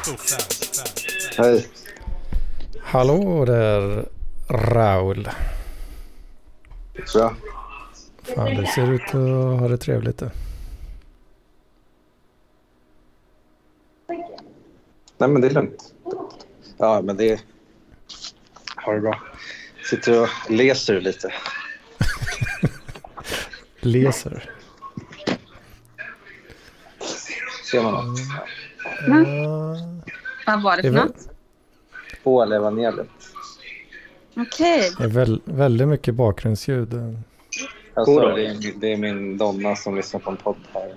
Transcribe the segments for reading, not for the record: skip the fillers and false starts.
Hej. Hallå där, Raul. Så. Fan, det ser ut att ha det trevligt. Nej, men det är lugnt. Ja, men det har det bra. Sitter och läser lite. Läser? Ser man något? Vad var det för något? Paul evangeliet. Okej. Det är väldigt mycket bakgrundsljud. Alltså, det är min donna som lyssnar på en podd här.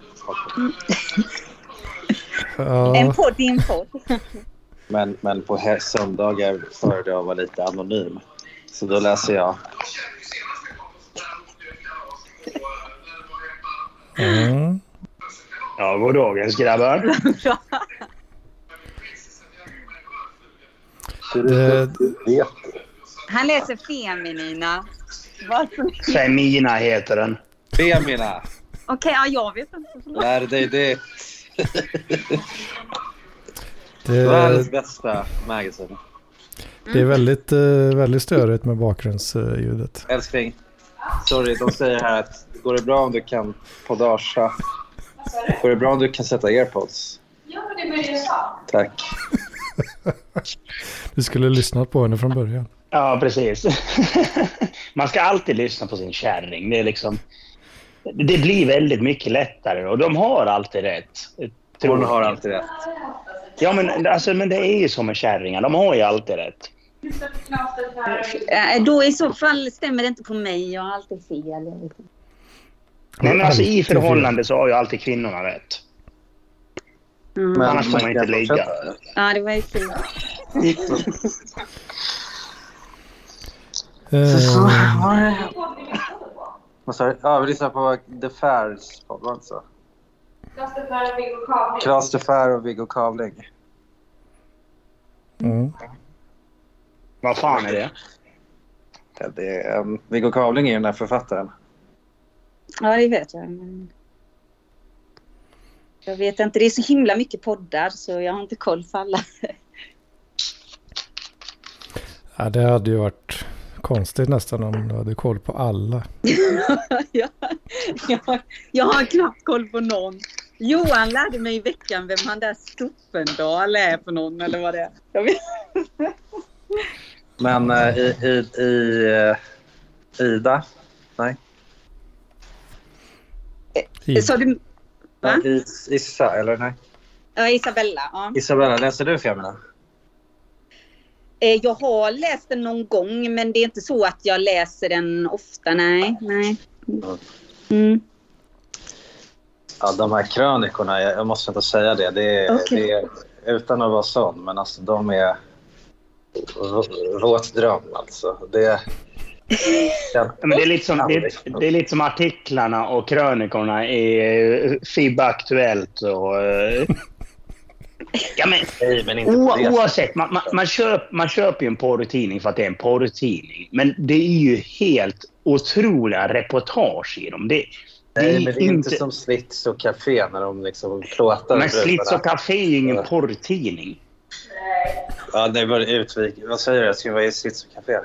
Ja, En podd, din podd. Men på söndagar föredrar jag vara lite anonym. Så då läser jag. mm. Ja, god dagens grabbar. Det, Han läser Feminina. Femina heter den. Femina. Okej, ja, jag vet inte. Lär dig det. Världens bästa magasin. det är väldigt störigt med bakgrundsljudet. Älskling. Sorry, de säger här att går det bra om du kan poddagea? Går det bra om du kan sätta airpods? Ja, men det blir det sa. Tack. Du skulle lyssna på henne från början. Ja, precis. Man ska alltid lyssna på sin kärring. Det är liksom, det blir väldigt mycket lättare och de har alltid rätt. Hon har alltid rätt. Ja, men det är ju som med kärringar. De har ju alltid rätt. Då i så fall stämmer det inte på mig. Jag har alltid fel. Nej, men alltså i förhållande så har ju alltid kvinnorna rätt. Mm. Annars får man inte ligga. Ja, det var ju fel. Vad sa du? Ja, vi lyssnar på The Fairs podd, var det så? Klas de Fair och Viggo Kavling. Mm. Vad fan är det? Ja, det är, Viggo Kavling är ju den här författaren. Ja, det vet jag. Men jag vet inte. Det är så himla mycket poddar så jag har inte koll på alla. Ja, det hade ju varit konstigt nästan om du hade koll på alla. Jag har knappt koll på någon. Johan lärde mig i veckan vem han där Stoppendal är för någon eller vad det är. Jag vet. Men Ida? Nej. Så du, va? Issa, eller nej? Ja, Isabella. Ja. Isabella, läser du Femina? Jag har läst den någon gång men det är inte så att jag läser den ofta, nej. Mm. Ja, de här krönikorna, jag måste inte säga det. Det är utan att vara sån, men alltså de är våt dröm alltså. Det Men det är lite som artiklarna och krönikorna i FIB Aktuellt och ja, men inte oavsett, man köper ju en porrtidning för att det är en porrtidning. Men det är ju helt otroliga reportage i dem. Nej, men det är inte som Slits och Café när de liksom plåtar. Men Slits och Café är ju ingen porrtidning. Ja, det var utvik. Vad säger du? Jag ska vara i Slits och Café.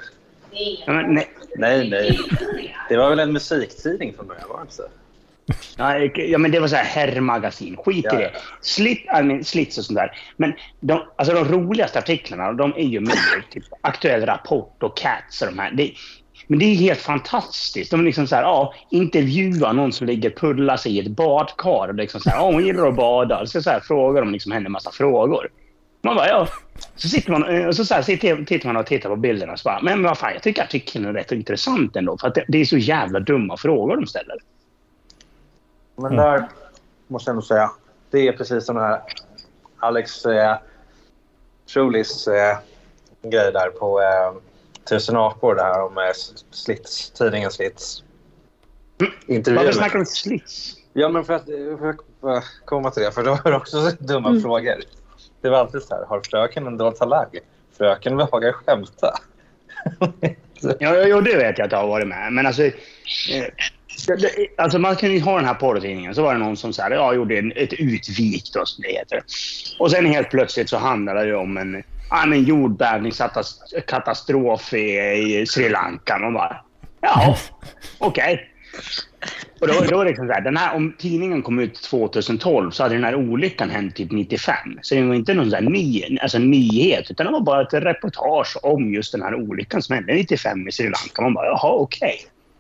Nej. Det var väl en musiktidning från början, var det inte så? Ja, men det var så här herrmagasin. Skit i det. Slits och sånt där. Men de roligaste artiklarna, de är ju med typ Aktuell Rapport och Cats och de här. Men det är helt fantastiskt. De liksom så här, intervjuar någon som ligger pulla sig i ett badkar och liksom så här, hon gillar att bada. Så här frågar de liksom henne en massa frågor. Man bara, ja. Så sitter man och så tittar man och tittar på bilderna och så bara, men vad fan, jag tycker artikeln är rätt intressant ändå för att det är så jävla dumma frågor de ställer. Men där måste jag ändå säga, det är precis som den här Alex Trulis grej där på Tusen apor där om Slits, tidningen Slits. Varför snackar du Slits? Ja, men för att komma till det, för då var det också dumma frågor. Det var alltid så här, har fröken en dold talang? Fröken behagar skämta. Ja, det vet jag att jag har varit med. Men alltså... Alltså man kan ju ha den här porrtidningen. Så var det någon som sa, jag gjorde ett utvik då, som det heter. Och sen helt plötsligt så handlar det om en jordbävningskatastrof i Sri Lanka. Man bara, ja, okej. Och då är det liksom så här, den här, om tidningen kom ut 2012 så hade den här olyckan hänt typ 95. Så det var inte någon sån här nyhet, utan det var bara ett reportage om just den här olyckan som hände 95 i Sri Lanka. Man bara, jaha, okej.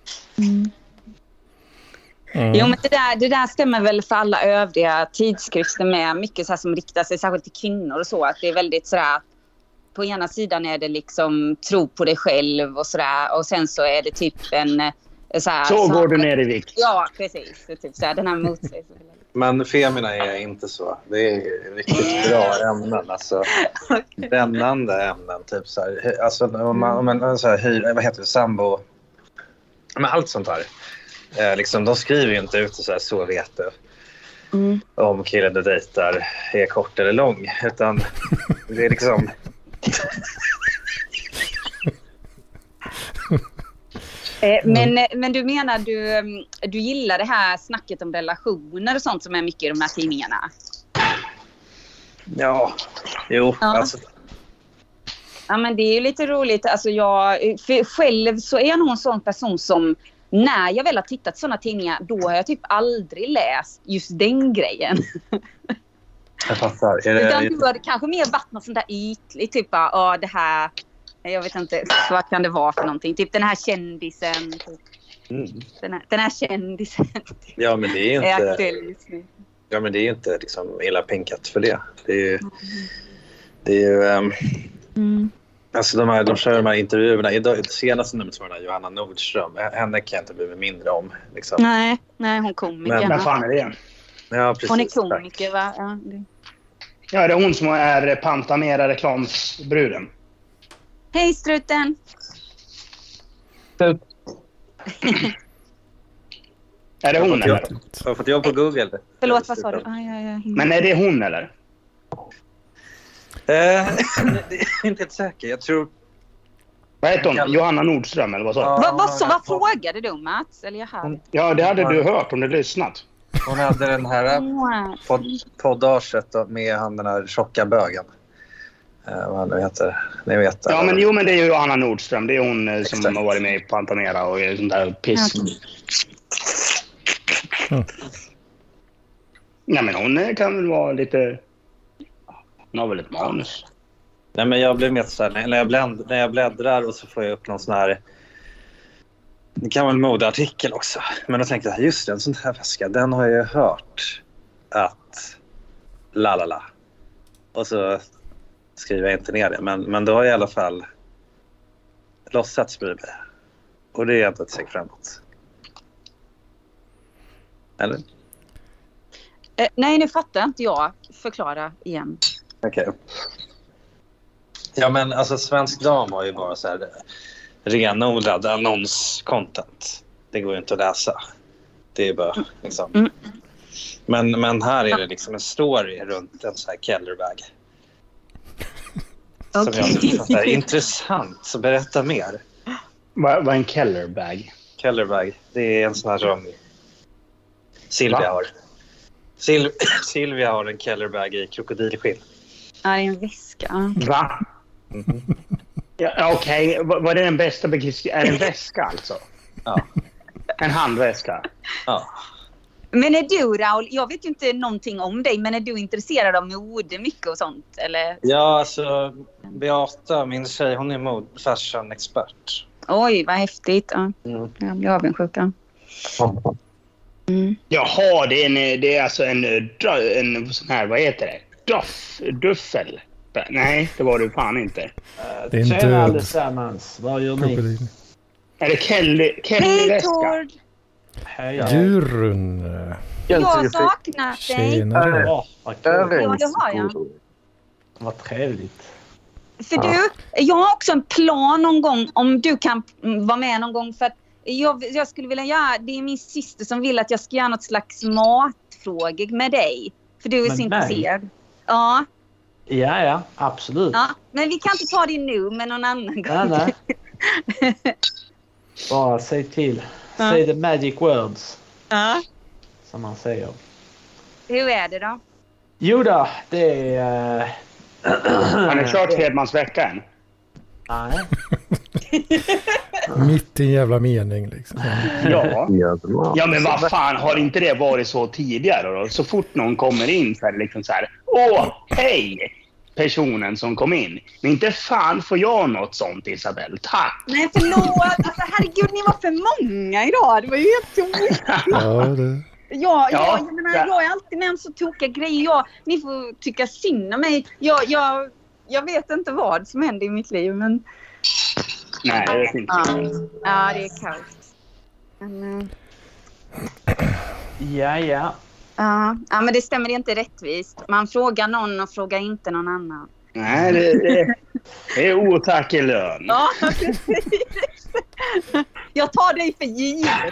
Jo, men det där stämmer väl för alla övriga tidskrifter med. Mycket så här som riktar sig särskilt till kvinnor och så. Att det är väldigt sådär, på ena sidan är det liksom tro på dig själv och sådär. Och sen så är det typ en... Så går du ner i vikt. Ja, precis. Typ så här, den här motsägelsen. Men femina är inte så. Det är riktigt bra ämnen. Alltså, brännande ämnen. Typ så här. Alltså, om man så här, vad heter det? Sambo. Men allt sånt här. Liksom, de skriver ju inte ut så vet du. Om killen du dejtar är kort eller lång. Utan det är liksom... Men du menar du gillar det här snacket om relationer och sånt som är mycket i de här tidningarna? Ja, jo. Ja. Alltså. Ja, men det är ju lite roligt. Alltså för själv så är jag nog en sån person som när jag väl har tittat såna tidningar, då har jag typ aldrig läst just den grejen. Jag fattar. Utan du har kanske mer varit något sånt där ytligt, typ det här, jag vet inte, vad kan det vara för någonting? Typ den här kändisen. Den här kändisen. Ja, men det är inte... Ja, men det är inte liksom illa pinkat för det. Det är ju... Alltså de kör de här intervjuerna. Idag, senaste numret var den här Johanna Nordström. Henne kan jag inte bli mindre om. Liksom. Nej, hon komiker. Men vad fan är det? Ja, precis. Hon är komiker, va? Ja, det är hon som är Pantamera-reklamsbruden. Hej, struten! Är det hon, eller? Jag har fått jobb på Google. Förlåt, vad sa du? Men är det hon, eller? Det är inte helt säker. Jag tror... Vad heter hon? Johanna Nordström, eller vad sa du? Vad frågade du, Mats? Eller jag hörde. Ja, det hade du hört om du lyssnat. Hon hade den här poddaget med han den här tjocka bögen. Vad han nu heter. Ni vet. Ja, men det är ju Johanna Nordström. Det är hon som har varit med i Pantamera och sånt där piss. Nej, men hon kan väl vara lite... Hon har väl ett manus. Nej, men jag blir med så här, när jag bläddrar och så får jag upp någon sån här... Det kan vara en modeartikel också. Men då tänkte jag, just det, en sån här väska, den har jag hört att la. Och så skriver jag inte ner det. Men då har jag i alla fall låtsats bry mig. Och det är jag inte ett steg framåt. Eller? Nej, nu fattar inte jag. Förklara igen. Okej. Ja, men alltså Svensk Dam har ju bara så här renodlad annons-content. Det går ju inte att läsa. Det är bara liksom... Men här är det liksom en story runt en så här Kellerbag. Som jag tycker är intressant. Så berätta mer. Vad är en Kellerbag? Kellerbag, det är en sån här som Silvia har. Silvia har en Kellerbag i krokodilskinn. Ja, det är en väska. Va? Ja, okej. Vad är den bästa beskrivningen? Är det en väska alltså? Ja. En handväska? Ja. Men är du, Raul, jag vet ju inte någonting om dig, men är du intresserad av mode mycket och sånt? Eller? Ja, alltså Beata, min tjej, hon är fashion-expert. Oj, vad häftigt. Ja. Jag blir avundsjuk. Jaha, det är alltså en sån här, vad heter det? Duffel. Nej, det var det fan inte. Det är inte tjena allesammans, vad gör ni? Är det Kelly-väska? Hej, Jurun. Jag har saknat dig. Tjenare. Ja, vad kul. Ja, det har jag. Vad trevligt. För du, jag har också en plan någon gång om du kan vara med någon gång. För att jag skulle vilja göra, det är min syster som vill att jag ska göra något slags matfrågor med dig. För du är så intresserad. Ja, absolut. Ja, men vi kan inte ta det nu med någon annan gång. Nej. Bara säg till. Säg the magic words. Ja. Som man säger. Hur är det då? Jo då, det är... Har ni kört Hedmans vecka än? Nej. Mitt i en jävla mening liksom. Ja, men vad fan, har inte det varit så tidigare då? Så fort någon kommer in så är det liksom så här: åh, hej! Personen som kom in. Men inte fan får jag något sånt, Isabel. Tack! Nej, förlåt. Alltså, herregud, ni var för många idag. Det var ju helt tokigt. Jag menar, jag är alltid med om så tokiga grejer. Ni får tycka synd om mig. Jag vet inte vad som händer i mitt liv, men... Nej, det vet inte. Ja, det är kaos. Men, Ja. ja, men det stämmer inte rättvist. Man frågar någon och frågar inte någon annan. Nej, det är otack i lön. Ja, precis. Jag tar dig för givet,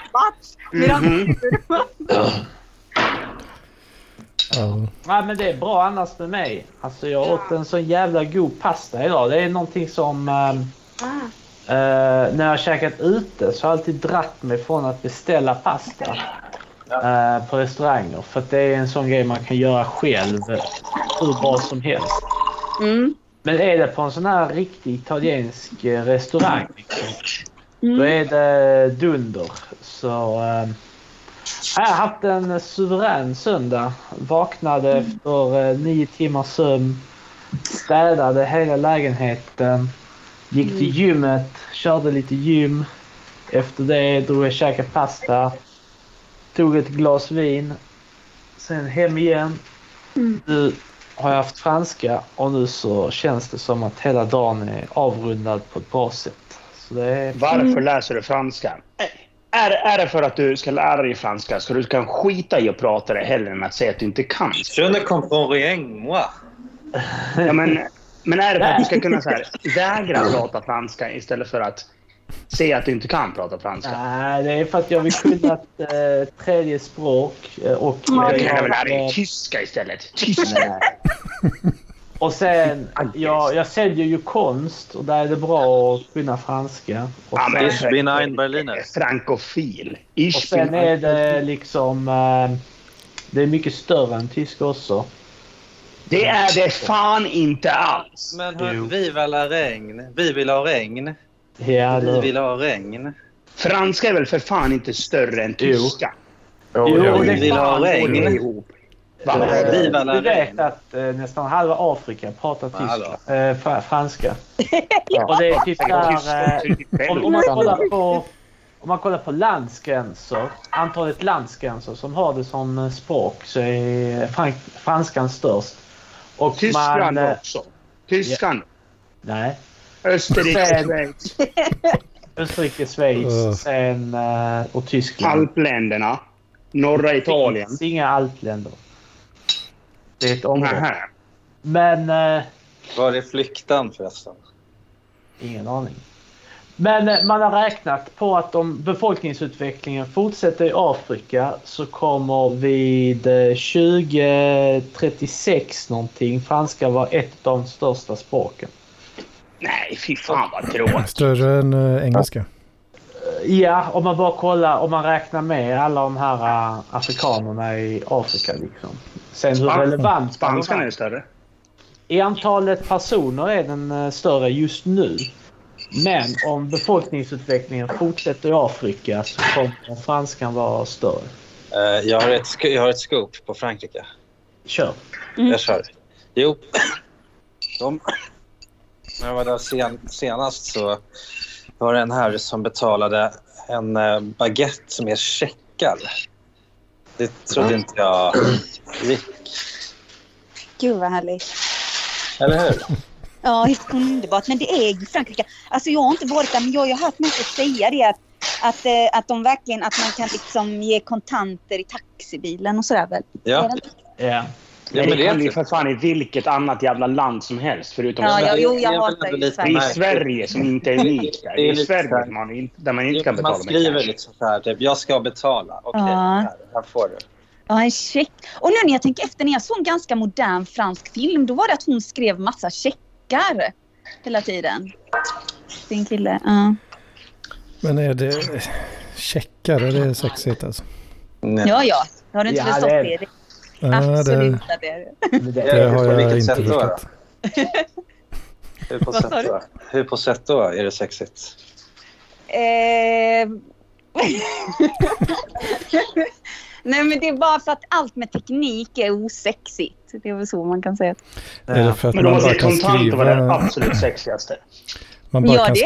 Nej, men det är bra annars med mig. Alltså jag åt en så jävla god pasta idag. Det är någonting som... när jag har käkat ute så har jag alltid dratt mig från att beställa pasta på restauranger. För att det är en sån grej man kan göra själv hur bra som helst. Men är det på en sån här riktig italiensk restaurang liksom, då är det dunder. Så jag har haft en suverän söndag. Vaknade efter 9 timmars sömn. Städade hela lägenheten. Gick till gymmet. Körde lite gym. Efter det drog jag käka pasta. Tog ett glas vin. Sen hem igen. Nu har jag haft franska. Och nu så känns det som att hela dagen är avrundad på ett bra sätt. Så det är... Varför läser du franska? Är det för att du ska lära dig franska så du kan skita i att prata det hellre än att säga att du inte kan? Je ne comprends rien, moi. Ja, men är det för att du ska kunna så här, vägra prata franska istället för att säga att du inte kan prata franska? Nej, det är för att jag vill kunna ett tredje språk. Och jag kan väl lära dig tyska istället. Tyska. Och sen, jag säljer ju konst och där är det bra att kunna franska. Och sen, ich bin ein Berliner. Frankofil. Och sen är det liksom, det är mycket större än tyska också. Det är det fan inte alls. Men vi vill ha regn. Vi vill ha regn. Ja, vi vill ha regn. Franska är väl för fan inte större än tyska? Jo, vi vill ha regn. Du vet att nästan halva Afrika pratar tyska, franska. Och det är typ där, om man kollar på landsgränser, antalet landsgränser som har det som språk, så är franskan störst. Och Tyskland också. Tyskland. Nej. Österrike, Schweiz. Österrike, Schweiz, sen, och Tyskland. Alpländerna. Norra Italien. Det finns inga alpländer. Det är ett område. Men... var är flyktan förresten? Ingen aning. Men man har räknat på att om befolkningsutvecklingen fortsätter i Afrika så kommer vid 2036 någonting franska vara ett av de största språken. Nej, fy fan vad tråkigt. Större än engelska. Ja, om man bara kollar, om man räknar med alla de här afrikanerna i Afrika liksom. Sen hur relevant spanskan är större. I antalet personer är den större just nu. Men om befolkningsutvecklingen fortsätter i Afrika så kommer franskan vara större. Jag har ett scoop på Frankrike. Kör. Jag kör. Jo. När jag var där senast så var det en herre som betalade en baguette som är checkad. Det trodde inte jag gick. Gud vad härligt. Eller hur? Ja, helt underbart. Men det är ju Frankrike. Alltså jag har inte varit där, men jag har hört människor säga det. Att de verkligen, att man kan liksom ge kontanter i taxibilen och sådär väl. Ja. Ja. Men det kan ju för fan i vilket annat jävla land som helst förutom Sverige. Jag hatar ju Sverige. Det är Sverige som inte är unikt. Det är Sverige där man inte kan betala. Man skriver liksom så här, typ, jag ska betala. Okej, här får du. Ja, en check. Och nu när jag tänker efter, när jag såg en ganska modern fransk film, då var det att hon skrev massa checkar hela tiden. din kille. Men är det checkar? Är det sexigt alltså? Nej. Ja. Har du inte förstått det? Absolut att det är det har jag inte förstått. Hur på sätt då är det sexigt? Nej, men det är bara för att allt med teknik är osexigt. Det är väl så man kan säga. Är det för att men man då bara måste kan kontanter vara det skriva... absolut sexigaste. Man bara kan det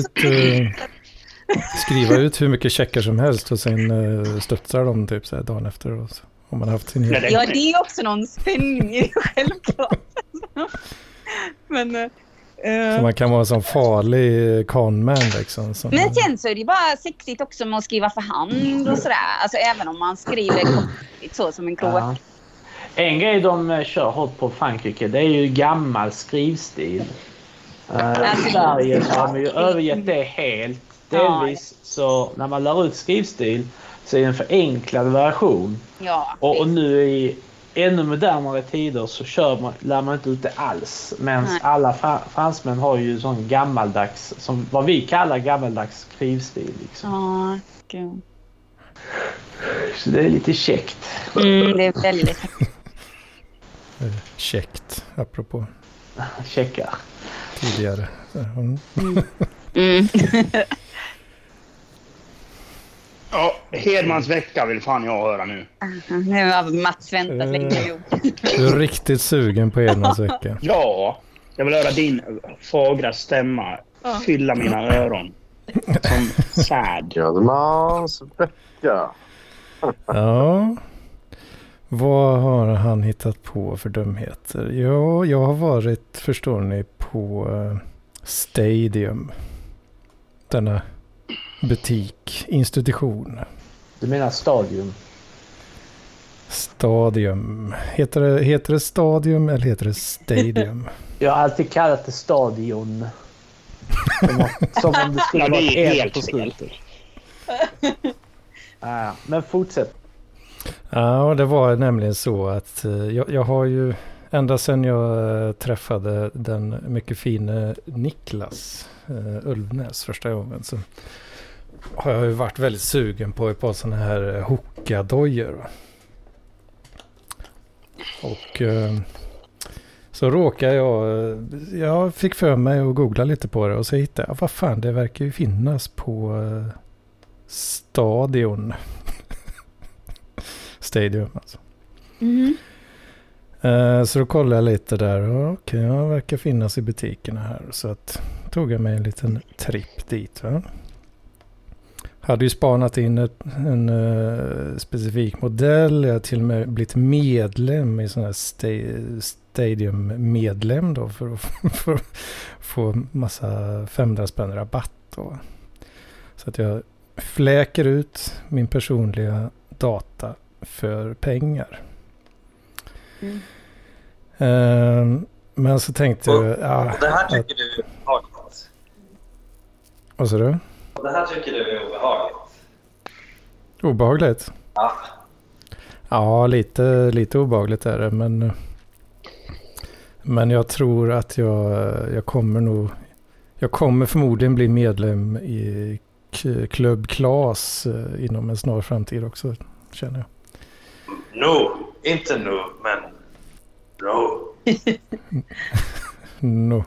skriva ut hur mycket checkar som helst och sen studsar de typ så här dagen efter. Och så, om man har haft sin Ja, det är också någon spänning i det, självklart. Men... Så man kan vara en sån farlig conman liksom. Men sen så är det bara sexigt också med att skriva för hand och sådär. Alltså även om man skriver så som en kråk. Ja. En grej de kör hårt på Frankrike, det är ju gammal skrivstil. I Sverige så har man ju övergett det helt. Delvis så när man lär ut skrivstil så är det en förenklad version. Ja, och nu i ännu modernare tider så lär man inte ut det alls. Men alla fransmän har ju sån gammaldags, som vad vi kallar gammaldags skrivstil. Liksom. Ja, gud. Så det är lite käckt. Det är väldigt käckt, apropå. Checkar. Tidigare. Ja, Hedmans vecka vill fan jag höra nu. Nu har Mats väntat länge. Du är riktigt sugen på Hedmans vecka. Ja, jag vill höra din fagra stämma fylla mina öron. Som sad. Hedmans vecka. Ja. Vad har han hittat på för dumheter? Ja, jag har varit, förstår ni, på Stadium. Denna butik, institution. Du menar Stadium? Stadium. Heter det Stadium eller heter det Stadium? Jag har alltid kallat det Stadion. Som om det skulle vara helt på slutet. Men fortsätt. Ja, det var nämligen så att jag har ju ända sedan jag träffade den mycket fina Niklas Ulvnäs första gången så har jag ju varit väldigt sugen på ett par sådana här Hoka-dojor. Och så råkade jag fick för mig att googla lite på det och så hittade jag, vad fan, det verkar ju finnas på Stadium alltså. Så då kollade jag lite där och okej, jag verkar finnas i butikerna här. Så att tog jag mig en liten tripp dit. Va? Hade ju spanat in en specifik modell. Jag har till och med blivit medlem i sån här Stadium-medlem då för att få massa 500 spänn rabatt då. Så att jag fläker ut min personliga data för pengar. Men så tänkte jag... det här tycker du är obehagligt. Vad sa du? Det här tycker du är obehagligt. Obehagligt? Ja. Ja, lite obehagligt är det. Men jag tror att jag kommer förmodligen bli medlem i Club Class inom en snar framtid också, känner jag. Inte nu, men no.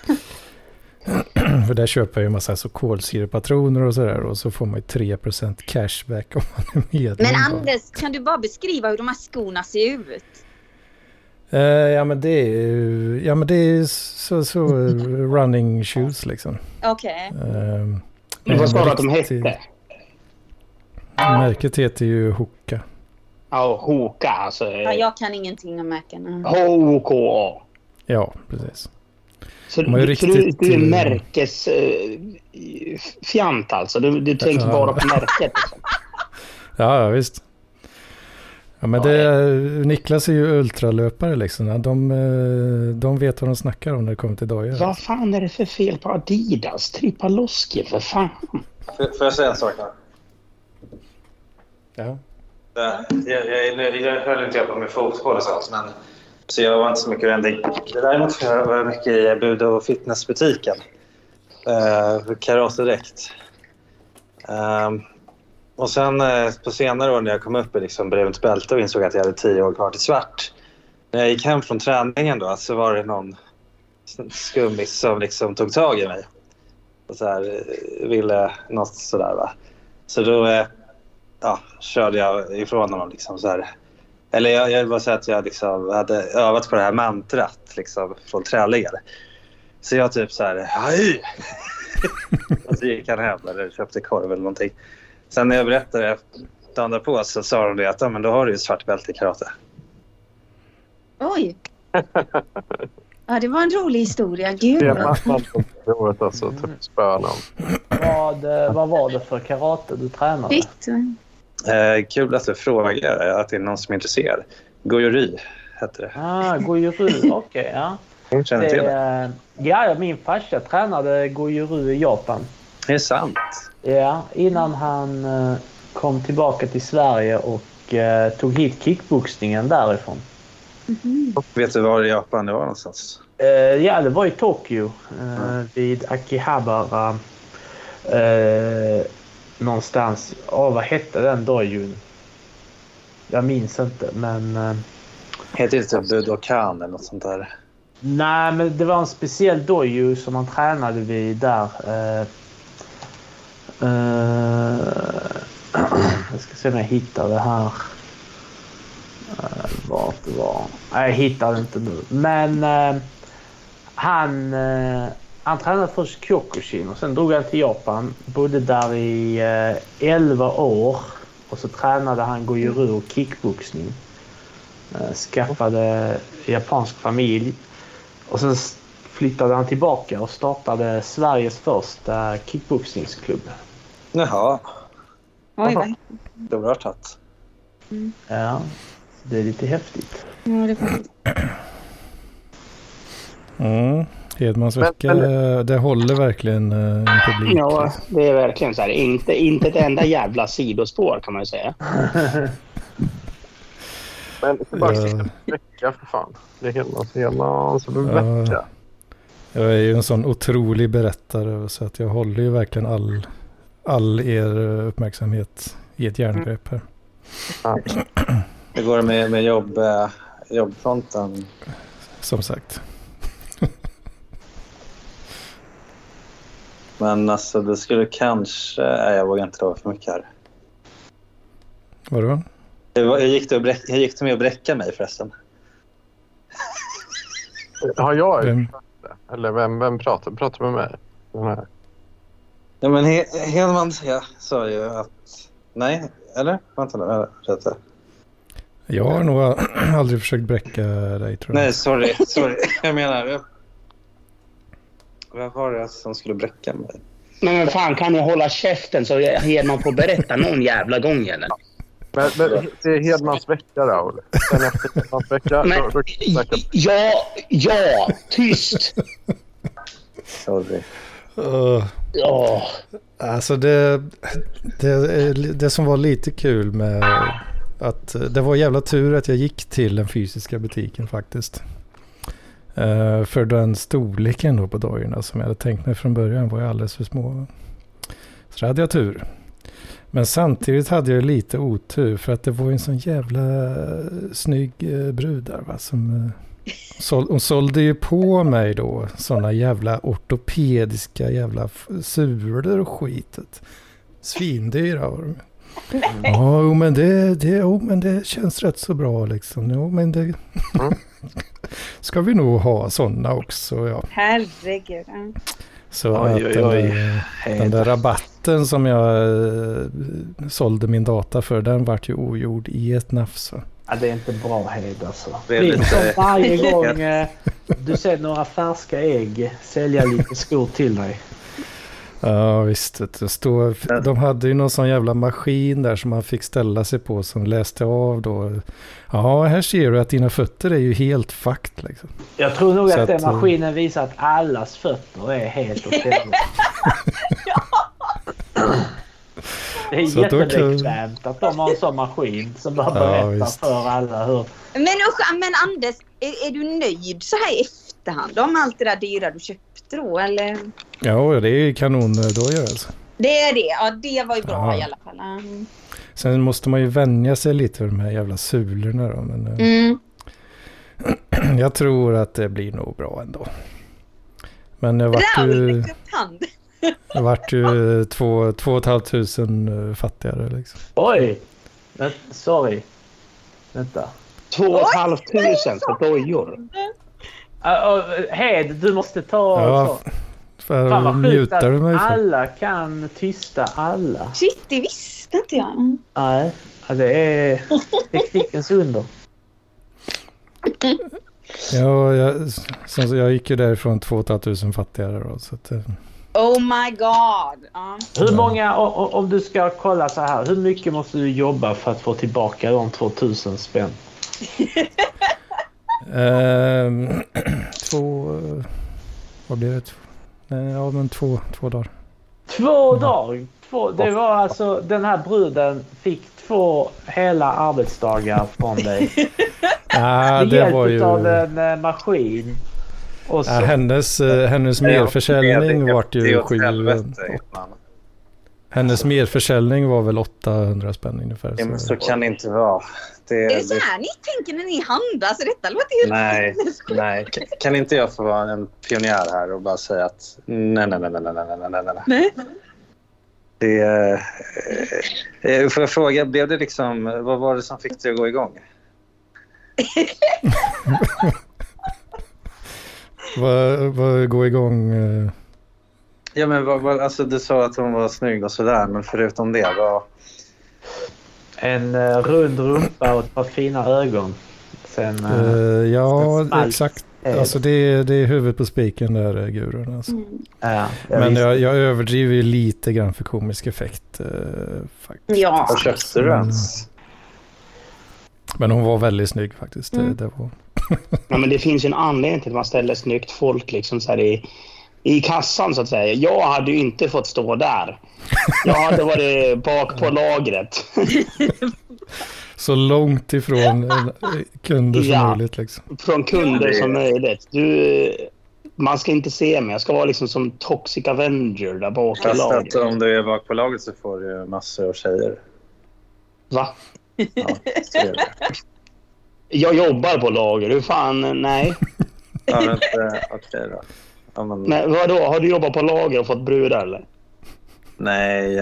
För där köper jag ju en massa så kolsyrepatroner och sådär och så får man ju 3% cashback om man är medlem. Men Anders, kan du bara beskriva hur de här skorna ser ut? Ja men det är så running shoes liksom. Okej. Vad sa du att de hette? Märket heter ju Hoka. Ja, Hoka alltså. Ja, jag kan ingenting om märken. H-O-K-A. Ja, precis. Så du är märkes fjant alltså. Du tänker bara på märket. Liksom. Ja, visst. Ja, men Niklas är ju ultralöpare liksom. De vet vad de snackar om när det kommer till dojor. Vad fan är det för fel på Adidas? Tripaloski för fan. Får jag säga en sak här? Ja. Jag höll inte på med fotboll och sånt, men så jag var inte så mycket rending. Det däremot var jag mycket i bud- och fitnessbutiken. Karate direkt. Och sen på senare år när jag kom upp i liksom brunt bälte och insåg att jag hade 10 år kvar till svart. När jag gick hem från träningen då så var det någon skummis som liksom tog tag i mig. Och så här ville något sådär va. Så då körde jag ifrån honom liksom så här. Eller jag vill bara säga att jag liksom hade övat på det här mantrat liksom från träningar. Så jag typ så här, hej! Och så gick han hem eller köpte korv eller någonting. Sen när jag berättade dagen därpå så sa de det att men då har du ju svart bälte i karate. Oj! Ja, det var en rolig historia. Gud. Det är året alltså, typ spöna. Vad var det för karate du tränade? Kul att du frågar att det är någon som är intresserad. Goju-ryu heter det. Goju-ryu, okej, ja. Jag känner till det. Ja, min farsa tränade Goju-ryu i Japan. Det är sant. Ja, innan han kom tillbaka till Sverige och tog hit kickboxningen därifrån. Mm-hmm. Vet du var i Japan det var någonstans? Ja, det var i Tokyo. Vid Akihabara. Någonstans. Vad hette den dojun? Jag minns inte, men... Heter det typ Budokan eller något sånt där? Nej, men det var en speciell doju som man tränade vid där. Jag ska se om jag hittar det här. Vart det var. Nej, jag hittar det inte nu. Men han tränade först Kyokushin och sen drog han till Japan. Bodde där i 11 år. Och så tränade han Goju-ryu och kickboxning. Skaffade japansk familj. Och sen flyttade han tillbaka och startade Sveriges första kickboxningsklubb. Jaha. Oj, vad. Det var tatt. Ja, det är lite häftigt. Ja, det var. Hedmans vecka, det håller verkligen en publik. Ja, det är verkligen så här. Inte ett enda jävla sidospår kan man ju säga. Men det är bara en vecka för fan. Det är hela så vecka. Jag är ju en sån otrolig berättare så att jag håller ju verkligen all er uppmärksamhet i ett järngrepp här. Det går med jobbfronten. Som sagt. Men alltså det skulle kanske... jag vågar inte ta för mycket här. Vadå? Jag gick med att bräcka mig förresten. Har jag eller vem pratar med mig? Ja men Hedman sa ju att... Nej, eller? Vänta nu, rätta. Jag har nog aldrig försökt bräcka dig, tror jag. Nej, sorry. Jag menar... Vad var det som skulle bräcka mig? Men fan, kan ni hålla käften så Hedman får berätta någon jävla gång eller? Men det är Hedmans vecka, Raul. Sen efter Hedmans vecka... Ja, tyst! Sorry. Alltså det som var lite kul med att det var jävla tur att jag gick till den fysiska butiken faktiskt. För den storleken då på dojorna som jag hade tänkt mig från början var ju alldeles för små. Så hade jag tur. Men samtidigt hade jag lite otur för att det var en sån jävla snygg brud där va, som hon sålde ju på mig då såna jävla ortopediska jävla sulor och skitet. Svindyra var de. Ja, men det känns rätt så bra liksom. Jo, men det ska vi nog ha såna också, ja. Herregud. Så att den där rabatten som jag sålde min data för, den vart ju ogjord i ett nafs. Ja, det är inte bra Hed alltså. Lite... Varje gång du ser några färska ägg, sälja lite skor till dig. Ja visst, de hade ju någon sån jävla maskin där som man fick ställa sig på som läste av då. Ja, här ser du att dina fötter är ju helt fakt liksom. Jag tror nog att den maskinen visar att allas fötter är helt okej. Det är jättebekvämt att de har en sån maskin som bara berättar för alla hur... Men Anders, är du nöjd så här i efterhand om allt det där dyra du köpte? efter då, eller? Ja, det är kanon då gör alltså. Det är det, ja det var ju bra i alla fall. Sen måste man ju vänja sig lite för de här jävla sulorna då. Men, jag tror att det blir nog bra ändå. Men det vart ju 2 500 fattigare liksom. Oj! Sorry. Vänta. 2 500 för dojor. Hed, du måste ta... För mutar du mig för? Alla kan tysta alla. Shit, det visste inte jag. Nej, det är teknikens under. Ja, jag gick ju därifrån 2 500 fattigare då, så att... Oh my god. Hur många, om du ska kolla så här, hur mycket måste du jobba för att få tillbaka de 2000 spänn? Vad blir det? Ja, men 2 dagar. 2 dagar? Det var alltså, den här bruden fick 2 hela arbetsdagar från dig. Ja, det var ju... av en maskin. Och så... hennes merförsäljning var ju 7... Hennes merförsäljning var väl 800 spänn ungefär. Ja, men så kan det inte vara. Är det så här ni tänker när ni handlar? Så detta låter helt... Nej. Kan inte jag få vara en pionjär här och bara säga att nej. Får jag fråga, blev det liksom, vad var det som fick dig att gå igång? Vad gå igång? Ja, men alltså du sa att hon var snygg och sådär, men förutom det var... En rund rumpa och ett par fina ögon. Sen, ja, exakt. Alltså det är huvudet på spiken där, gurun. Alltså. Men jag överdriver ju lite grann för komisk effekt. Faktiskt. Ja. Vad köpte du ens? Men hon var väldigt snygg faktiskt. Det var... Ja, men det finns ju en anledning till att man ställer snyggt folk liksom så här i kassan så att säga. Jag hade ju inte fått stå där. Jag hade varit bak på lagret. Så långt ifrån kunder som möjligt liksom. Från kunder som möjligt. Man ska inte se mig. Jag ska vara liksom som Toxic Avenger där bak i lagret. Om du är bak på laget så får du massor av tjejer. Va? Ja, så är det. Jag jobbar på lager. Hur fan? Nej. Ja, men okej då. Ja, men... Men vadå? Har du jobbat på lager och fått brudar eller? Nej,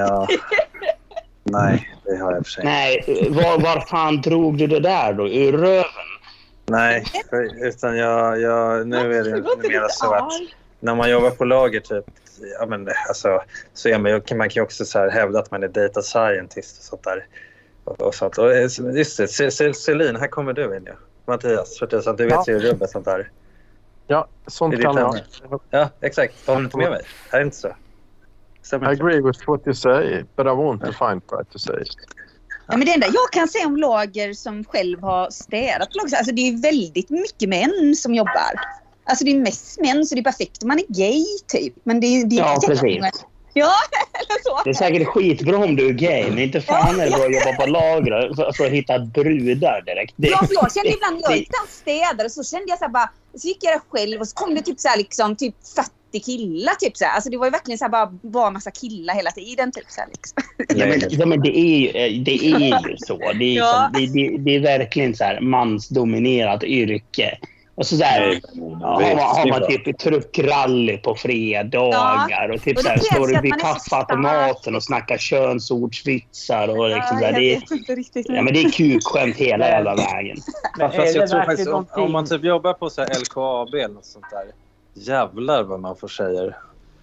Nej, det har jag för sig. Nej, var fan drog du det där då? Ur röven? Nej, utan jag nu är det mer så att när man jobbar på lager typ, ja men alltså så är man kan ju också så här hävda att man är data scientist och sånt där. Och sånt. Och just det, Celine, här kommer du in, ja. Mattias, för att du vet ju rubbet sånt där. Ja, sånt kan jag. Ja, exakt. Har du inte med mig? Är det inte så? I agree with what you say, but I won't define right to say. Ja, men det enda jag kan säga om lager som själv har städat på lager, alltså det är väldigt mycket män som jobbar. Alltså det är mest män, så det är perfekt om man är gay typ. Men det är ja, precis. Ja, eller så. Det är säkert skitbra om du är gay, men inte fan är det bra att jobba på lager för att hitta brudar direkt. Ja, för jag kände ibland, jag gick där städare och så kände jag så här bara, så gick jag där själv och så kom det typ så här liksom, typ 40 killar typ så här. Alltså det var ju verkligen så här bara massa killar hela tiden typ så här liksom. Ja, men det är ju så. Det är, det är verkligen så här mansdominerat yrke. Och så där har man typ truckrally på fredagar och typ så här står du vid kaffeautomaten och snackar könsordsvitsar och liksom där. Men det är kukskämt hela jävla vägen. Fast jag tror faktiskt om man typ jobbar på så här LKAB eller något sånt där, jävlar vad man får säger.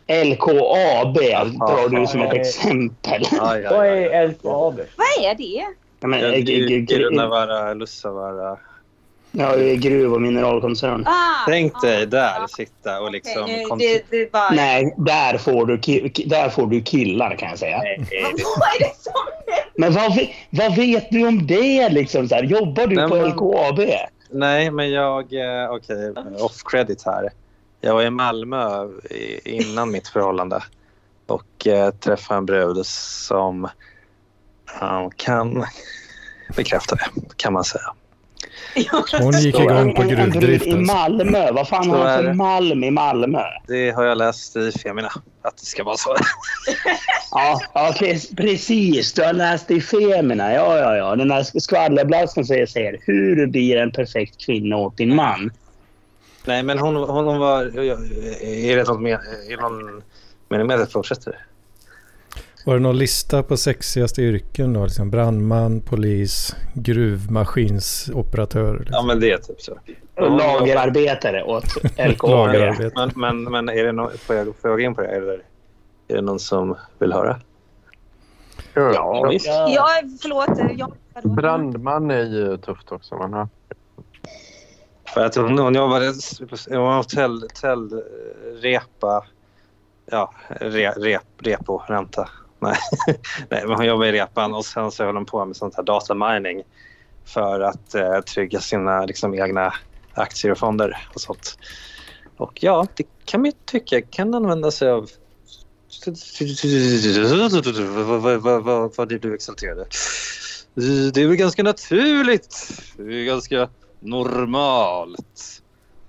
LKAB drar du som ett exempel. Vad är LKAB? Vad är det? Ja, men Kirunavaara, Lussavaara. Ja, det är gruv- och mineralkoncern. Tänk dig där sitta och liksom... Det bara... Nej, där får du killar kan jag säga. Vad är det som är? Men vad vet du om det liksom? Så här, jobbar du på LKAB? Nej, men okej, off credit här. Jag var i Malmö innan mitt förhållande och träffade en brud som kan bekräfta det, kan man säga. Hon gick igång på gruvdrift. I Malmö. Vad fan har han för Malm i Malmö? Det har jag läst i Femina. Att det ska vara så. Ja, precis. Du har läst i Femina. Ja. Den här skvallerblasten säger hur blir en perfekt kvinna åt din man? Nej, men hon var... Är det något mer? Är det någon mening med att fortsätta? Var det någon lista på sexigaste yrken då? Liksom brandman, polis, gruvmaskinsoperatör? Liksom. Ja, men det är typ så. Lagerarbetare åt LKAB. Men är det någon... Får jag gå in på det? Är det någon som vill höra? Ja, visst. Ja, förlåt. Brandman är ju tufft också. Man har. För att hon jobbade hotellrepa. Ja, repo, ränta. Nej, men hon jobbar i repan och sen så höll hon på med sånt här datamining för att trygga sina liksom, egna aktier och fonder och sånt. Och ja, det kan man ju tycka kan använda sig av. Vad är du exalterade? Det är väl ganska naturligt. Det är ganska normalt.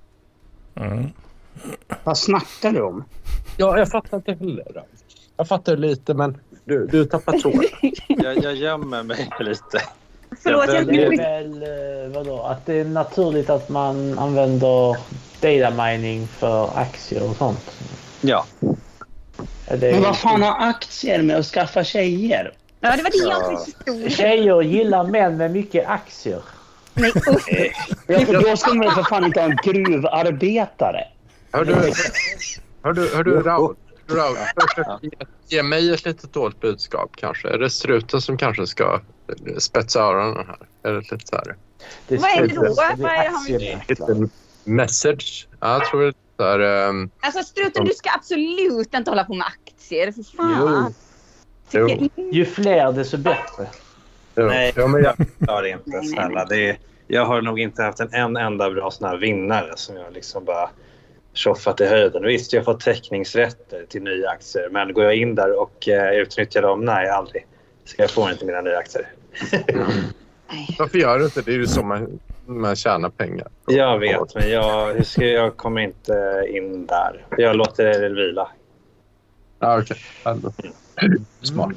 Vad snackar du om? Ja, jag fattar inte heller. Jag fattar lite, men du tappar tråden. Jag gömmer mig lite. Förlåt, Det är väl vadå? Att det är naturligt att man använder data mining för aktier och sånt. Ja. Men vad fan har aktier med att skaffa tjejer? Ja, det var det jag förstod. Tjejer gillar män med mycket aktier. Nej, Ja, för då ska man för fan inte ha en gruvarbetare. Hör du Raul? Ge mig ett litet dåligt budskap kanske. Är det struten som kanske ska spetsa öronen här? Är det lite så här? vad är det då? Vad är det han vill? Lite message. Ja, jag tror det är Alltså struten, du ska absolut inte hålla på med aktier. För fan. Ju fler desto bättre. Nej, men jag har det inte. Snälla. Jag har nog inte haft en enda bra sån här vinnare som jag liksom bara tjoffat i höjden. Visst, jag har fått täckningsrätter till nya aktier. Men går jag in där och utnyttjar dem? Nej, aldrig. Så jag får inte mina nya aktier. Varför gör du inte? Det är ju så man tjänar pengar. Jag vet, men jag kommer inte in där. Jag låter det vila. Ja, okej. Smart.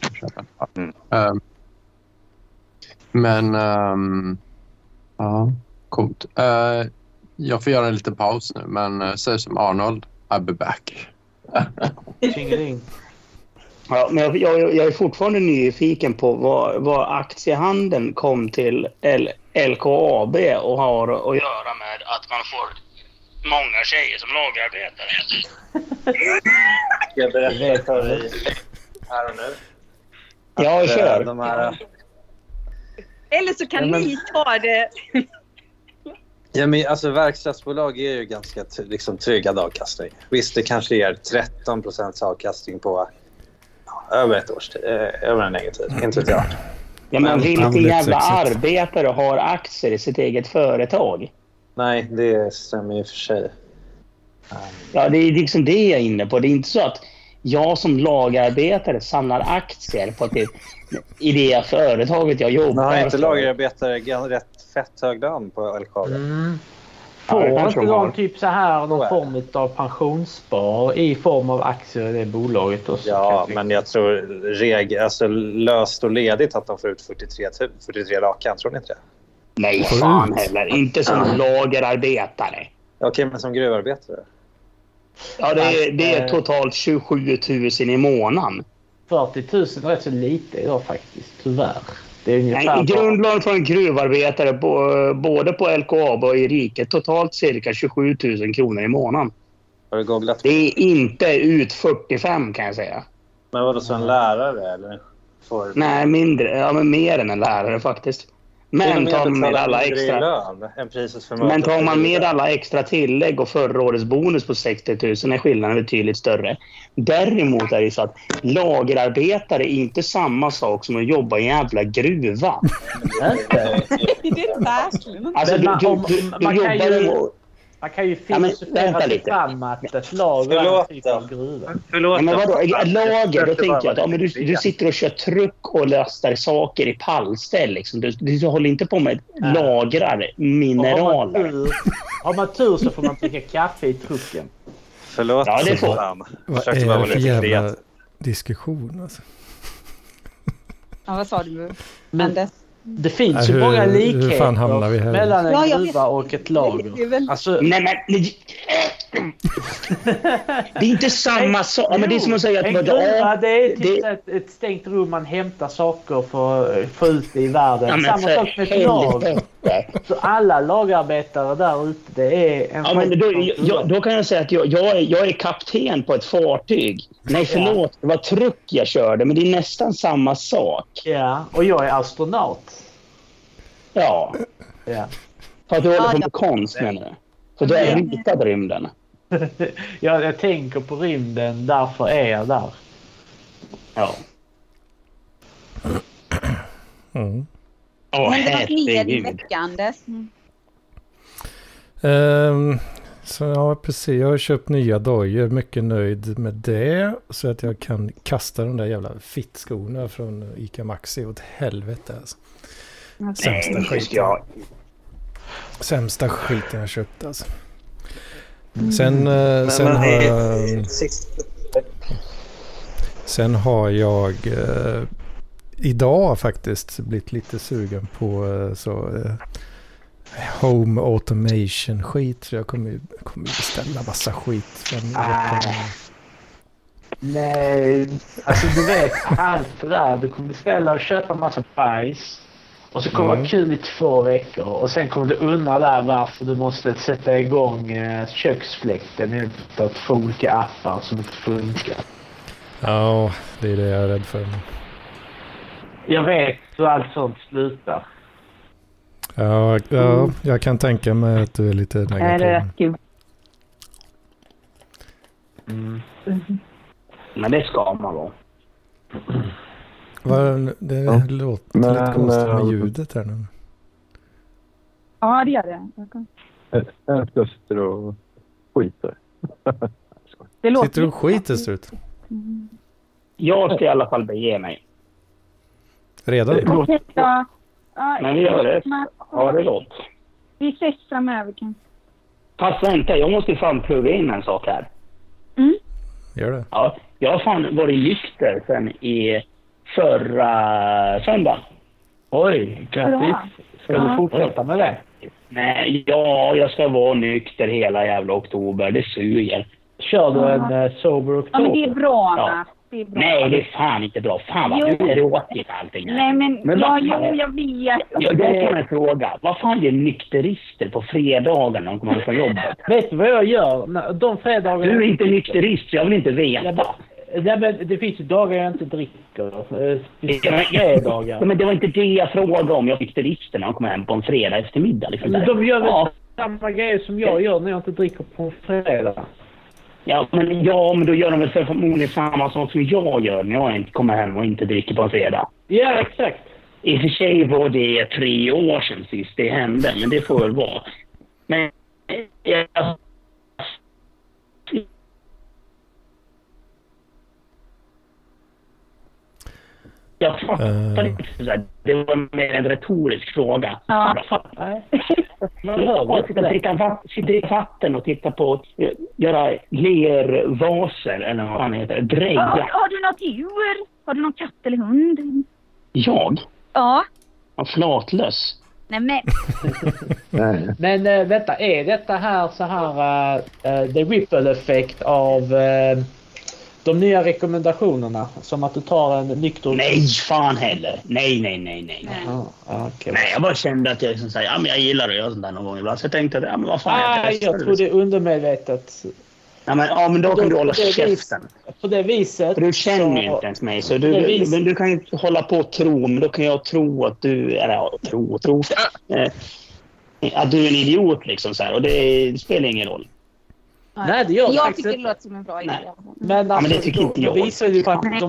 Men ja, coolt. Jag får göra en liten paus nu, men säg som Arnold, I'll be back. Tjingeling. Ja, men jag är fortfarande nyfiken på vad aktiehandeln kom till LKAB och har att göra med att man får många tjejer som lagarbetare. Jag berättar för dig här och nu. Ja, kör. Eller så kan ni ta det. Ja, men alltså verkstadsbolag är ju ganska liksom tryggad avkastning. Visst, det kanske ger 13% avkastning på över ett års tid, över en egen tid. Inte vet jag. Ja, men vilken jävla arbetare har aktier i sitt eget företag? Nej, det stämmer ju för sig. Ja, det är liksom det jag är inne på. Det är inte så att jag som lagarbetare samlar aktier på i det företaget jag jobbar. Men har inte lagarbetare rätt fett hög lön på LKAB? Får inte de typ så här någon form av pensionsspar i form av aktier i det bolaget? Och så ja, men jag tror alltså löst och ledigt att de får ut 43 lakan, tror ni inte det? Nej, fan heller. Inte som lagerarbetare. Okej, men som gruvarbetare? Ja, det är totalt 27 000 i månaden. 40 000 är rätt så lite idag faktiskt, tyvärr. Det är ungefär grundlön för en gruvarbetare både på LKAB och i riket totalt cirka 27 000 kronor i månaden. Har du googlat? Det är inte ut 45 kan jag säga. Men var det så en lärare eller? Nej, mindre. Ja, men mer än en lärare faktiskt. Men tar man med alla extra tillägg och förra årets bonus på 60 000 är skillnaden betydligt större. Däremot är det så att lagerarbetare är inte samma sak som att jobba i en jävla gruva. Det är verkligen. Alltså, Man kan ju filosofera sig fram att ett lager är en typ av gruva. Förlåt. Men vadå? Ett lager, då tänker jag att du sitter och kör truck och lastar saker i pallställ. Liksom. Du håller inte på med lagrar mineraler. Har man tur så får man dricka kaffe i trucken. Förlåt. Ja, det får man. Vad är det för jävla diskussion alltså? Ja, vad sa du? Men det finns ju många likheter mellan en gruva och ett lager. Alltså, nej, men det är inte samma sak. Men det är som att säga att en gruva, det är typ ett stängt rum man hämtar saker för att få ut det i världen. Samma sak med ett lager. Så alla lagarbetare där ute, det är en men då kan jag säga att jag är kapten på ett fartyg. Nej, förlåt. Det var truck jag körde, men det är nästan samma sak. Ja, och jag är astronaut. Ja. För att du håller på med konst, menar du? För du är ritat rymden. Jag tänker på rymden, därför är jag där. Ja. Men det var mer i veckan. Så ja, precis. Jag har köpt nya dojor. Mycket nöjd med det. Så att jag kan kasta de där jävla fittskorna från Ica Maxi åt helvete. Alltså. Sämsta skiten jag köpt alltså. Sen har jag idag faktiskt blivit lite sugen på home automation skit, så jag kommer beställa massa skit. Nej, alltså du vet allt det där. Du kommer beställa och köpa massa bajs. Och så kommer det kul i 2 veckor. Och sen kommer du undra där varför du måste sätta igång köksfläkten efter 2 olika appar som inte funkar. Ja, det är det jag är rädd för. Jag vet hur allt sånt slutar. Ja, jag kan tänka mig att du är lite negativ. Nej, det är kul. Men det ska man vara. Det låter lite konstigt med ljudet här nu. Ja, det gör det. Jag sitter och skiter. Sitter du och skiter strut? Jag ska i alla fall bege mig. Redan? Okej, då. Men vi gör det. Ja, det låter. Vi ses framöver kanske. Fast vänta, jag måste fan plugga in en sak här. Gör det? Ja, jag har fan varit nykter sen i förra söndagen. Oj, grattis. Ska du fortsätta med det? Nej, jag ska vara nykter hela jävla oktober. Det suger. Kör du en sober oktober? Ja, men det är bra, ja. Det är bra. Nej, det är fan inte bra. Fan vad erotiskt allting här. Nej, men jag vet. Jag kan en fråga. Vad fan är nykterister på fredagar när de kommer från jobbet? Vet du vad jag gör? De fredagar... Du är inte nykterist, så jag vill inte veta. Det finns ju dagar jag inte dricker. Dagar. Men det var inte det jag frågade om. Jag fick nykterister när de kommer hem på en fredag eftermiddag. Liksom där. De gör väl samma grejer som jag gör när jag inte dricker på en fredag. Ja, men då gör de väl förmodligen samma sak som jag gör när jag inte kommer hem och inte dricker på en fredag. Ja, exakt. I och för sig var det 3 år sedan sist det hände, men det får väl vara. Men jag fattar inte sådär. Det var mer en retorisk fråga. Ja. Jag sitter i vatten och tittar på göra lervaser eller vad han heter. Dreja. Har du något djur? Har du någon katt eller hund? Jag? Ja. Flatlös. Nej, men... Men vänta, är detta här så här the ripple effect av de nya rekommendationerna, som att du tar en nykter... Nej, fan heller. Nej. Okay. Nej, jag bara kände att jag liksom säger, ja men jag gillar att göra sånt där någon gång ibland. Så jag tänkte att, ja men vad fan. Jag tror det är undermedvetet. Ja men då kan du hålla käften. På det viset. För du känner ju inte ens mig. Så du kan ju hålla på och tro, men då kan jag tro att du... Eller tro. Att du är en idiot liksom så här. Och det spelar ingen roll. Nej, det gör jag tycker det låter som en bra idé. Men det tycker inte jag. Det visar ju att de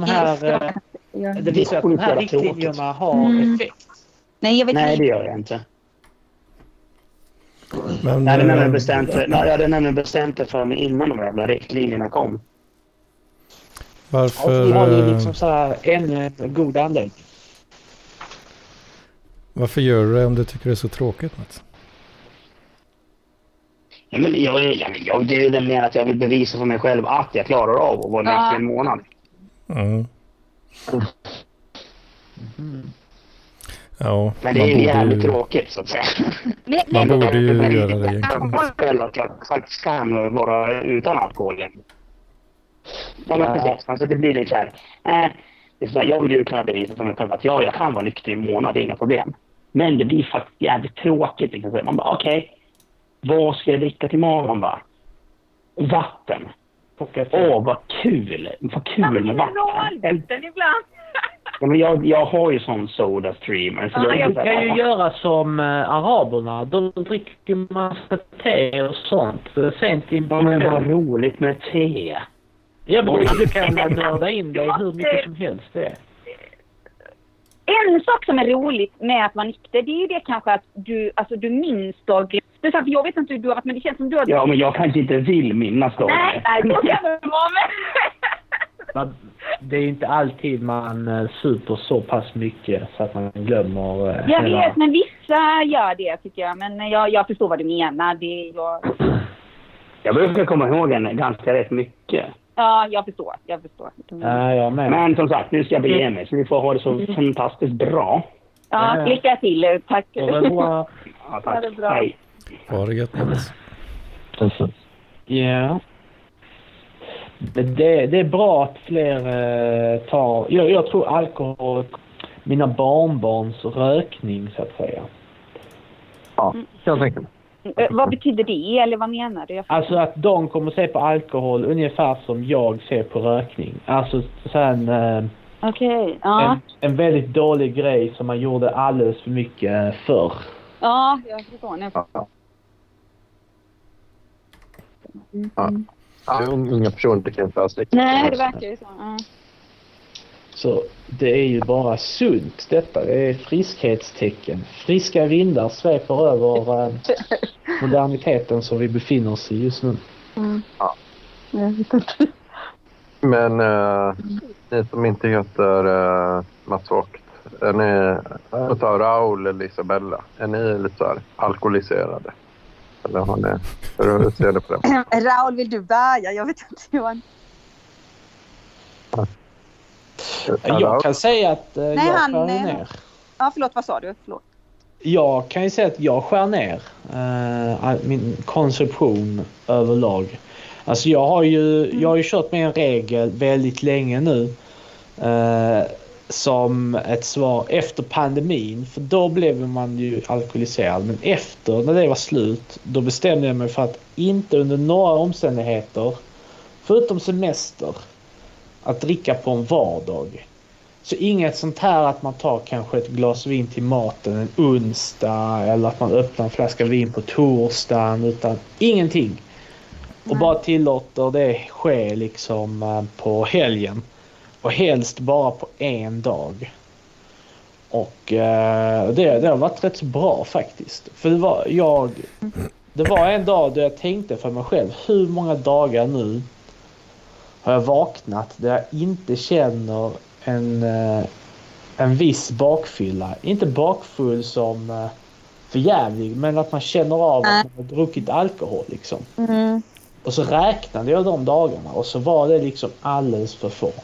här riktlinjerna har effekt. Nej, jag vet Nej, det gör jag inte. Men, jag hade nämligen bestämt det för mig innan de jävla riktlinjerna kom. Varför... Vi har ju liksom så här en god anledning. Varför gör du det om du tycker det är så tråkigt, Mats? Ja, men det är det mer att jag vill bevisa för mig själv att jag klarar av att vara med för en månad. Mm. Ja, men det är ju jävligt tråkigt så att säga. Man borde ju göra det egentligen. Att jag faktiskt kan vara utan alkohol. Ja, men precis. Alltså det blir lite så här. Det är så här, jag vill ju kunna bevisa för mig själv att jag kan vara nykter i en månad, det är inga problem. Men det blir faktiskt jävligt tråkigt. Liksom. Man bara, okej. Vad ska jag dricka till morgon, va? Vatten. Vad kul. Vad kul med vatten. Ibland. Ja, men jag har ju sån soda streamer. Så jag kan ju göra som araberna. De dricker massa te och sånt. Sent in på men vad roligt med te. Ja, men du kan nörda in dig hur mycket som helst det. En sak som är roligt med att man nykter, det är ju det kanske att du minns dagen. Speciellt, jag vet inte hur du har varit, men det känns som du har... Ja, men jag kanske inte vill minnas dagen. Nej, då kan det vara med. Det är inte alltid man super så pass mycket så att man glömmer... Jag vet, men vissa gör det tycker jag. Men jag förstår vad du menar. Jag brukar komma ihåg en ganska rätt mycket. Ja, jag förstår. Ja, men som sagt, nu ska jag bege mig. Så vi får ha det så fantastiskt bra. Ja, lycka till. Tack. Det är bra. Ja, tack. Det är bra. Hej. Ha det gött, Mats. Ja. Det är bra att fler tar... Jag tror alkohol... Mina barnbarns rökning, så att säga. Ja, jag tänker mig. Vad betyder det, eller vad menar du? Alltså att de kommer se på alkohol ungefär som jag ser på rökning. Alltså sen... Okej, ja. En väldigt dålig grej som man gjorde alldeles för mycket förr. Ja, jag förstår nu. Ja, unga personer kan inte alls riktigt. Nej, det verkar ju så. Ja. Så det är ju bara sunt detta. Det är friskhetstecken. Friska vindar sveper över moderniteten som vi befinner oss i just nu. Mm. Ja. Jag vet inte. Men ni som inte heter Mats Vogt, är ni utav Raul eller Isabella? Är ni lite så här alkoholiserade? Eller har ni, hur ser du på det? Raul, vill du börja? Jag vet inte, Johan. Jag kan säga att jag skär ner. Ja, förlåt, vad sa du? Förlåt. Jag kan ju säga att jag skär ner min konsumtion överlag. Alltså jag har ju kört med en regel väldigt länge nu som ett svar efter pandemin. För då blev man ju alkoholiserad. Men efter, när det var slut, då bestämde jag mig för att inte under några omständigheter, förutom semester, att dricka på en vardag. Så inget sånt här att man tar kanske ett glas vin till maten en onsdag eller att man öppnar en flaska vin på torsdagen, utan ingenting. Och bara tillåter det ske liksom på helgen. Och helst bara på en dag. Och det har varit rätt så bra faktiskt. För det var en dag då jag tänkte för mig själv, hur många dagar nu har jag vaknat där jag inte känner en viss bakfylla. Inte bakfull som för jävlig, men att man känner av att man har druckit alkohol liksom. Mm. Och så räknade jag de dagarna och så var det liksom alldeles för få.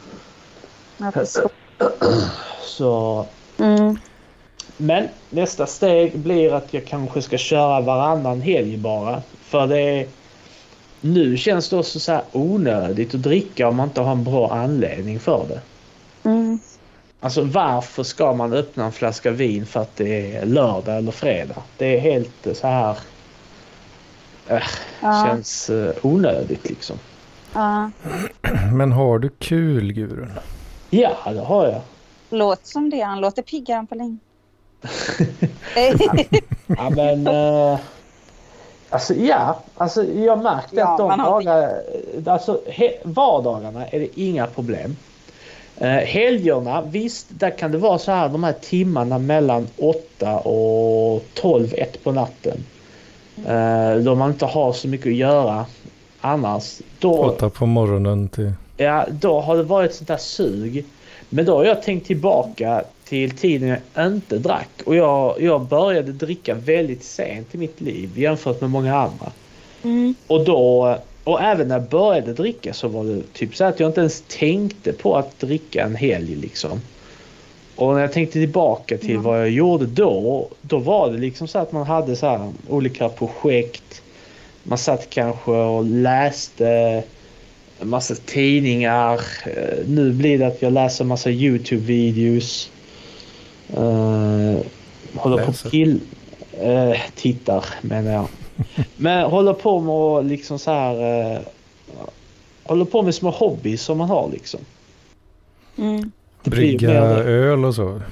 Så men nästa steg blir att jag kanske ska köra varannan helg bara, för nu känns det också så här onödigt att dricka om man inte har en bra anledning för det. Alltså varför ska man öppna en flaska vin för att det är lördag eller fredag? Det är helt så här känns onödigt liksom. Men har du kul, Gurun? Ja, det har jag. Låt som det, han låter piggare än på länge. Ja, men alltså jag märkte att de dagar, alltså vardagarna är det inga problem. Helgerna, visst, där kan det vara så här de här timmarna mellan 8 och 12, 1 på natten. Då man inte har så mycket att göra annars. Då, 8 på morgonen till... Ja, då har det varit sånt där sug. Men då har jag tänkt tillbaka till tiden jag inte drack. Och jag började dricka väldigt sent i mitt liv jämfört med många andra. Och även när jag började dricka så var det typ så att jag inte ens tänkte på att dricka en helg liksom. Och när jag tänkte tillbaka till vad jag gjorde då var det liksom så att man hade så här olika projekt. Man satt kanske och läste en massa tidningar. Nu blir det att jag läser en massa YouTube-videos. Håller på tittar menar jag. Men håller på med liksom så här håller på med små hobbys som man har liksom. Brygga öl och så.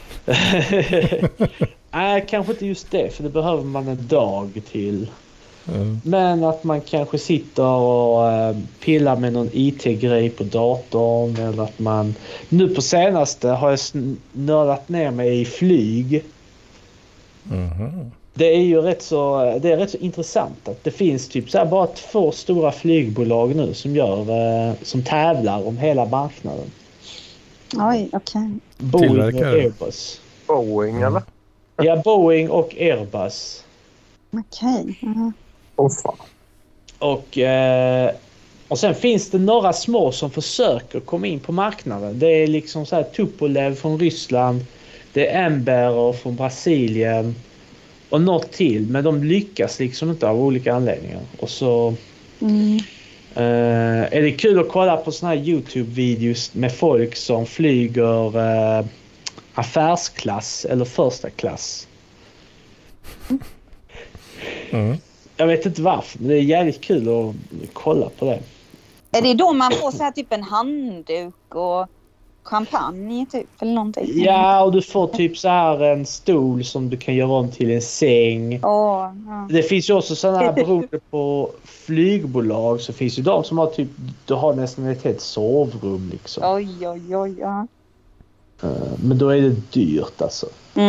Nej, kanske inte just det, för det behöver man en dag till. Men att man kanske sitter och pillar med någon IT-grej på datorn, eller att man... Nu på senaste har jag nördat ner mig i flyg. Det är ju rätt så intressant att det finns typ så här bara 2 stora flygbolag nu som tävlar om hela marknaden. Oj, okej. Boeing och Airbus. Boeing eller? Ja, Boeing och Airbus. Okej. Fan. Och sen finns det några små som försöker komma in på marknaden. Det är liksom så här Tupolev från Ryssland. Det är Embraer från Brasilien. Och något till. Men de lyckas liksom inte av olika anledningar. Och så är det kul att kolla på såna här YouTube-videos med folk som flyger affärsklass eller första klass. Jag vet inte varför, men det är jävligt kul att kolla på det. Är det då man får så här typ en handduk och champagne typ eller någonting? Ja, och du får typ så här en stol som du kan göra om till en säng. Det finns ju också sådana här, beroende på flygbolag så finns ju de som har typ, du har nästan ett helt sovrum liksom. Oj, ja. Men då är det dyrt alltså.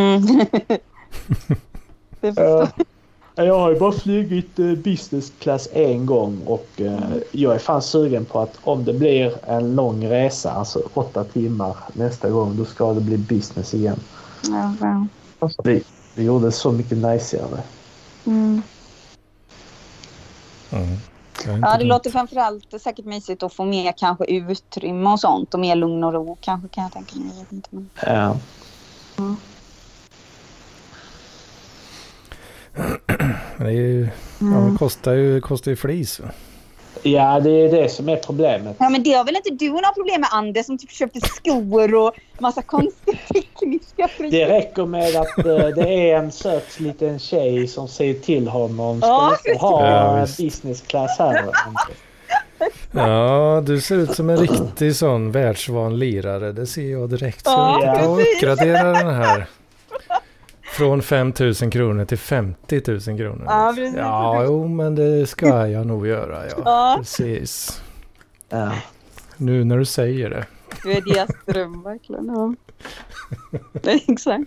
Det förstår. Jag har ju bara flugit business class en gång och jag är fan sugen på att om det blir en lång resa, alltså 8 timmar nästa gång, då ska det bli business igen. Ja, bra. Alltså, vi gjorde så mycket najsigare. Ja, det låter framförallt säkert mysigt att få mer kanske utrymme och sånt och mer lugn och ro kanske, kan jag tänka mig. Jag vet inte, men... Ja. Det är ju, det kostar ju flis. Ja, det är det som är problemet. Ja, men det har väl inte du några problem med, Anders, som typ köpte skor och massa konstiga tekniska prylar? Det räcker med att det är en söt liten tjej som säger till honom. Ska inte ha business class här? Ja, du ser ut som en riktig sån världsvan lirare. Det ser jag direkt. Så jag uppgradera den här. Från 5 000 kronor till 50 000 kronor. Ja, precis. Ja, jo, men det ska jag nog göra. Ja. Precis. Ja. Nu när du säger det. Du är deras dröm, verkligen. Ja. Det är exakt.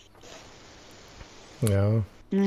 Ja.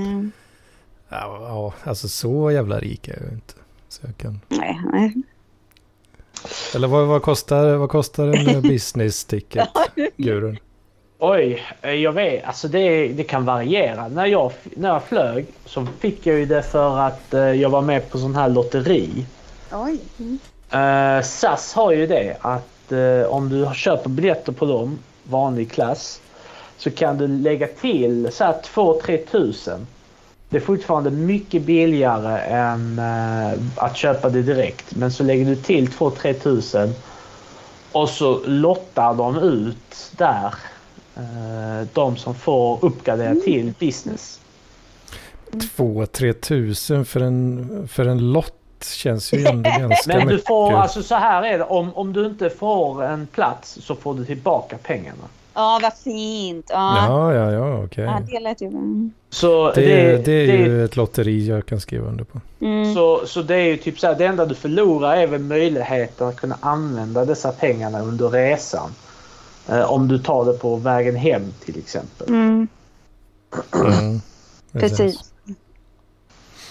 Ja, alltså så jävla rik är jag inte. Så jag kan... Nej. Eller vad kostar en business ticket, Gurun? Oj, jag vet. Alltså det kan variera. När jag flög så fick jag ju det för att jag var med på sån här lotteri. Oj. SAS har ju det att om du köper biljetter på dem, vanlig klass, så kan du lägga till så här 2-3 tusen. Det är fortfarande mycket billigare än att köpa det direkt. Men så lägger du till 2-3 tusen och så lottar de ut där. De som får uppgradera till business. 2-3 tusen för en lott känns ju ändå ganska mycket. Men du får, alltså så här är det, om du inte får en plats så får du tillbaka pengarna. Ja, vad fint. Ja, okej. Ja, det lät ju. Så det är ju ett lotteri jag kan skriva under på. Så det är ju typ så här, det enda du förlorar är väl möjligheten att kunna använda dessa pengarna under resan. Om du tar det på vägen hem till exempel. Precis.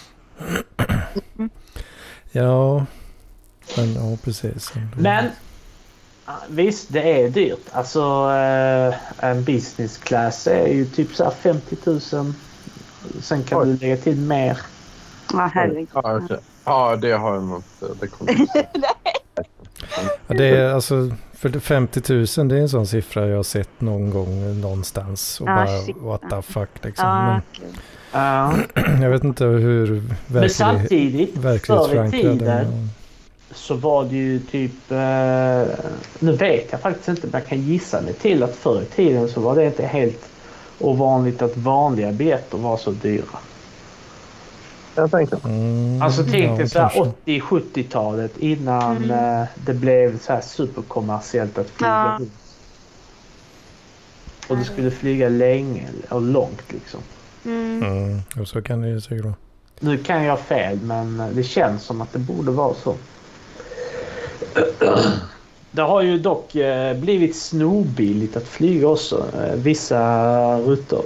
Ja, men ja, precis. Men visst, det är dyrt. Alltså en business class är ju typ så här 50 000. Sen kan du lägga till mer. Ja, herregud. Ja, det har jag nog inte. Det kommer ja, det är alltså för 50 000, det är en sån siffra jag har sett någon gång någonstans och bara what the fuck liksom. Men, jag vet inte hur men samtidigt förr i tiden så var det ju typ nu vet jag faktiskt inte, men jag kan gissa mig till att förr i tiden så var det inte helt ovanligt att vanliga biljetter var så dyra. Jag tänkte. Alltså tänk dig så här 80-70-talet innan det blev så här superkommersiellt att flyga ut. Och du skulle flyga länge och långt liksom. Och så kan det ju säkert vara. Nu kan jag fel, men det känns som att det borde vara så. Det har ju dock blivit snorbilligt att flyga också. Vissa rutter.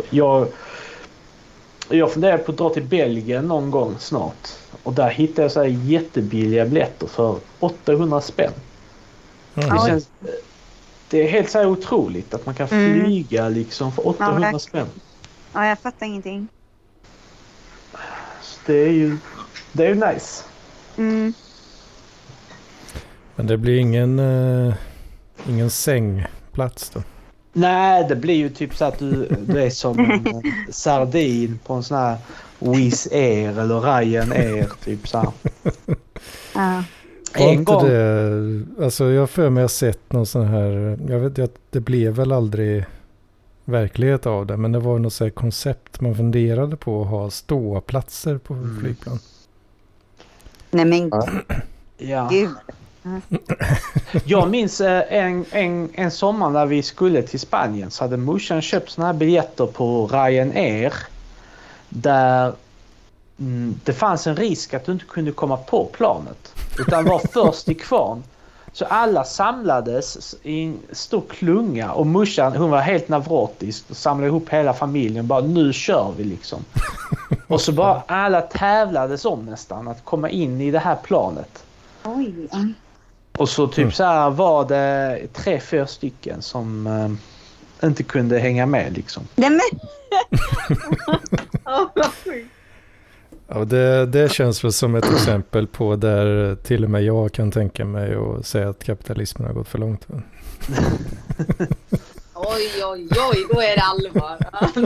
Jag funderar på att dra till Belgien någon gång snart. Och där hittade jag så här jättebilliga biljetter för 800 spänn. Det är helt så här otroligt att man kan flyga liksom för 800 spänn. Ja, jag fattar ingenting. Så det är ju nice. Men det blir ingen sängplats då? Nej, det blir ju typ så att du är som en sardin på en sån här Wizz Air eller Ryanair typ så här. En gång. Alltså jag för mig har sett någon sån här, jag vet att det blev väl aldrig verklighet av det, men det var något så här koncept man funderade på att ha ståplatser på flygplan. Nej men gud. Jag minns en sommar när vi skulle till Spanien så hade morsan köpt såna här biljetter på Ryanair där det fanns en risk att du inte kunde komma på planet utan var först i kvarn. Så alla samlades i en stor klunga och morsan, hon var helt nevrotisk och samlade ihop hela familjen. Bara nu kör vi liksom. Och så bara alla tävlades om nästan att komma in i det här planet. Oj. Och så typ så här var det 3-4 stycken som inte kunde hänga med liksom. Nej men. Ja, det känns väl som ett exempel på där till och med jag kan tänka mig och säga att kapitalismen har gått för långt. Oj, då är det allvar.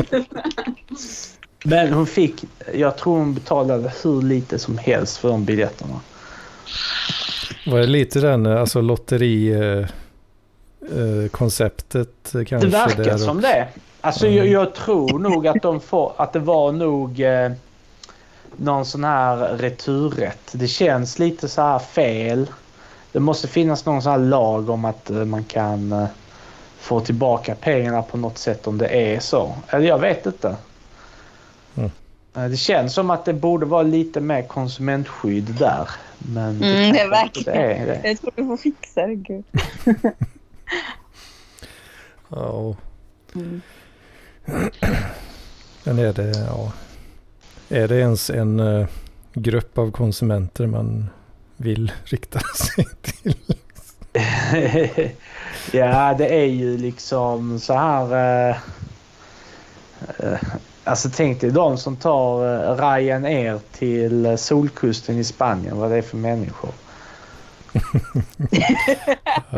Men hon fick, jag tror hon betalade hur lite som helst för de biljetterna. Var det lite den, alltså lotteri konceptet kanske? Det verkar där som det. Alltså jag tror nog att det var nog någon sån här returrätt. Det känns lite så här fel. Det måste finnas någon sån här lag om att man kan få tillbaka pengarna på något sätt om det är så. Eller jag vet inte. Det känns som att det borde vara lite mer konsumentskydd där. Men det verkar. Det. Jag tror du får fixa det, gud. Ja. Men är det ens en grupp av konsumenter man vill rikta sig till? Ja, det är ju liksom så här alltså tänk dig de som tar Ryanair till solkusten i Spanien, vad det är för människor. Ja,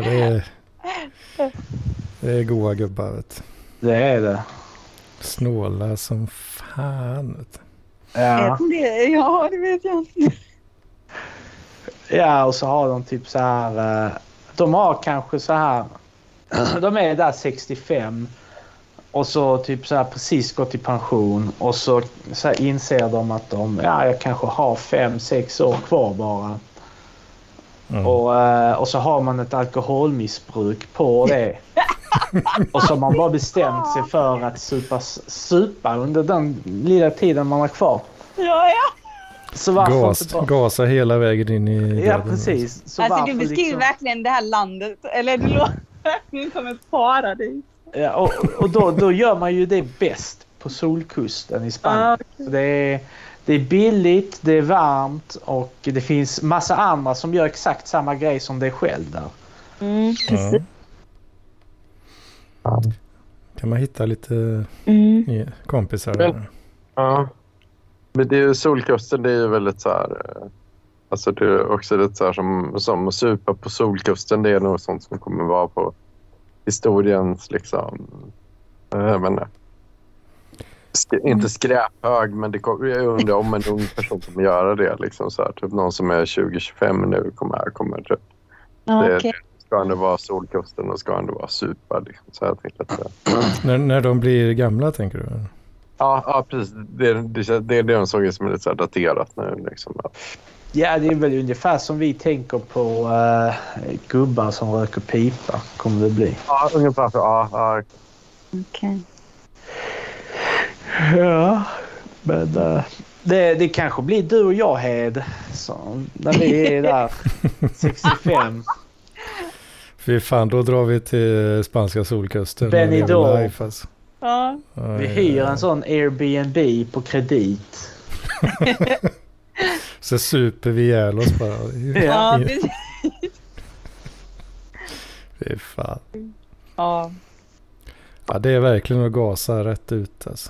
det är goa gubbar, vet. Det är det. Snåla som fan, vet. Ja. Ja, det vet jag inte. Ja, och så har de typ så här de har kanske så här de är där 65 och så typ så här precis gått i pension och så här inser de att jag kanske har 5-6 år kvar bara. Och så har man ett alkoholmissbruk på det. Och så har man bara bestämt sig för att supa under den lilla tiden man har kvar. Ja. Så gasa hela vägen in i döden. Ja, precis. Så alltså du beskriver verkligen det här landet. Eller det låter som ett paradis. Ja, och då gör man ju det bäst på solkusten i Spanien. Så det Det är billigt, det är varmt och det finns massa andra som gör exakt samma grej som dig själv där. Precis. Ja. Kan man hitta lite kompisar Men, där? ja. Men det är ju Solkusten, det är ju väldigt så här... Alltså det är också lite så här som att supa på Solkusten. Det är nog sånt som kommer vara på historiens liksom... Jag vet inte. Inte skräphög, men jag undrar om en ung person kommer göra det. Liksom så här, typ någon som är 20-25 nu kommer typ. Ja, okay. Ska ändå vara Solkusten och ska ändå vara supa. Liksom. Så jag tänkte att När de blir gamla, tänker du? Ja, precis. Det är det de såg som är lite så här daterat nu. Liksom. Ja, det är väl ungefär som vi tänker på gubbar som röker pipa, kommer det bli. Ja, ungefär så. Ja. Okej. Ja, men det kanske blir du och jag, Hed, när vi är där 65. Fy fan, då drar vi till spanska Solkusten. Benidorm. Alltså. Ja. Vi hyr en sån Airbnb på kredit. Så super vi ihjäl oss bara. Ja, precis. Fy fan. Ja. Ja, det är verkligen att gasa rätt ut alltså.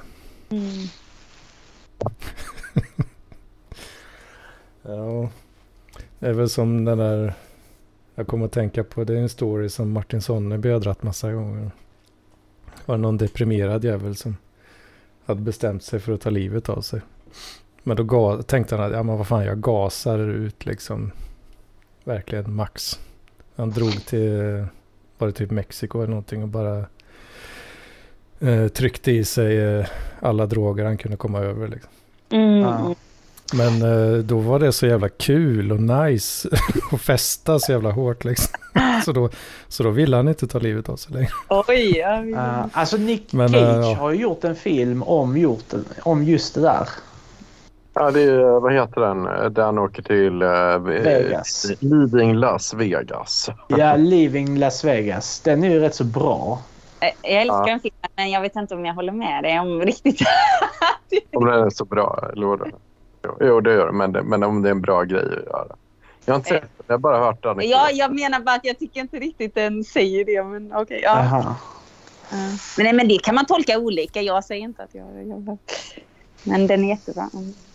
Ja, det är väl som den där, jag kommer att tänka på, det är en story som Martin Sonneby har dratt massa gånger. Det var någon deprimerad jävel som hade bestämt sig för att ta livet av sig. Men då tänkte han att, ja men vad fan, jag gasar ut liksom verkligen max. Han drog till, var det typ Mexiko eller någonting och bara tryckte i sig alla droger han kunde komma över liksom. Men då var det så jävla kul och nice och festa så jävla hårt liksom. Så då ville han inte ta livet av sig längre. Oj, alltså Nick Cage har ju gjort en film om just det där. Ja, det är, vad heter den? Där han åker till Vegas. Living Las Vegas. Ja, Living Las Vegas. Den är ju rätt så bra. Jag älskar den filmen, men jag vet inte om jag håller med dig om riktigt. Om den är så bra, eller vad? Jo, det gör det, men om det är en bra grej att göra. Jag har inte sett det, jag har bara hört den. Ja, jag menar bara att jag tycker inte riktigt den säger det, men okej. Ja. Men det kan man tolka olika. Jag säger inte att jag men den är jättebra.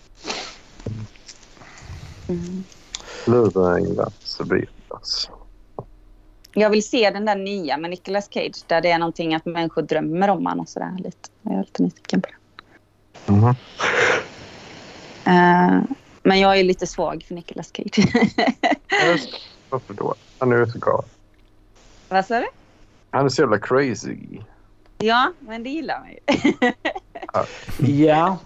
Living Las Vegas. Jag vill se den där nya med Nicolas Cage där det är någonting att människor drömmer om han och sådär lite. Jag är lite nyfiken på det. Men jag är lite svag för Nicolas Cage. Varför då? Han är så bra. Vad sa du? Han är så jävla crazy. Ja, men det gillar man ju. Ja.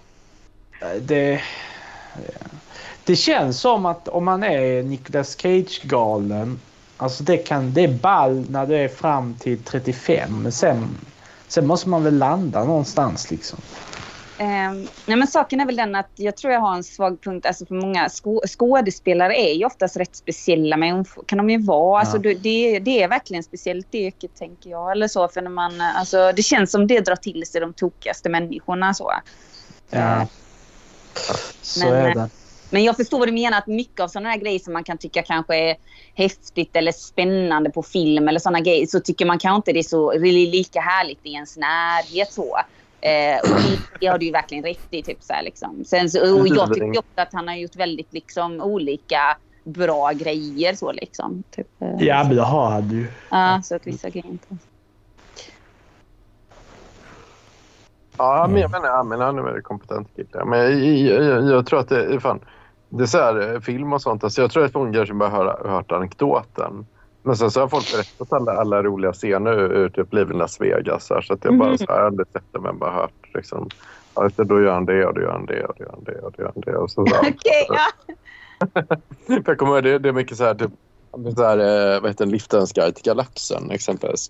Det känns som att om man är Nicolas Cage-galen, alltså det är ball när du är fram till 35, men sen måste man väl landa någonstans liksom. Nej, men saken är väl den att jag tror jag har en svag punkt, alltså för många skådespelare är ju oftast rätt speciella, men kan de ju vara, alltså det är verkligen speciellt yrket, tänker jag, eller så, för när man, alltså det känns som det drar till sig de tokigaste människorna så. Ja. Så är det. Men jag förstår vad du menar, att mycket av sådana här grejer som man kan tycka kanske är häftigt eller spännande på film eller sådana grejer, så tycker man kanske inte det är så lika härligt i ens närhet så. Och det har du ju verkligen rätt i typ så här, liksom. Sen så, och jag tycker också att han har gjort väldigt liksom olika bra grejer så liksom typ, ja, men det har han ju. Ja, så att vissa grejer inte. Ja, men han är väldigt kompetent kille. Men jag tror att det är fan, det är så här film och sånt, alltså jag tror att många kanske bara hört anekdoten. Men sen så har folk berättat alla roliga scener ur typ Living Las Vegas här, så att jag bara så här aldrig sett det, men bara hört liksom, ja, då gör han det och då gör han det och då gör han det och då gör han det och så. Okej, ja. Jag kommer ihåg det är mycket så här typ så här, vad heter Liftens guide till galaxen exempelvis.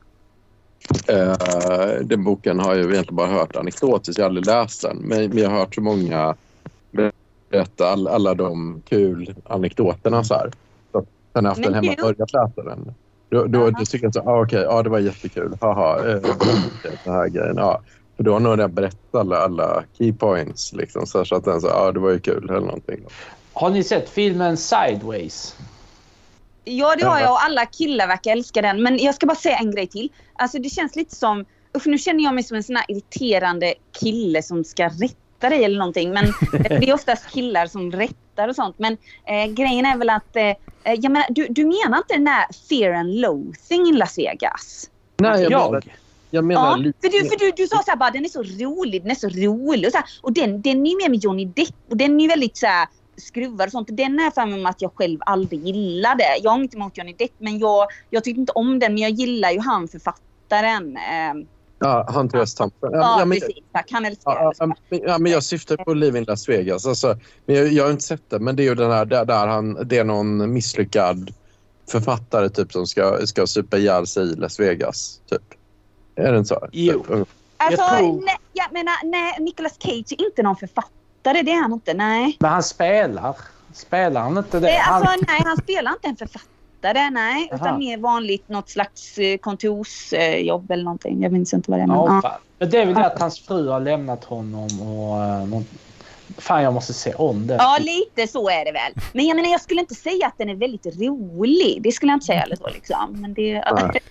Den boken har jag egentligen bara hört anekdotiskt, jag har aldrig läst den, men jag har hört så många berätta alla de kul anekdoterna så här. Sen efter den hemma börjat läsa den. Då tycker jag så, okej, det var jättekul. Haha, den här grejen. Ja. För då har nog den berättat alla key points liksom, så att den sa det var ju kul eller någonting. Har ni sett filmen Sideways? Ja, det har jag och alla killar verkar älska den. Men jag ska bara säga en grej till. Alltså det känns lite som... nu känner jag mig som en sån här irriterande kille som ska rätta dig eller någonting. Men det är oftast killar som rättar och sånt. Men grejen är väl att... jag menar, du menar inte den här Fear and Loathing i Las Vegas? Nej, jag menar lite... För du sa så här bara, den är så rolig. Den är så rolig. Och, så här, och den är ju med Johnny Depp. Och den är ju väldigt så här... skruvar och sånt. Den är för mig att jag själv aldrig gillade. Jag har inte emot Johnny Depp, men jag tyckte inte om den, men jag gillar ju han författaren. Hunter S. Thompson. Precis. Han älskar men jag syftar på Live in Las Vegas. Alltså, men jag har inte sett det, men det är ju den här där det är någon misslyckad författare typ som ska supa ihjäl sig i Las Vegas typ. Är det inte så? Jo. Typ. Alltså, nej, Nicolas Cage är inte någon författare. Det är han inte, nej. Men han spelar han inte det? Nej, han spelar inte en författare, nej. Aha. Utan mer vanligt något slags kontorsjobb eller någonting. Jag minns inte vad det är. Men det är väl det att hans fru har lämnat honom och... Fan, jag måste se om det. Ja, lite så är det väl. Men jag menar, jag skulle inte säga att den är väldigt rolig. Det skulle jag inte säga eller så liksom. Men det...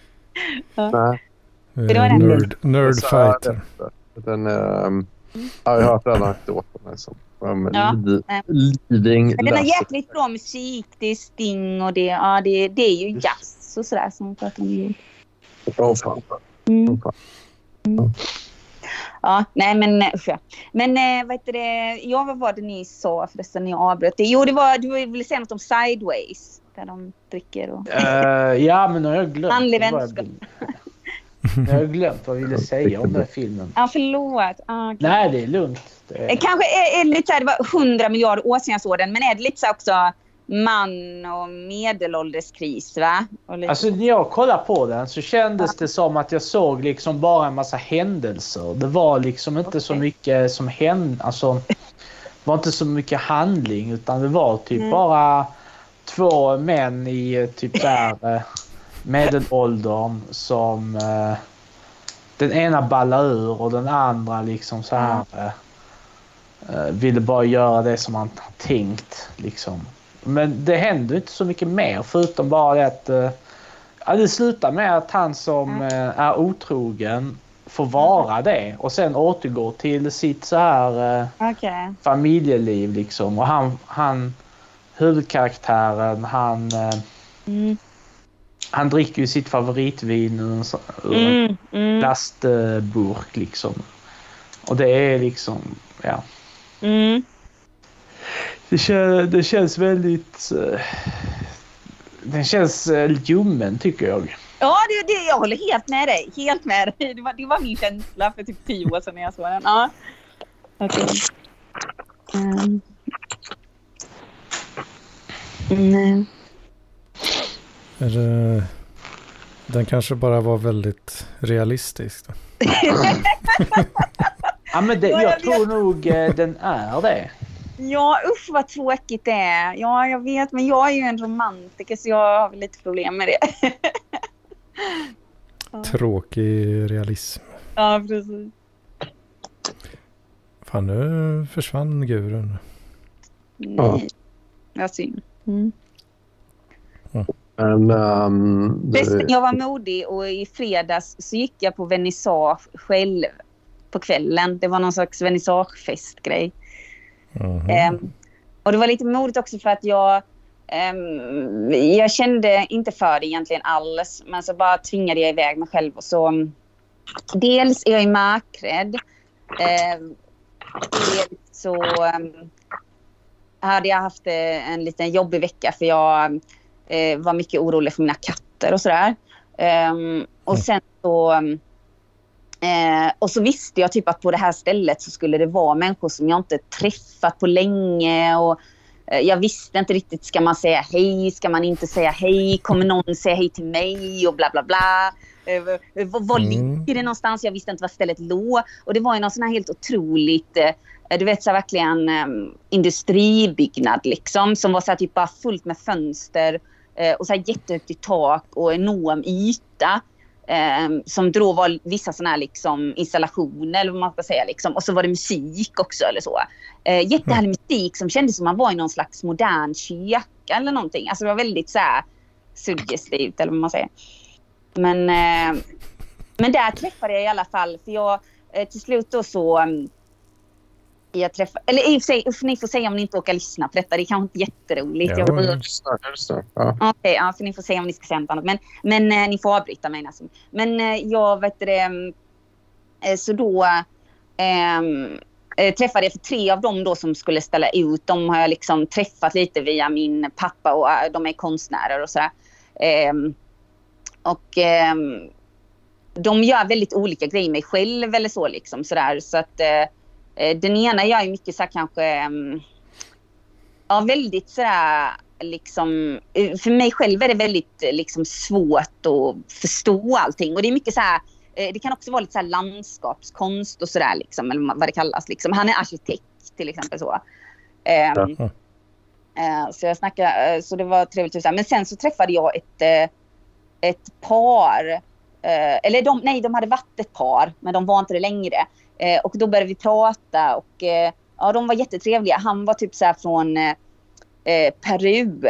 Nej. Nerdfighter. Den... jag har hört den anekdoten liksom. Living den har jäkligt bra musik. Det är Sting och det är ju jazz och sådär som pratar om det. Fan. Ja, nej men vad heter det? Vad var det ni sa förresten när jag avbröt det? Jo, det var du ville säga något om Sideways där de dricker och ja, men nu har jag glömt. Manlig vänskap. Jag har glömt vad jag ville säga om den filmen. Ja, förlåt. Okay. Nej, det är lugnt. Kanske är det lite så här, det var 100 miljarder år sedan jag såg den, men är det lite så också man- och medelålderskris, va? Alltså när jag kollade på den så kändes det som att jag såg liksom bara en massa händelser. Det var liksom inte så mycket som hände, alltså det var inte så mycket handling, utan det var typ bara två män i typ där medelåldern som den ena ballar ur och den andra liksom så här ville bara göra det som han tänkt liksom. Men det händer inte så mycket mer förutom bara det att det slutar med att han som är otrogen får vara det och sen återgår till sitt så här familjeliv liksom. Och han huvudkaraktären han dricker ju sitt favoritvin ur en plastburk liksom. Och det är liksom det känns väldigt den känns ljummen tycker jag. Ja, jag håller helt med dig. Helt med dig. Det var min känsla för typ 10 år sedan när jag såg den. Ja. Okay. Den kanske bara var väldigt realistisk då. Ja, men jag tror nog den är det. Ja, usch vad tråkigt det är. Ja, jag vet, men jag är ju en romantiker så jag har väl lite problem med det. Tråkig realism. Ja, precis. Fan, nu försvann Gurun. Nej, vad synd. Jag var modig och i fredags så gick jag på vernissage själv på kvällen. Det var någon slags vernissagefestgrej. Och det var lite modigt också för att jag kände inte för det egentligen alls, men så bara tvingade jag iväg mig själv och så dels är jag ju mörkrädd, dels så hade jag haft en liten jobbig vecka för jag var mycket orolig för mina katter och sådär. Och sen så och så visste jag typ att på det här stället så skulle det vara människor som jag inte träffat på länge och jag visste inte riktigt, ska man säga hej, ska man inte säga hej, kommer någon säga hej till mig och bla bla bla. Var ligger det någonstans? Jag visste inte var stället låg och det var ju någon sån här helt otroligt du vet så här, verkligen industribyggnad liksom som var så här typ bara fullt med fönster och så här jättehögt i tak och enorm yta. som då var vissa såna här liksom installationer eller vad man ska säga liksom. Och så var det musik också eller så. Jättehärlig musik som kändes som man var i någon slags modern kyrka eller någonting. Alltså det var väldigt så här suggestivt eller vad man säger. Men där träffade jag i alla fall, för jag till slut då så jag träffade, eller i och för sig, ni får säga om ni inte åker lyssna på detta, det är kanske inte jätteroligt. Ja, Okej, så ni får säga om ni ska säga något annat, men ni får avbryta mig nästan. Men jag vet det, så då träffade jag för 3 av dem då som skulle ställa ut. De har jag liksom träffat lite via min pappa och de är konstnärer och sådär. De gör väldigt olika grejer med mig själv eller så liksom sådär. Så att den ena gör ju mycket så här kanske väldigt sådär liksom, för mig själv är det väldigt liksom svårt att förstå allting. Och det är mycket så här, det kan också vara lite så här landskapskonst och sådär liksom, eller vad det kallas liksom. Han är arkitekt till exempel så. Så jag snackade, så det var trevligt. Men sen så träffade jag ett par, eller de hade varit ett par, men de var inte det längre. Och då började vi prata och de var jättetrevliga. Han var typ så här från Peru.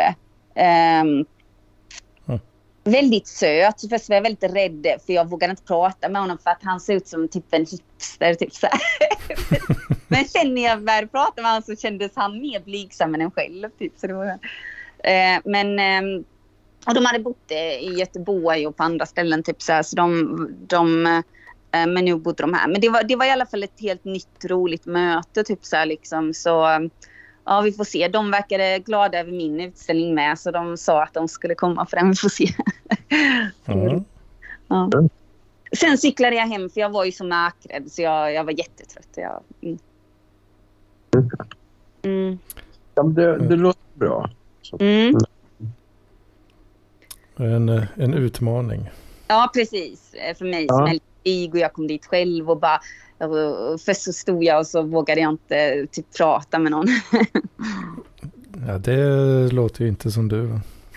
Väldigt söt. Först var jag väldigt rädd för jag vågade inte prata med honom för att han ser ut som typ en hipster typ så här. Men sen när jag började prata med honom så kändes han mer blygsam än en själv typ, så det var och de hade bott i Göteborg och på andra ställen typ så här, så men nu bodde de här. Men det var i alla fall ett helt nytt roligt möte typ så här liksom, så ja, vi får se. De verkade glada över min utställning med, så de sa att de skulle komma för den. Vi får se. Ja. Sen cyklade jag hem för jag var ju så mörkrädd så jag var jättetrött. Ja, det låter bra. En utmaning. Ja, precis. För mig som är ig och jag kom dit själv och bara först så stod jag och så vågade jag inte typ prata med någon. Ja, det låter ju inte som du.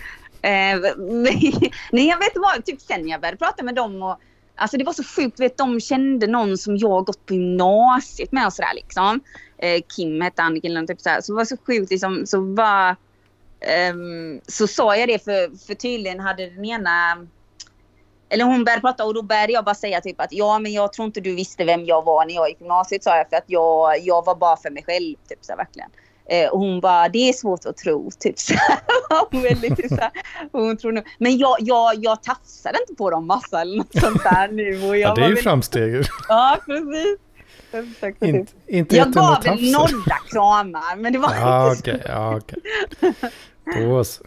Nej, jag vet vad, typ sen jag började prata med dem och alltså det var så sjukt, vet, de kände någon som jag gått på gymnasiet med och sådär liksom. Kim hette han, killen typ såhär. Så det var så sjukt liksom, så bara så sa jag det för tydligen hade den ena, eller hon började prata och då började jag bara säga typ att ja, men jag tror inte du visste vem jag var när jag gick i gymnasiet, sa jag, för att jag var bara för mig själv typ så här, verkligen. Och hon bara, det är svårt att tro typ så här. Väldigt typ så här. Hon tror nog, men jag tafsade inte på dem massa eller något sånt där nu och jag det är ju framsteg. Ja, precis. Inte jag gav väl några kramar, men det var inte så. Okej. Då så.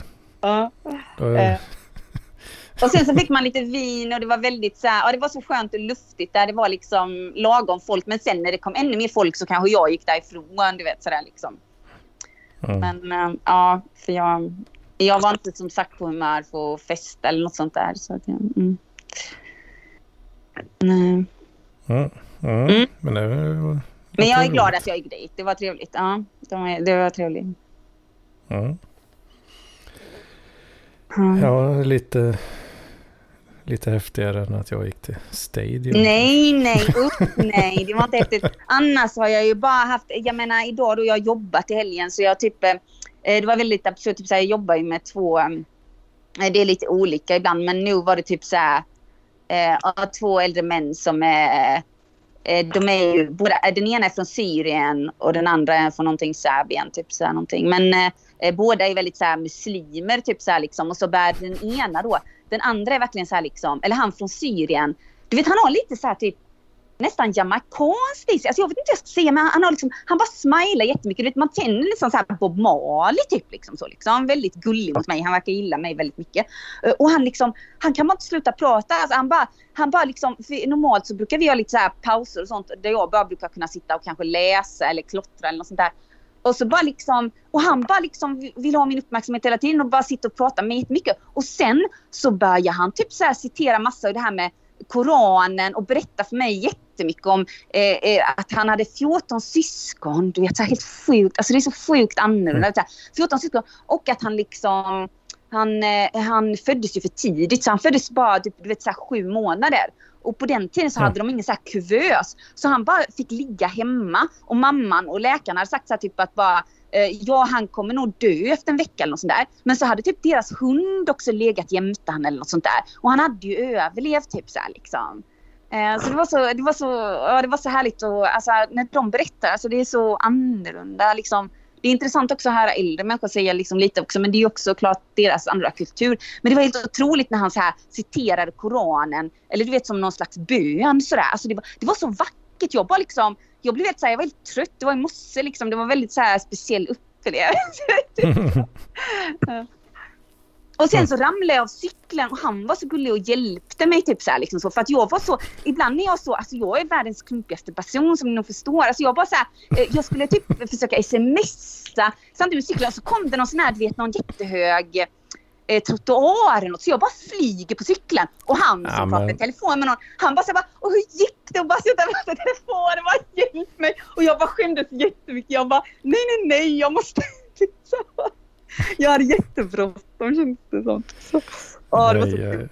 Och sen så fick man lite vin och det var väldigt så här, det var så skönt och luftigt där, det var liksom lagom folk, men sen när det kom ännu mer folk så kanske jag gick därifrån, du vet sådär liksom. Men för jag var inte som sagt på humör för att festa eller något sånt där, så att nej. Men jag är glad att jag gick dit. Det var trevligt. Ja, det var trevligt. Ja, lite häftigare än att jag gick till Stadium. Nej, nej, det var inte häftigt. Annars har jag ju bara haft, jag menar idag då jag jobbat i helgen, så jag typ, det var väldigt absurt, typ så här, jag jobbar ju med 2, det är lite olika ibland, men nu var det typ så här, 2 äldre män som är, de är ju båda, den ena är från Syrien och den andra är från någonting Serbien typ så här någonting, men båda är väldigt så här muslimer typ så här liksom, och så bär den ena då, den andra är verkligen så här liksom, eller han från Syrien, du vet han har lite så här typ nästan jamaicansk, alltså jag vet inte vad jag ska säga, men han har liksom, han bara smilar jättemycket, du vet, man känner liksom så här Bob Marley typ liksom så liksom, väldigt gullig mot mig, han verkar gilla mig väldigt mycket, och han liksom, han kan bara inte sluta prata, alltså han bara liksom, för normalt så brukar vi ha lite så här pauser och sånt där jag bara brukar kunna sitta och kanske läsa eller klottra eller något sånt där. Och så bara liksom, och han bara liksom vill ha min uppmärksamhet hela tiden och bara sitta och prata med jättemycket. Och sen så börjar han typ så här citera massa av det här med Koranen och berätta för mig jättemycket om att han hade 14 syskon, du vet, så här helt sjukt, alltså det är så sjukt annorlunda, 14 syskon, och att han liksom han föddes ju för tidigt. Så han föddes bara typ, du vet, så här 7 månader. Och på den tiden så hade de ingen så här kuvös. Så han bara fick ligga hemma. Och mamman och läkarna hade sagt så här, typ att bara... ja, han kommer nog dö efter en vecka eller något sånt där. Men så hade typ deras hund också legat jämte han eller något sånt där. Och han hade ju överlevt typ så här liksom. Så det var så härligt. Och alltså, när de berättar, alltså, det är så annorlunda liksom. Det är intressant också att höra äldre människor säga liksom lite också, men det är också klart deras andra kultur. Men det var helt otroligt när han så här citerade Koranen, eller du vet som någon slags bön sådär. Alltså det var så vackert. Jag blev helt så här, jag var väldigt trött. Det var i morse liksom, det var väldigt så här speciell upplevelse. Och sen så ramlade jag av cykeln och han var så gullig och hjälpte mig typ så här liksom så, för att jag var så, ibland när jag så, alltså jag är världens klumpigaste person som ni nog förstår, alltså jag bara så här, jag skulle typ försöka smsa samtidigt med cykeln, och så kom det någon sån här, du vet, någon jättehög trottoaren, och så jag bara flyger på cykeln, och han som pratade i telefon med någon, han bara så här, och hur gick det? Och bara så där med telefonen, bara hjälp mig, och jag bara skämdes jättemycket, jag bara nej, jag måste så. Jag hade jättebråttom, känns det som. Så, det var så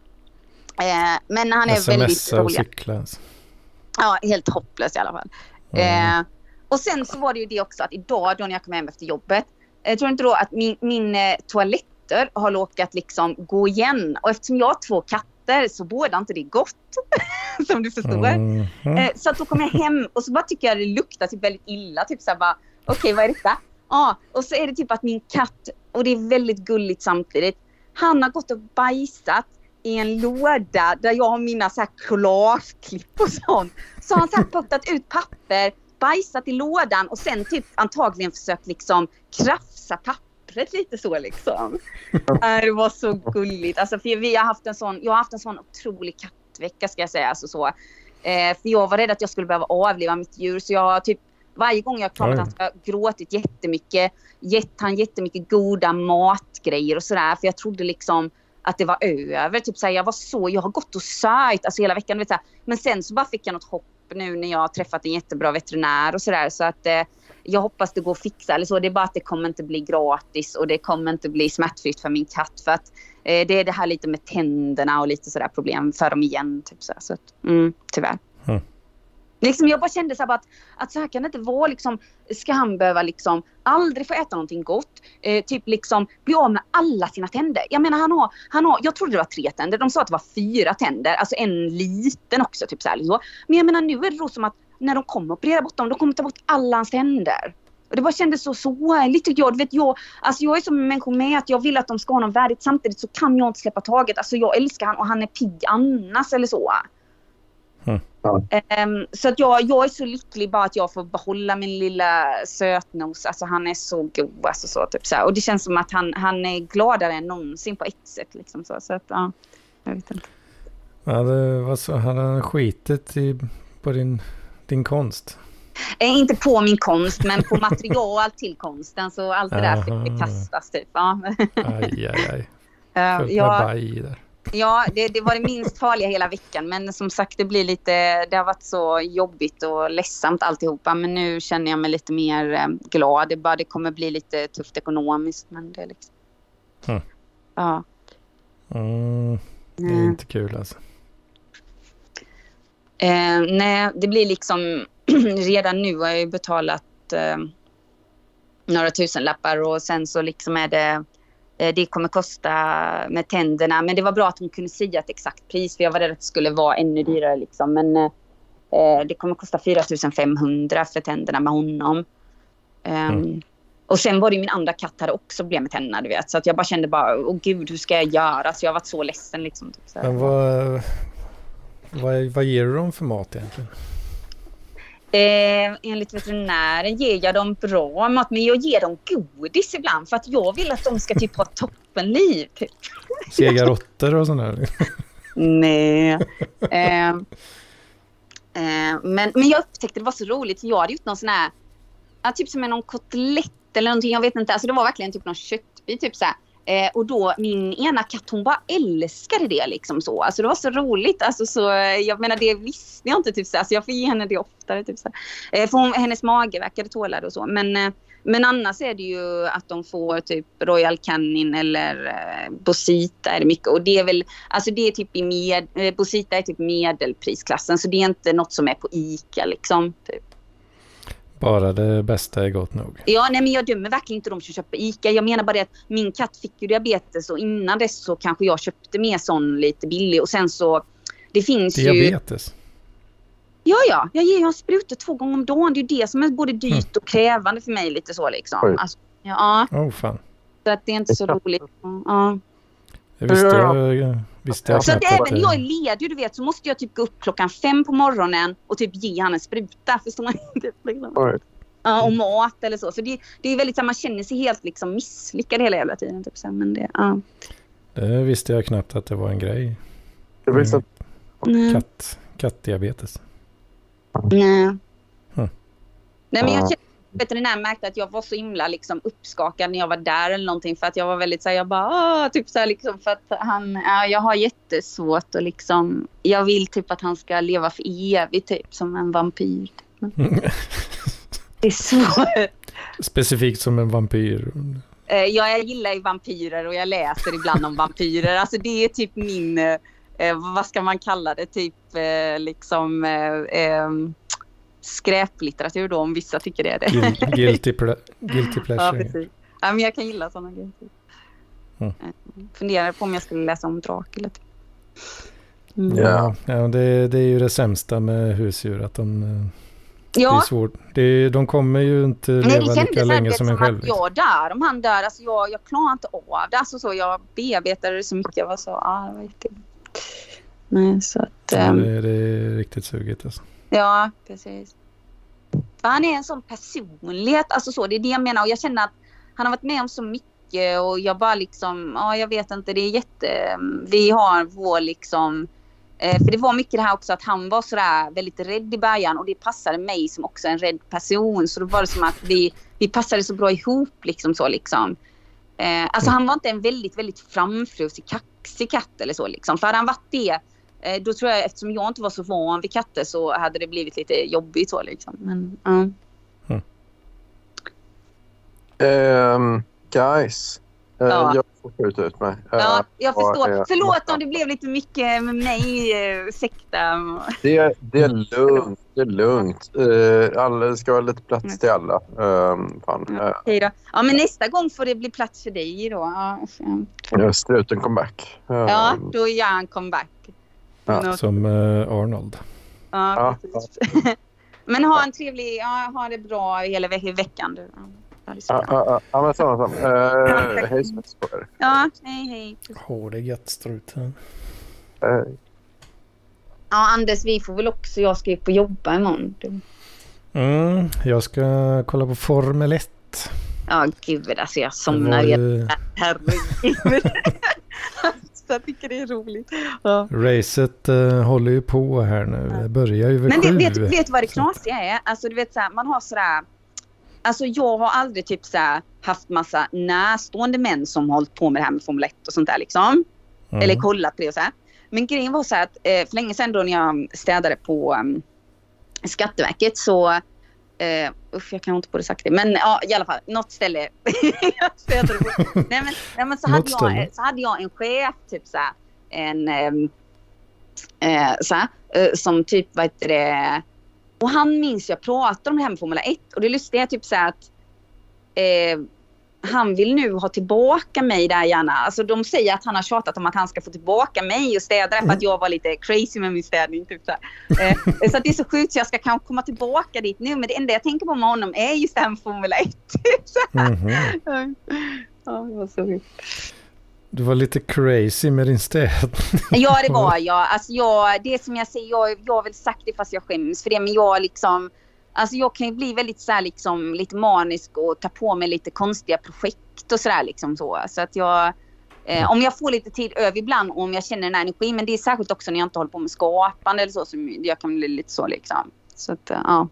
men han är väldigt rolig. Ja, helt hopplös i alla fall. Och sen så var det ju det också att idag då när jag kom hem efter jobbet, jag tror inte då att min toaletter har råkat liksom gå igen. Och eftersom jag har 2 katter så båda inte det gott. Som du förstår. Så att då kom jag hem och så bara tycker jag det luktar typ väldigt illa. Typ såhär bara, okej, vad är detta? Ja, och så är det typ att min katt, och det är väldigt gulligt samtidigt, han har gått och bajsat i en låda där jag har mina så här collageklipp och sånt. Så han har puttat ut papper, bajsat i lådan och sen typ antagligen försökt liksom krafsa pappret lite så liksom. Det var så gulligt. Alltså för jag har haft en sån otrolig kattvecka, ska jag säga. Alltså så. För jag var rädd att jag skulle behöva avliva mitt djur, så jag typ varje gång jag klarat att jag har gråtit jättemycket, gett han jättemycket goda matgrejer och sådär, för jag trodde liksom att det var över. Typ såhär, jag har gått och sörjt alltså hela veckan, vet, såhär. Men sen så bara fick jag något hopp nu när jag har träffat en jättebra veterinär och sådär, så att jag hoppas det går att fixa eller så. Det är bara att det kommer inte bli gratis och det kommer inte bli smärtfritt för min katt, för att det är det här lite med tänderna och lite sådär problem för dem igen typ så att tyvärr. Liksom jag bara kände så här att så här kan det inte vara liksom, ska han behöva liksom aldrig få äta någonting gott, typ liksom bli av med alla sina tänder. Jag menar han har jag trodde det var 3 tänder, de sa att det var 4 tänder, alltså en liten också typ så här så. Men jag menar nu är det då som att när de kommer operera bort dem, de kommer ta bort alla hans tänder. Och det bara kändes så lite jag är som en människa med att jag vill att de ska ha någon värdigt, samtidigt så kan jag inte släppa taget. Alltså jag älskar han och han är pigg annars eller så. Så att jag är så lycklig bara att jag får behålla min lilla sötnos. Alltså han är så god alltså, så typ så här. Och det känns som att han är gladare än någonsin på ett sätt liksom så att ja, jag vet inte. Ja, det var så, han har skitit på din konst. Inte på min konst, men på material till konsten, så allt det där fick kastas typ. Ja. Aj. Fullt med baj där. Ja, det var det minst farliga hela veckan. Men som sagt, det har varit så jobbigt och ledsamt alltihopa. Men nu känner jag mig lite mer glad. Det kommer bli lite tufft ekonomiskt. Men det är liksom... Ja. Det är inte kul alltså. Nej, det blir liksom... redan nu har jag ju betalat några tusenlappar. Och sen så liksom är det kommer kosta med tänderna. Men det var bra att hon kunde säga ett exakt pris. För jag var rädd att det skulle vara ännu dyrare. Liksom. Men det kommer kosta 4 500 för tänderna med honom. Och sen var det min andra katt hade också problem med tänderna. Du vet. Så att jag bara kände åh gud, hur ska jag göra? Så jag har varit så ledsen. Liksom, typ, så. Men vad ger du dem för mat egentligen? Enligt veterinären ger jag dem bra mat, men jag ger dem godis ibland för att jag vill att de ska typ ha toppenliv typ. Segarotter och sånt där. Nej. Men jag upptäckte det var så roligt. Jag hade gjort någon sån här typ som någon kotlett eller någonting, jag vet inte. Alltså det var verkligen typ någon köttbit typ så här. Och då min ena katt, hon bara älskade det liksom så. Alltså det var så roligt. Alltså så, jag menar det visste jag inte typ så. Alltså jag får ge henne det oftare typ så. För hennes mage verkade tåla det och så. Men Men annars är det ju att de får typ Royal Canin eller Bosita är det mycket. Och det är väl, alltså det är typ Bosita är typ medelprisklassen. Så det är inte något som är på ICA liksom. Typ. Bara det bästa är gott nog. Ja, nej men jag dömer verkligen inte de som köper ICA. Jag menar bara det att min katt fick ju diabetes och innan dess så kanske jag köpte mer sån lite billig. Och sen så, det finns diabetes? Ja, jag ger ju en spruta 2 gånger om dagen. Det är ju det som är både dyrt och krävande för mig lite så liksom. Alltså, ja. Fan. Så att det är inte så roligt. Ja. Det visste jag så att även jag är ledig, du vet, så måste jag typ gå upp 5:00 på morgonen och typ ge han en spruta, förstår man inte? Liksom. Ja, och mat eller så. Så det är väldigt så man känner sig helt liksom misslyckad hela tiden. Typ, så. Men det visste jag knappt att det var en grej. Det visste kattdiabetes. Nej. Nej, men jag kände veterinär märkte att jag var så himla liksom uppskakad när jag var där eller någonting, för att jag var väldigt så här, jag bara typ så här liksom, för att jag har jättesvårt och liksom jag vill typ att han ska leva för evigt typ som en vampyr. Det är så specifikt som en vampyr. Jag gillar ju vampyrer och jag läser ibland om vampyrer. Alltså det är typ min vad ska man kalla det, typ liksom skräplitteratur då, om vissa tycker det är det. Guilty pleasure. Ja, precis. Ja, men jag kan gilla sådana grejer. Funderar på om jag skulle läsa om Dracula. Ja, det är ju det sämsta med husdjur, att de det är svårt. De kommer ju inte leva lika länge som en själv. Jag dör, om han dör, alltså jag klarar inte av det. Alltså så, jag bearbetade det så mycket, jag var så, jag vet inte. Nej, så att... det är riktigt sugigt alltså. Ja, precis. För han är en sån personlighet, alltså så, det är det jag menar. Och jag känner att han har varit med om så mycket och jag bara liksom, jag vet inte, det är vi har vår liksom, för det var mycket det här också att han var sådär väldigt rädd i början och det passade mig som också en rädd person. Så då var det som att vi passade så bra ihop liksom så liksom. Alltså han var inte en väldigt, väldigt framfrusig, kaxig katt eller så liksom. För hade han varit det, då tror jag, eftersom jag inte var så van vid katter, så hade det blivit lite jobbigt så liksom. Men, guys, jag får skjuta ut mig. Ja, jag förstår. Förlåt om det blev lite mycket med mig, sekta. Det är lugnt. Det är lugnt. Alla ska ha lite plats till alla. Okej då. Ja, men nästa gång får det bli plats för dig då. Ja, struten comeback. Ja, då gör han comeback. Ja, som Arnold. Ja, precis. Men ha en trevlig, ha det bra hela veckan du. Ja, men samma. Hej på er. Ja, hej. Det gött struten. Hej. Ja, Anders, vi får väl också, jag ska ju på jobba imorgon. Jag ska kolla på Formel 1. Ja, gud, alltså jag somnar herregud. Jag tycker det är roligt. Ja. Racet håller ju på här nu. Det börjar ju vid 7. Men vet du vad det knasiga är? Alltså du vet så här, man har sådär. Alltså jag har aldrig typ så här haft massa närstående män som hållit på med det här med Formel 1 och sånt där liksom. Eller kollat på det och så här. Men grejen var så här att för länge sedan då när jag städade på Skatteverket så jag kan inte på det sagt det, men ja, i alla fall något ställe jag städade på. Nej men så hade jag en chef typ så här, som typ vad heter det, och han minns jag pratade om det här med Formel 1 och det lustiga är typ så här att han vill nu ha tillbaka mig där gärna. Alltså de säger att han har tjatat om att han ska få tillbaka mig och städa för att jag var lite crazy med min städning typ så här. Så att det är så sjukt så jag ska kanske komma tillbaka dit nu, men det enda jag tänker på med honom är just det här med Formel 1. Ja, det var så sjukt. Du var lite crazy med din städ. Ja, det var jag. Alltså det som jag säger, jag har väl sagt det fast jag skäms för det, men jag liksom, alltså jag kan ju bli väldigt så här liksom lite manisk och ta på mig lite konstiga projekt och sådär liksom så att jag om jag får lite tid över ibland och om jag känner den här energin, men det är särskilt också när jag inte håller på med skapande eller så som jag kan bli lite så liksom. Så att ja.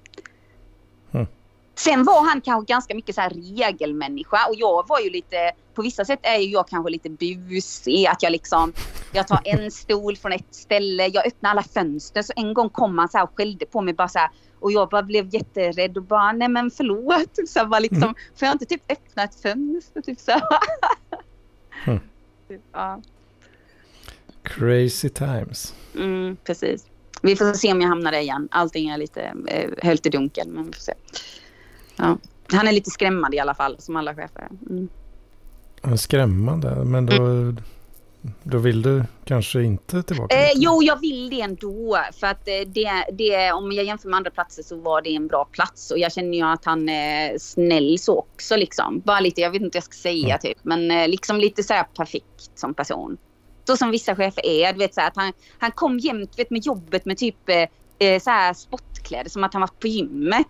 Sen var han kanske ganska mycket så här regelmänniska och jag var ju lite, på vissa sätt är ju jag kanske lite busig, att jag liksom Jag tar en stol från ett ställe. Jag öppnar alla fönster. Så en gång kom han så här och skällde på mig bara så här. Och jag bara blev jätterädd och bara, nej men förlåt. Så här, bara liksom, får jag inte typ öppna ett fönster? Typ så här. Ja. Crazy times. Precis. Vi får se om jag hamnar där igen. Allting är lite höljt i dunkel, men vi får se. Ja. Han är lite skrämmande i alla fall, som alla chefer. Skrämmande, men då vill du kanske inte tillbaka? Jo, jag vill det ändå. För att det, om jag jämför med andra platser så var det en bra plats. Och jag känner ju att han är snäll så också. Liksom. Bara lite, jag vet inte vad jag ska säga typ. Men liksom lite så här perfekt som person. Så som vissa chefer är. Du vet, så här, att han kom jämt med jobbet med typ så här sportkläder. Som att han var på gymmet.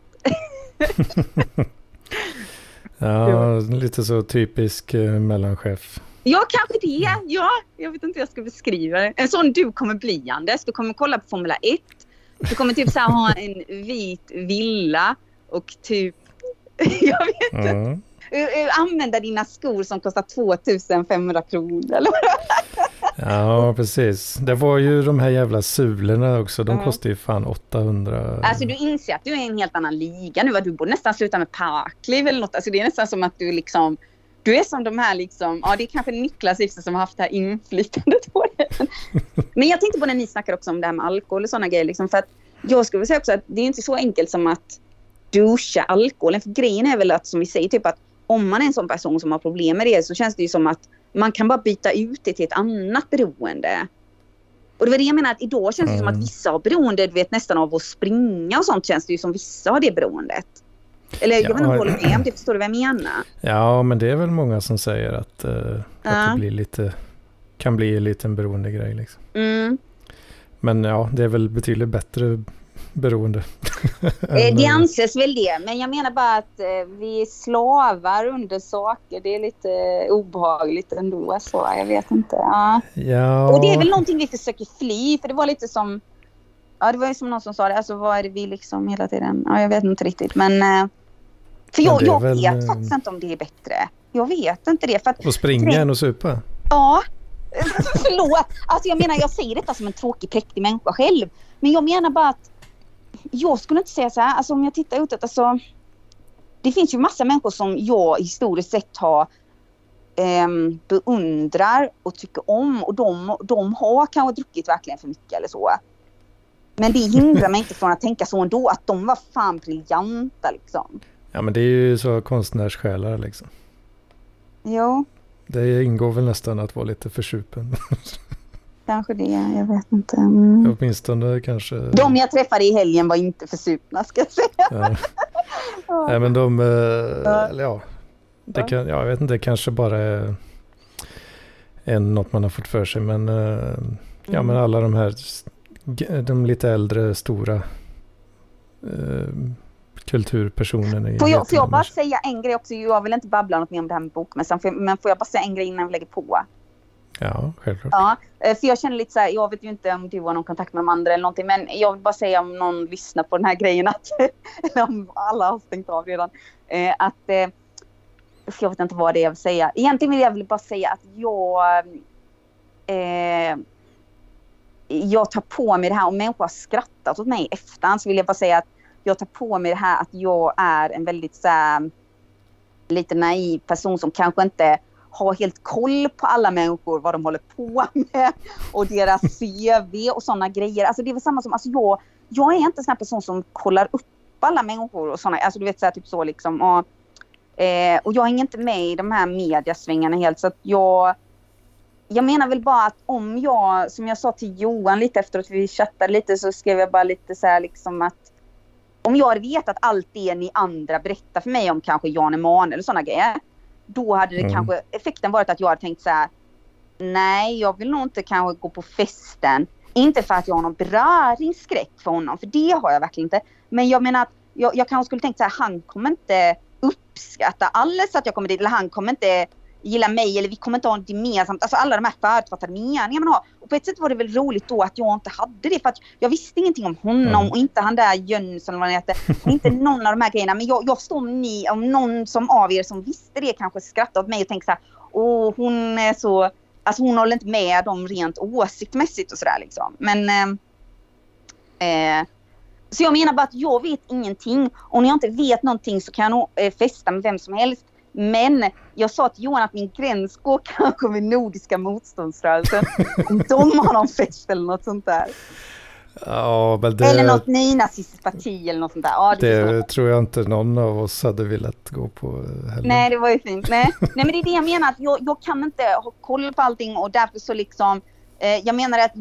Ja, lite så typisk mellanchef. Ja, kanske det. Ja, jag vet inte hur jag ska beskriva det. En sån du kommer bli, Anders. Du kommer kolla på Formula 1. Du kommer typ så här ha en vit villa och typ, jag vet inte. Använda dina skor som kostar 2500 kronor. Eller? Ja, precis. Det var ju de här jävla sulorna också. De kostar ju fan 800. Alltså du inser att du är i en helt annan liga nu. Du borde nästan sluta med Parkliv eller något. Alltså det är nästan som att du liksom... Du är som de här liksom... Ja, det är kanske Niklas som har haft det här inflytandet på det. Men jag tänkte på när ni snackar också om det här med alkohol och sådana grejer. Liksom, för att jag skulle säga också att det är inte så enkelt som att duscha alkoholen. För grejen är väl att, som vi säger, typ att om man är en sån person som har problem med det så känns det ju som att man kan bara byta ut det till ett annat beroende. Och det var det jag menar, att idag känns det som att vissa har beroende, du vet, nästan av att springa och sånt känns det ju som vissa har det beroendet. Eller jag vet inte om du håller med om det, förstår du vad jag menar? Ja, men det är väl många som säger att det blir lite, kan bli en liten beroendegrej liksom. Men ja, det är väl betydligt bättre beroende. Det anses väl det, men jag menar bara att vi slavar under saker. Det är lite obehagligt ändå, så jag vet inte. Ja. Och det är väl någonting vi försöker fly, för det var lite som, ja, det var ju som någon som sa det, alltså vad är det vi liksom hela tiden, ja, jag vet inte riktigt, men för jag vet faktiskt inte om det är bättre. Jag vet inte det. För att springa och supa? Ja, förlåt. Alltså jag menar, jag säger detta som en tråkig, präktig människa själv. Men jag menar bara att jag skulle inte säga så här, alltså om jag tittar utåt, alltså det finns ju massa människor som jag historiskt sett har beundrar och tycker om, och de har kanske druckit verkligen för mycket eller så. Men det hindrar mig inte från att tänka så ändå, att de var fan briljanta liksom. Ja, men det är ju så konstnärssjälar liksom. Jo. Det ingår väl nästan att vara lite försupen. Kanske det, jag vet inte. Åtminstone kanske... De jag träffade i helgen var inte försupna, ska jag säga. Ja. Nej, men de... ja, det kan, jag vet inte, det kanske bara är något man har fått för sig. Men, ja, men alla de här... De lite äldre, stora... kulturpersonen. Får jag bara säga en grej också? Jag vill inte babbla något mer om det här med bokmässan, men får jag bara säga en grej innan vi lägger på? Ja, självklart. Ja, för jag känner lite så här, jag vet ju inte om du har någon kontakt med de andra eller någonting, men jag vill bara säga om någon lyssnar på den här grejen att, eller om alla har stängt av redan, att jag vet inte vad det är jag vill säga. Egentligen vill jag bara säga att jag tar på mig det här, om människor har skrattat åt mig efterhand, så vill jag bara säga att jag tar på mig det här att jag är en väldigt så här, lite naiv person som kanske inte har helt koll på alla människor, vad de håller på med och deras CV och sådana grejer. Alltså det är väl samma som, alltså jag är inte en sån här person som kollar upp alla människor och sådana, alltså du vet så här, typ så liksom, och jag hänger inte med i de här mediasvängarna helt, så att jag menar väl bara att om jag, som jag sa till Johan lite efter att vi chattade lite, så skrev jag bara lite så här liksom att om jag hade vetat allt det ni andra berättar för mig om kanske Jan Emanuel eller sådana grejer, då hade det kanske effekten varit att jag hade tänkt så här: nej, jag vill nog inte kanske gå på festen. Inte för att jag har någon beröringsskräck för honom, för det har jag verkligen inte. Men jag menar att jag kanske skulle tänkt så här: han kommer inte uppskatta alldeles att jag kommer dit, eller han kommer inte gilla mig, eller vi kommer inte ha något gemensamt. Alltså alla de här förutfattade meningar man har. Och på ett sätt var det väl roligt då att jag inte hade det, för att jag visste ingenting om honom och inte han där Jönsson, vad han heter, och inte någon av de här grejerna. Men jag förstår om någon som av er som visste det kanske skrattade åt mig och tänkte så här: åh, hon är så alltså hon håller inte med dem rent åsiktmässigt och sådär liksom. Men så jag menar bara att jag vet ingenting. Och när jag inte vet någonting så kan jag nog festa med vem som helst. Men jag sa till Johan att min gräns går kanske med Nordiska motståndsrörelsen. Om de har någon fest eller något sånt där. Ja, men det, eller något nynazistiskt parti eller något sånt där. Ja, det tror jag inte någon av oss hade velat gå på heller. Nej, det var ju fint. Nej, men det är det jag menar. Att jag kan inte ha koll på allting. Och därför så liksom... jag menar att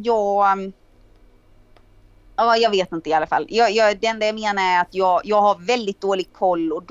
ja, jag vet inte i alla fall. Det enda jag menar är att jag har väldigt dålig koll. Och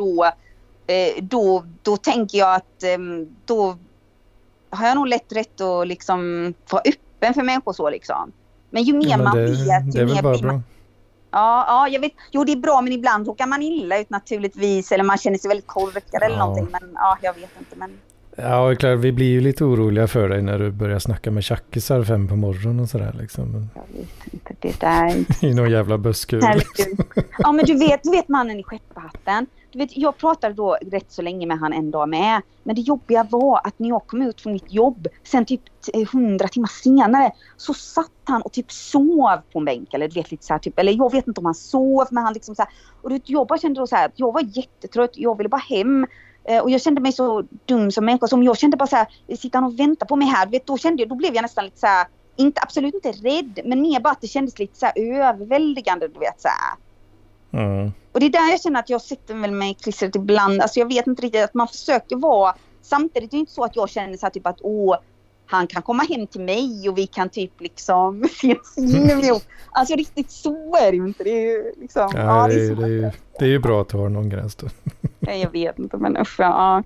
då tänker jag att då har jag nog rätt att liksom vara öppen för människor så liksom. Men ju mer man vet, ju mer blir man... Ja, jag vet. Jo, det är bra, men ibland råkar man illa ut naturligtvis. Eller man känner sig väldigt korkad eller någonting. Men ja, jag vet inte. Men... Ja, klart, vi blir ju lite oroliga för dig när du börjar snacka med tjackisar 5 på morgonen och sådär liksom. Jag vet inte, det där... I någon jävla busskur. Ja, men du vet mannen i skepparhatten. Du vet, jag pratade då rätt så länge med han en dag med. Men det jobbiga var att när jag kom ut från mitt jobb, sen typ 100 timmar senare, så satt han och typ sov på en bänk. Eller du vet, lite så här, typ, eller jag vet inte om han sov, men han liksom så här. Och du vet, jag bara kände då så här att jag var jättetrött, jag ville bara hem. Och jag kände mig så dum som människa. Som jag kände bara så här, sitter han och väntar på mig här. Du vet, då blev jag nästan lite så här, absolut inte rädd, men mer bara att det kändes lite så här överväldigande, du vet så här. Och det är där jag känner att jag sitter väl med klistret ibland. Alltså jag vet inte riktigt att man försöker vara. Samtidigt är det inte så att jag känner så här typ att han kan komma hem till mig och vi kan typ liksom alltså riktigt så är det ju inte. Det är ju liksom det är ju bra att du har någon gräns då. Jag vet inte, men usch, ja.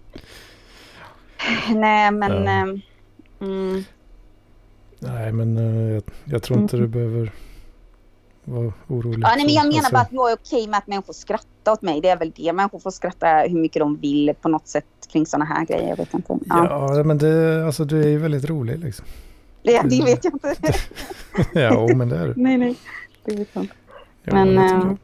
Nej, men nej, men jag tror inte du behöver vara orolig. Ja, nej, men jag menar bara att jag är okej med att människor skrattar åt mig. Det är väl det. Människor får skratta hur mycket de vill på något sätt kring såna här grejer. Jag vet inte. Ja, men alltså, du är ju väldigt rolig liksom. Ja, det vet jag inte. Ja, men det är du. Nej, det vet jag inte. Ja, men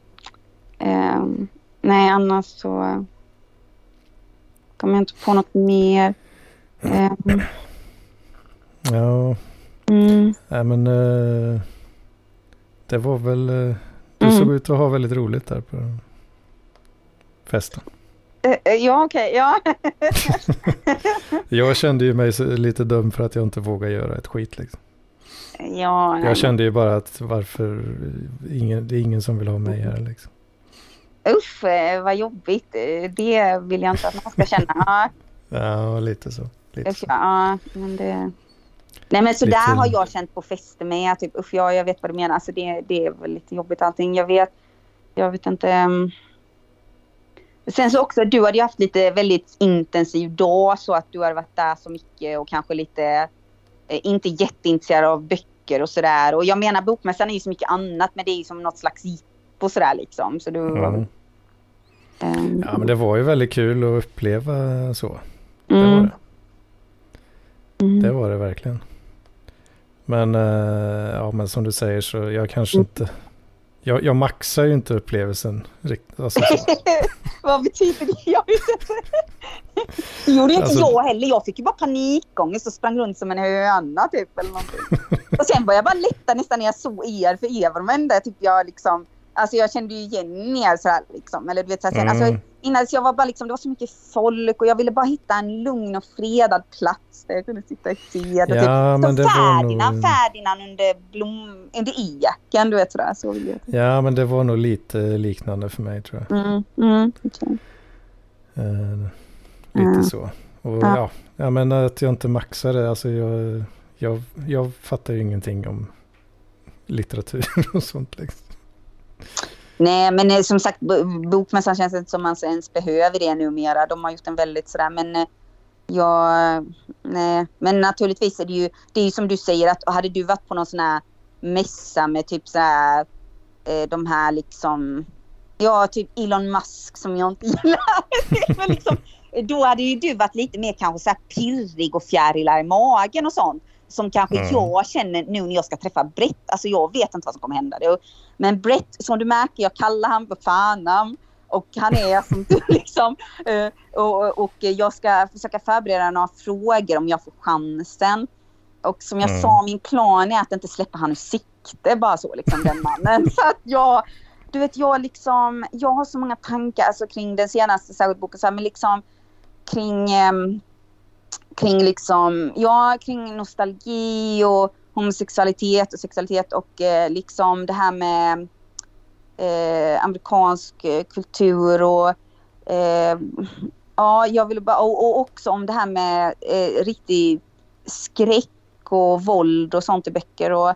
nej, annars så kommer jag inte på något mer. Ja. Nej, men det var väl du såg ut att ha väldigt roligt där på festen. Ja, okej. Ja. Jag kände ju mig lite dum för att jag inte vågar göra ett skit liksom. Ja, jag kände ju bara att varför det är ingen som vill ha mig här liksom. Uff, vad jobbigt. Det vill jag inte att man ska känna. Ja, lite så. Ja, men det... Nej, men så lite... där har jag känt på fester med. Typ, uff, jag vet vad du menar. Alltså det är väl lite jobbigt allting. Jag vet inte... Sen så också, du hade ju haft lite väldigt intensiv dag. Så att du hade varit där så mycket och kanske lite... inte jätteintresserad av böcker och sådär. Och jag menar, bokmässan är ju så mycket annat. Men det är ju som något slags jippo sådär liksom. Så du... ja, men det var ju väldigt kul att uppleva så. Det var det. Det var det verkligen. Men ja, men som du säger så jag kanske inte... Jag maxar ju inte upplevelsen riktigt. Alltså, vad betyder det? Jag vet inte. Det gjorde inte jag heller. Jag fick ju bara panikångest och sprang runt som en höna typ eller någonting. Och sen var jag bara lätta nästan när jag såg er, för er var de enda typ jag liksom... Alltså jag kände ju igen er så här liksom. Eller du vet så här, alltså innan så jag var bara liksom, det var så mycket folk och jag ville bara hitta en lugn och fredad plats där jag kunde sitta i fred och ja, typ. Så Ferdinand under eken, du vet sådär. Så vill jag typ. Ja, men det var nog lite liknande för mig tror jag. Okay. Lite så. Och ja, men att jag inte maxade, alltså jag fattar ju ingenting om litteratur och sånt liksom. Nej, men som sagt, bokmässan känns inte som man ens behöver det numera. De har gjort en väldigt sådär, men nej. Men naturligtvis är det är ju som du säger att hade du varit på någon sån här mässa med typ såhär de här liksom, ja typ Elon Musk som jag inte gillar. Men liksom, då hade ju du varit lite mer kanske såhär pirrig och fjärilar i magen och sånt. Som kanske jag känner nu när jag ska träffa Brett. Alltså jag vet inte vad som kommer hända. Men Brett, som du märker, jag kallar han för fanan. Och han är som du liksom. Och jag ska försöka förbereda några frågor om jag får chansen. Och som jag sa, min plan är att inte släppa han ur sikte, bara så liksom, den mannen. Så att jag har så många tankar alltså, kring den senaste särskilt boken, så här, men liksom kring nostalgi och homosexualitet och sexualitet och liksom det här med amerikansk kultur och jag vill bara och också om det här med riktig skräck och våld och sånt i böcker och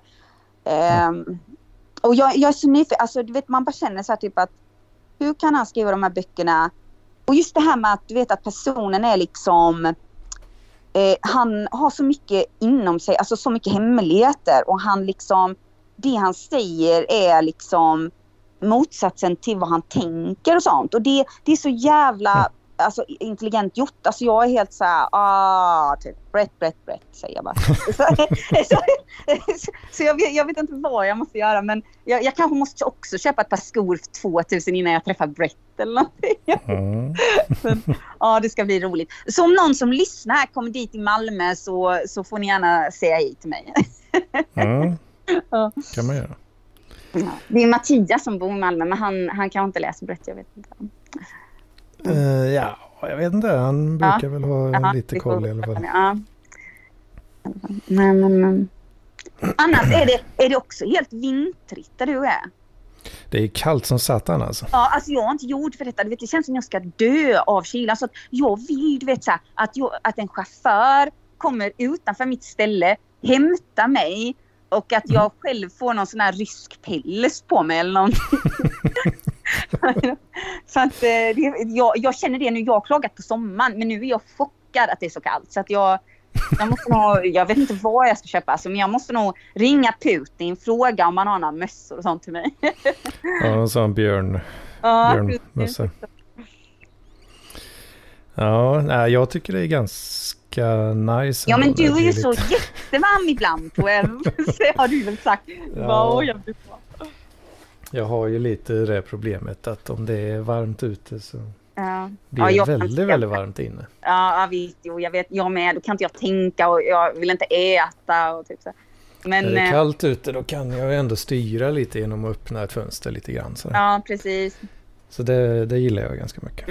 jag är så nyfiken, alltså du vet, man bara känner så här typ att hur kan han skriva de här böckerna? Och just det här med att du vet att personen är liksom han har så mycket inom sig, alltså så mycket hemligheter, och han liksom, det han säger är liksom motsatsen till vad han tänker och sånt, och det är så jävla alltså, intelligent gjort. Alltså jag är helt så här, typ brett säger jag bara. så jag vet inte vad jag måste göra, men jag kanske måste också köpa ett par skor för 2000 innan jag träffar Brett eller någonting. Men, det ska bli roligt. Så om någon som lyssnar här kommer dit i Malmö så får ni gärna säga hej till mig. Kan man göra. Ja, det är Mattias som bor i Malmö, men han kan inte läsa Brett, jag vet inte. Jag vet inte. Han brukar väl ha lite koll i alla fall. Ja. Men. Annars är det också helt vintrigt där du är. Det är kallt som satan alltså. Ja, alltså jag är inte gjord för detta. Du vet, det känns som jag ska dö av kylan. Så att jag vill, du vet, så här, att en chaufför kommer utanför mitt ställe, hämtar mig och att jag själv får någon sån här rysk pelles på mig eller någonting. Så att jag känner det nu. Jag har klagat på sommaren, men nu är jag chockad att det är så kallt. Så att jag måste nog, jag vet inte vad jag ska köpa alltså, men jag måste nog ringa Putin, fråga om han har några mössor och sånt till mig. Ja, så en björnmössa. Ja, jag tycker det är ganska nice. Ja, men du är ju så jättevarm ibland på en. Så har du väl sagt. Ja. Jag har ju lite det problemet att om det är varmt ute så blir det väldigt varmt inne. Ja, jag vet, jag med. Då kan inte jag tänka och jag vill inte äta och typ så. Men när det är kallt ute då kan jag ändå styra lite genom att öppna ett fönster lite grann. Så. Ja, precis. Så det gillar jag ganska mycket.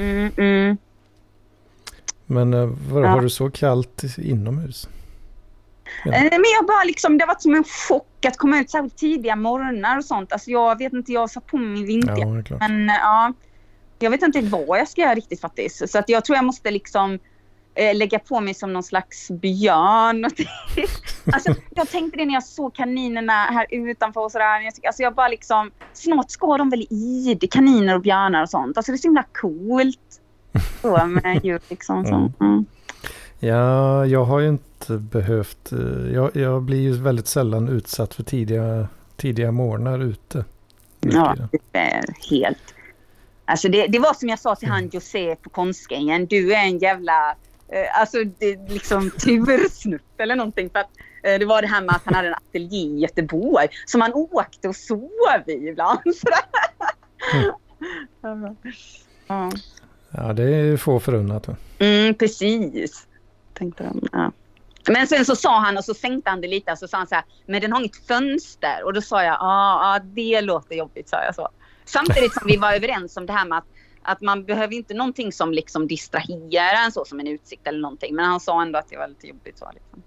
Men har du så kallt inomhus? Ja. Men jag bara liksom, det har varit som en chock att komma ut så här tidiga morgnar och sånt. Alltså jag vet inte, jag satt på min vinter. Men jag vet inte vad jag ska göra riktigt faktiskt. Så att jag tror jag måste liksom lägga på mig som någon slags björn. Alltså jag tänkte det när jag såg kaninerna här utanför och sådär. Alltså jag bara liksom, snart ska de väl i det, kaniner och björnar och sånt. Alltså det är så himla coolt. Så med djur liksom. Så. Ja, jag har ju inte behövt. Jag blir ju väldigt sällan utsatt för tidiga morgnar ute. Ja, det är helt. Alltså det var som jag sa till han José på Konstgängen. Du är en jävla alltså det är liksom tursnutt eller någonting, för att det var det här med att han hade en ateljé i Göteborg som han åkte och sov i ibland. Ja, det är få förunnat. Precis. Tänkte de, ja. Men sen så sa han, och så sänkte han det lite, och så sa han så här, men den har inget fönster. Och då sa jag, det låter jobbigt, sa jag så. Samtidigt som vi var överens om det här med att man behöver inte någonting som liksom distraherar en så, som en utsikt eller någonting. Men han sa ändå att det var lite jobbigt så liksom.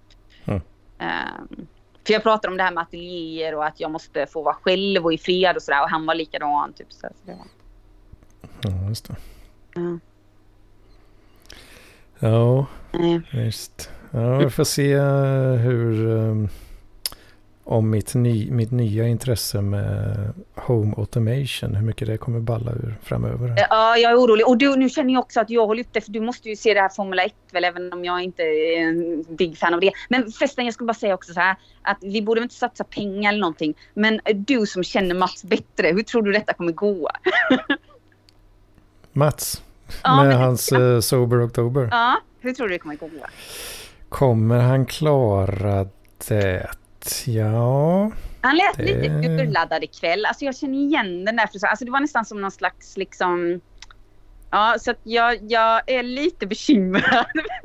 För jag pratade om det här med ateljéer och att jag måste få vara själv och i fred och sådär. Och han var likadan typ så det var. Ja, just det. Ja, just. Ja, jag får se hur om mitt nya intresse med home automation, hur mycket det kommer balla ur framöver. Ja, jag är orolig. Och nu känner jag också att jag håller upp det, för du måste ju se det här Formula 1 väl, även om jag inte är en big fan av det. Men förresten, jag skulle bara säga också så här, att vi borde inte satsa pengar eller någonting. Men du som känner Mats bättre, hur tror du detta kommer gå? Mats? Med hans Sober October? Ja, hur tror du det kommer gå? Kommer han klara det? Ja. Han lät lite urladdad ikväll. Alltså jag känner igen den där. Alltså det var nästan som någon slags liksom Ja, så att jag är lite bekymrad.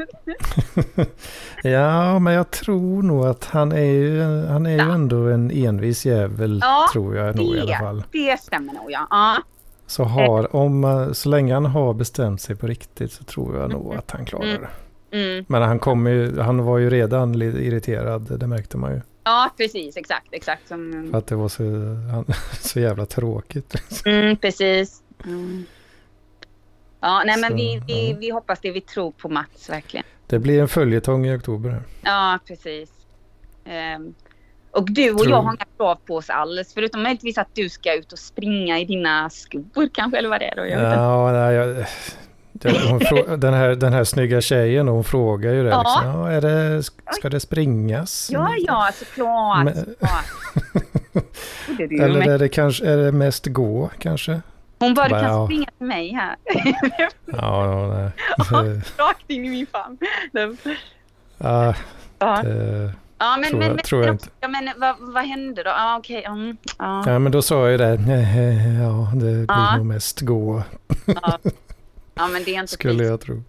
Ja, men jag tror nog att han är ju ändå en envis jävel, tror jag nog i alla fall. Det stämmer nog, ja. Så så länge han har bestämt sig på riktigt så tror jag nog att han klarar det. Mm. Men han var ju redan lite irriterad, det märkte man ju. Ja, precis, exakt. För att det var så jävla tråkigt. Precis. Mm. Ja, nej, men vi hoppas det, vi tror på Mats verkligen. Det blir en följetong i oktober här. Ja, precis. Och du och jag har inga krav på oss alls, förutom möjligtvis att du ska ut och springa i dina skor kanske, eller vad det är då? Den här snygga tjejen, hon frågar ju det. Ja. Liksom. Ska det springas? Ja, såklart. Eller är det mest gå kanske? Hon bara, kan springa till mig här. Nej. Rakt in i min famn. Tror jag inte. Ja, men vad hände då? Okej. Ja, men då sa jag det. Det blir nog mest gå. Ja, men det är inte skulle jag tro.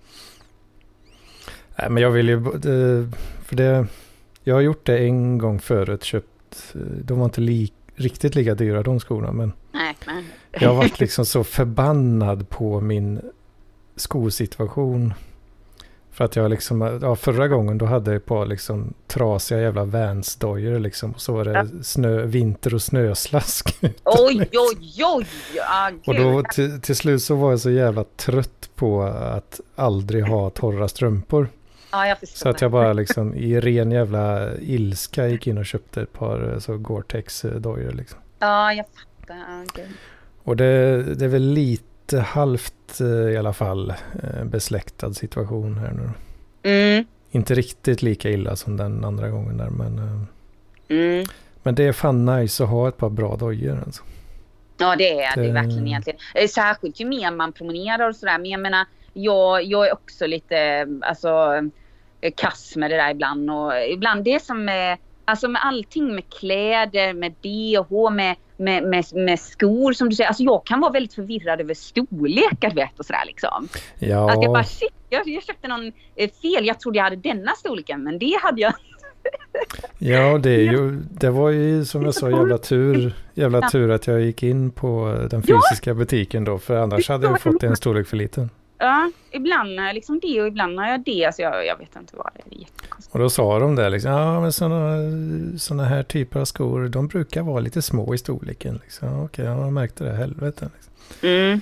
Nej, men jag vill ju... För det... Jag har gjort det en gång förut. De var inte riktigt lika dyra, de skorna. Men jag har varit liksom så förbannad på min skosituation. För att jag liksom... förra gången då hade jag ett par liksom trasiga jävla Vans-dojor liksom. Och så var det vinter- och snöslask. Oj! Och då till slut så var jag så jävla trött på att aldrig ha torra strumpor. Ja, jag förstår. Så att jag bara liksom i ren jävla ilska gick in och köpte ett par så Gore-Tex-dojor liksom. Ja, jag fattar. Okay. Och det är väl lite halvt i alla fall besläktad situation här nu. Mm. Inte riktigt lika illa som den andra gången där, men det är fan nice att ha ett par bra dojor alltså. Ja, det är verkligen egentligen. Särskilt ju mer man promenerar och sådär. Men jag menar, jag är också lite kass med det där ibland. Och ibland det som är, alltså med allting, med kläder, med BH, med skor som du säger. Alltså jag kan vara väldigt förvirrad över storlekar, vet, och sådär liksom. Ja. Att jag bara, shit, jag köpte någon fel. Jag trodde jag hade denna storleken, men det hade jag. Ja, det var ju som jag sa jävla tur att jag gick in på den fysiska butiken då, för annars hade jag fått en storlek för liten. Ja, ibland liksom det och ibland har jag det, så jag vet inte vad det är. Jättekonstigt. Och då sa de det liksom, men såna här typer av skor, de brukar vara lite små i storleken liksom. Okej, jag märkte det, helvete liksom.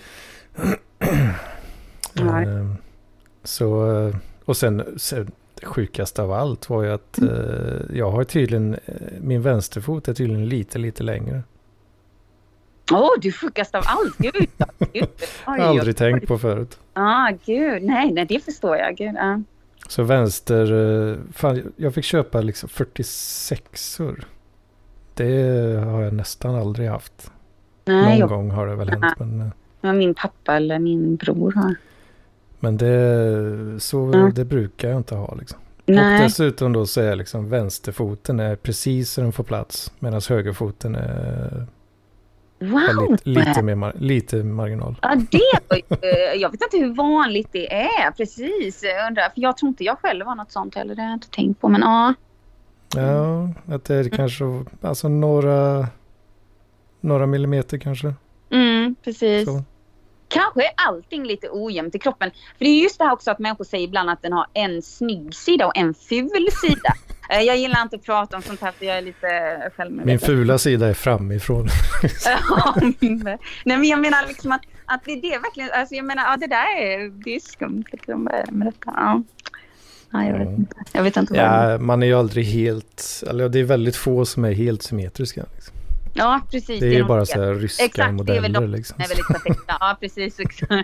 Så, och sen det sjukaste av allt var ju att jag har tydligen, min vänsterfot är tydligen lite längre. Du sjukast av allt. Gud. Jag har aldrig tänkt på förut. Gud. Nej, det förstår jag. Gud, Så vänster... jag fick köpa liksom 46-or. Det har jag nästan aldrig haft. Nej, någon gång har det väl hänt. Men min pappa eller min bror har. Men det brukar jag inte ha liksom. Nej. Och dessutom då så är liksom vänsterfoten är precis så den får plats. Medan högerfoten är... Wow. Lite marginal. Ja, jag vet inte hur vanligt det är. Precis. Jag undrar, för jag tror inte jag själv har något sånt heller. Det har jag inte tänkt på, men ja. Ja, att det är kanske alltså några millimeter kanske. Precis. Så. Kanske är allting lite ojämnt i kroppen. För det är just det här också att människor säger ibland att den har en snygg sida och en ful sida. Jag gillar inte att prata om sånt här, för jag är lite självmedveten. Min fula sida är framifrån. Nej, men jag menar liksom att det är verkligen, alltså jag menar, det är skumt liksom med detta. Jag vet inte vad. Man är ju aldrig helt, eller det är väldigt få som är helt symmetriska liksom. Ja, precis. Det är ju bara så här ryska exakt, modeller. Det är väl liksom. Det är väldigt perfekta. Ja, precis.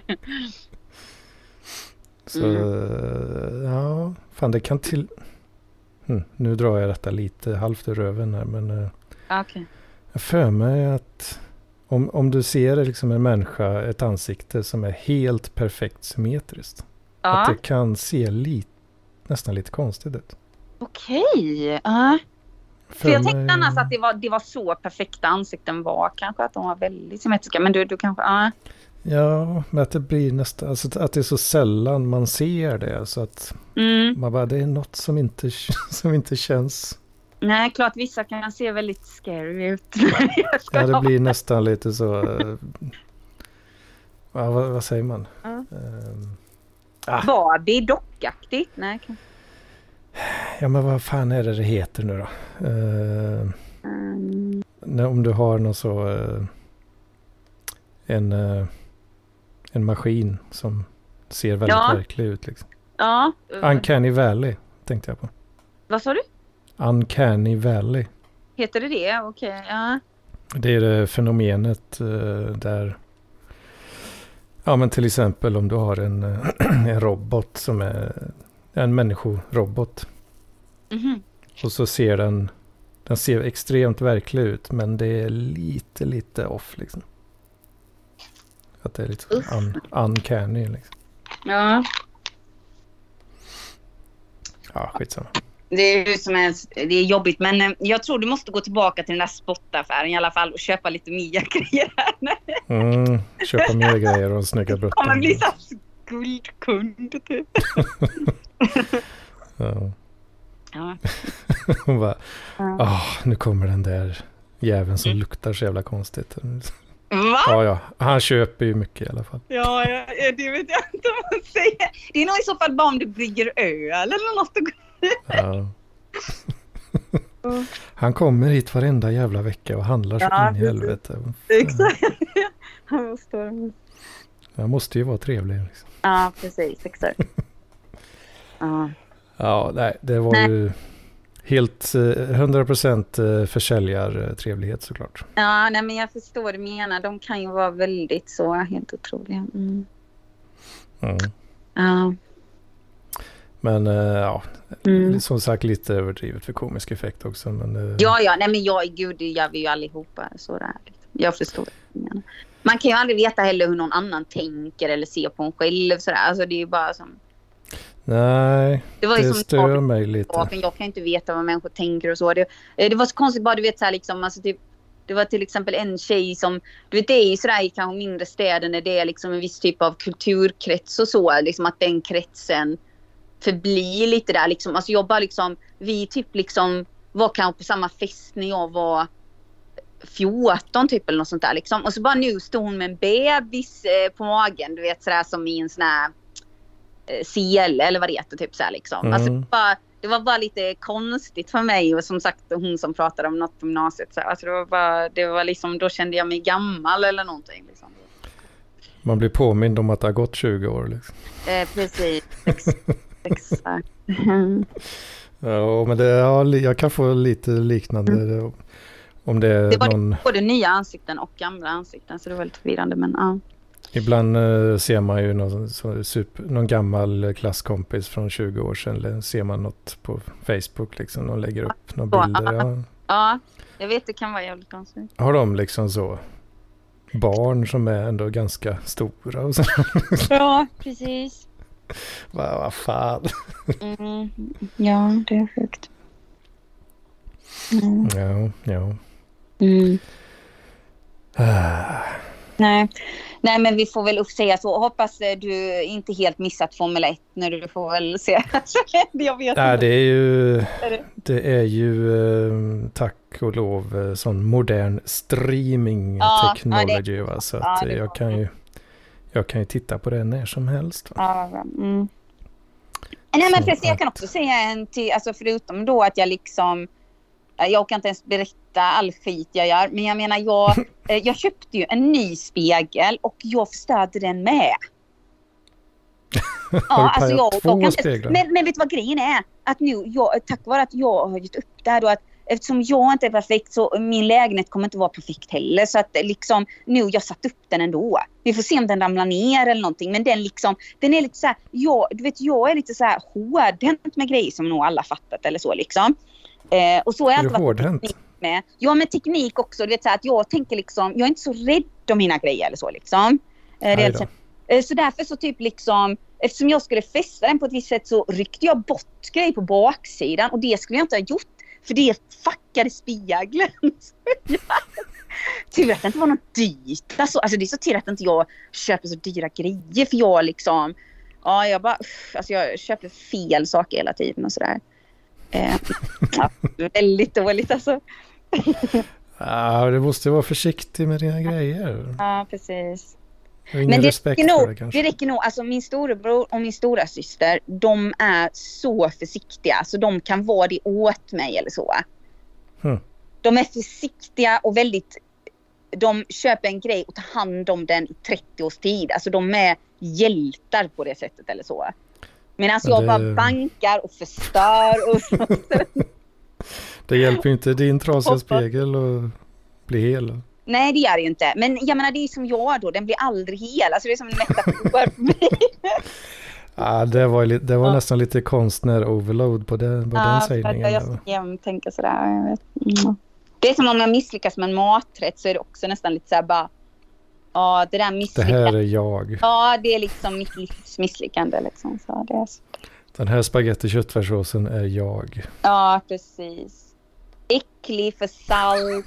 Så, fan det kan till... nu drar jag detta lite halvt ur röven här, men... Okay. Jag för mig att om du ser liksom en människa, ett ansikte som är helt perfekt symmetriskt. Ja. Att det kan se nästan lite konstigt ut. Okej, För jag tänkte annars att det var så perfekta ansikten var. Kanske att de var väldigt symmetriska. Men du kanske... Ja, men att det blir nästan, alltså att det är så sällan man ser det, så att man bara, det är något som inte känns. Nej, klart vissa kan se väldigt scary ut. Ja, det blir nästan lite så, vad säger man? Barbie, dockaktigt? Nej. Ja, men vad fan är det heter nu då? Om du har någon så en maskin som ser väldigt verklig ut liksom. Ja. Uncanny Valley tänkte jag på. Vad sa du? Uncanny Valley. Heter det? Okej, ja. Det är det fenomenet där, ja men till exempel om du har en robot som är en människorobot. Och så ser den ser extremt verklig ut, men det är lite off liksom. Att det är lite uncanny liksom. Ja. Ja, skitsamma. Det är ju det är jobbigt, men jag tror du måste gå tillbaka till den där spottaffären i alla fall och köpa lite mer grejer här. Köpa mer grejer och snygga brötter. Kommer bli så skuldkund typ. Ja. Hon bara, nu kommer den där jäveln som luktar så jävla konstigt. Va? Ja, han köper ju mycket i alla fall. Ja, det vet jag inte vad man säger. Det är nog i så fall bara om du brygger öl eller något. Ja. Han kommer hit varenda jävla vecka och handlar så in i helvete. Exakt. Han måste ju vara trevlig. Liksom. Ja, precis. Exakt. Ja, nej, det var ju helt 100% försäljartrevlighet såklart. Ja, nej, men jag förstår vad du menar. De kan ju vara väldigt så helt otroliga. Ja. Men som sagt lite överdrivet för komisk effekt också. Men, Ja, nej men gud, det gör vi ju allihopa sådär. Jag förstår vad du menar. Man kan ju aldrig veta heller hur någon annan tänker eller ser på en själv sådär. Alltså det är ju bara som... Nej, det stör mig lite. Jag kan inte veta vad människor tänker och så. Det var så konstigt bara, du vet så här liksom, alltså typ, det var till exempel en tjej som, du vet det är ju sådär i kanske mindre städer när det är liksom en viss typ av kulturkrets och så, liksom att den kretsen förblir lite där liksom. Alltså jag bara liksom, vi typ liksom var kanske på samma fest när jag var 14 typ eller något sånt där liksom. Och så bara nu stod hon med en bebis på magen, du vet sådär som i en sån här CL eller vad det heter typ så här liksom. Alltså det var bara lite konstigt för mig, och som sagt hon som pratade om något på gymnasiet så alltså det var liksom, då kände jag mig gammal eller någonting liksom. Man blir påmind om att det har gått 20 år liksom. Precis. Exakt. Ja, men jag kan få lite liknande om det var någon... både nya ansikten och gamla ansikten, så det var väldigt förvirrande, men ja. Ibland ser man ju någon gammal klasskompis från 20 år sedan, eller ser man något på Facebook liksom, och lägger upp några bilder. Ja, jag vet, det kan vara jävligt konstigt. Har de liksom så barn som är ändå ganska stora och så? Ja, precis. Vad fan. Ja, det är sjukt. Ja. Nej, men vi får väl säga så. Hoppas du inte helt missat Formel 1 när du får väl se. Jag vet inte. Det är ju tack och lov sån modern streaming technology. Va? Så att jag kan ju titta på det när som helst. Va? Nej, men precis, jag kan också säga alltså förutom då att jag liksom, jag kan inte ens berätta all skit jag gör, men jag menar jag köpte ju en ny spegel och jag förstörde den med. Ja, alltså jag speglar. Men vet du vad grejen är? Att nu tack vare att jag har gett upp det här då, att eftersom jag inte är perfekt så min lägenhet kommer inte vara perfekt heller, så att liksom nu jag satt upp den ändå. Vi får se om den ramlar ner eller någonting, men den är lite så här, du vet jag är lite så här hårdhänt med grejer som nog alla fattat eller så liksom. Och så är det hårdhänt med. Ja, med teknik också, du vet så här, att jag tänker liksom, jag är inte så rädd om mina grejer eller så liksom. Så därför så typ liksom, eftersom jag skulle fästa den på ett visst sätt så ryckte jag bort grejer på baksidan, och det skulle jag inte ha gjort för det fuckade spegeln. tur att det inte var något dyrt. Alltså det är så tur att inte jag köper så dyra grejer. För jag liksom... Ja, jag köper fel saker hela tiden och sådär. Ja, väldigt dåligt alltså. Ja, du måste vara försiktig med dina grejer. Ja, precis. Men det räcker nog. Alltså min storebror och min stora syster, de är så försiktiga. Så de kan vara det åt mig eller så. De är försiktiga och väldigt... De köper en grej och tar hand om den i 30 års tid. Alltså de är hjältar på det sättet eller så. Men alltså jag bara bankar och förstör och så. Det hjälper ju inte din trasiga spegel att bli hel. Nej, det gör det ju inte. Men jag menar, det är som jag då. Den blir aldrig hel. Alltså det är som en metafor för mig. Ja, det var nästan lite konstnär-overload på den sägningen. Jag ska tänka sådär. Jag vet. Det är som om jag misslyckas med en maträtt, så är det också nästan lite såhär bara... Ja, det där misslyckandet. Det här är jag. Ja, det är liksom mitt livs misslyckande liksom. Så det är så. Den här spagetti köttfärssåsen är jag. Ja, precis. Äcklig för salt.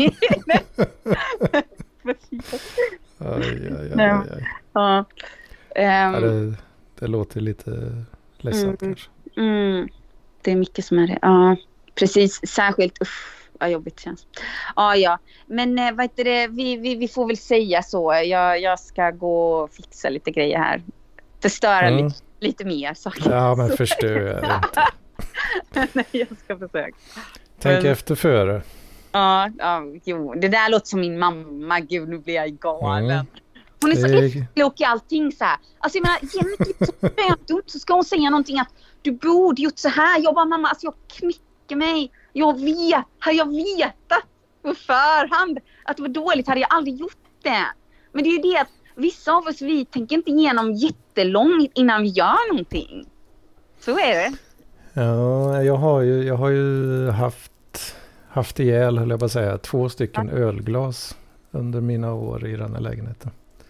Aj. Ja, det låter lite ledsamt kanske. Det är mycket som är det. Ja, precis. Särskilt... Vad jobbigt känns. Ja. Men vad heter det? Vi får väl säga så. Jag ska gå och fixa lite grejer här. Förstöra lite mer saker. Ja, men förstör inte. Nej, jag ska försöka. Tänk efter före. Ja, jo. Det där låter som min mamma. Gud, nu blir jag galen. Hon är så efterklok i allting så här. Alltså jag menar, jämt så ska hon säga någonting att du borde gjort så här. Jag bara, mamma, alltså jag knickar mig. Jag vet att på förhand att det var dåligt, hade jag aldrig gjort det. Men det är ju det att vissa av oss, vi tänker inte igenom jättelångt innan vi gör någonting. Så är det. Ja, jag har ju haft ihjäl, höll jag bara säga, 2 stycken ölglas under mina år i den här lägenheten.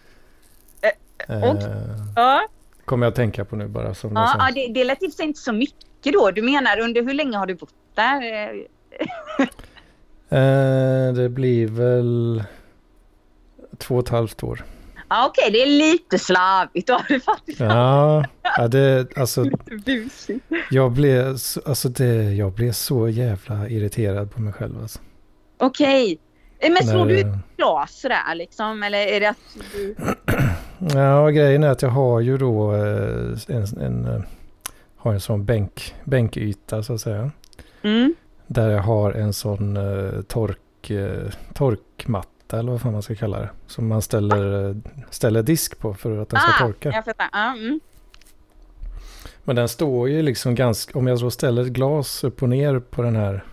Kommer jag att tänka på nu bara. Som det lät inte så mycket då. Du menar, under hur länge har du bott där? Det blir väl 2,5 år. Ja, okej, det är lite slarvigt då, det faktiskt. Ja, det alltså jag blev så jävla irriterad på mig själv alltså. Okej. Men slår du ut glas där liksom, eller är det att du... Ja, grejen är att jag har ju då en sån bänkyta så att säga. Där jag har en sån torkmatta eller vad fan man ska kalla det. Som man ställer disk på för att den ska torka. Jag fattar. Men den står ju liksom ganska... Om jag så ställer ett glas upp och ner på den här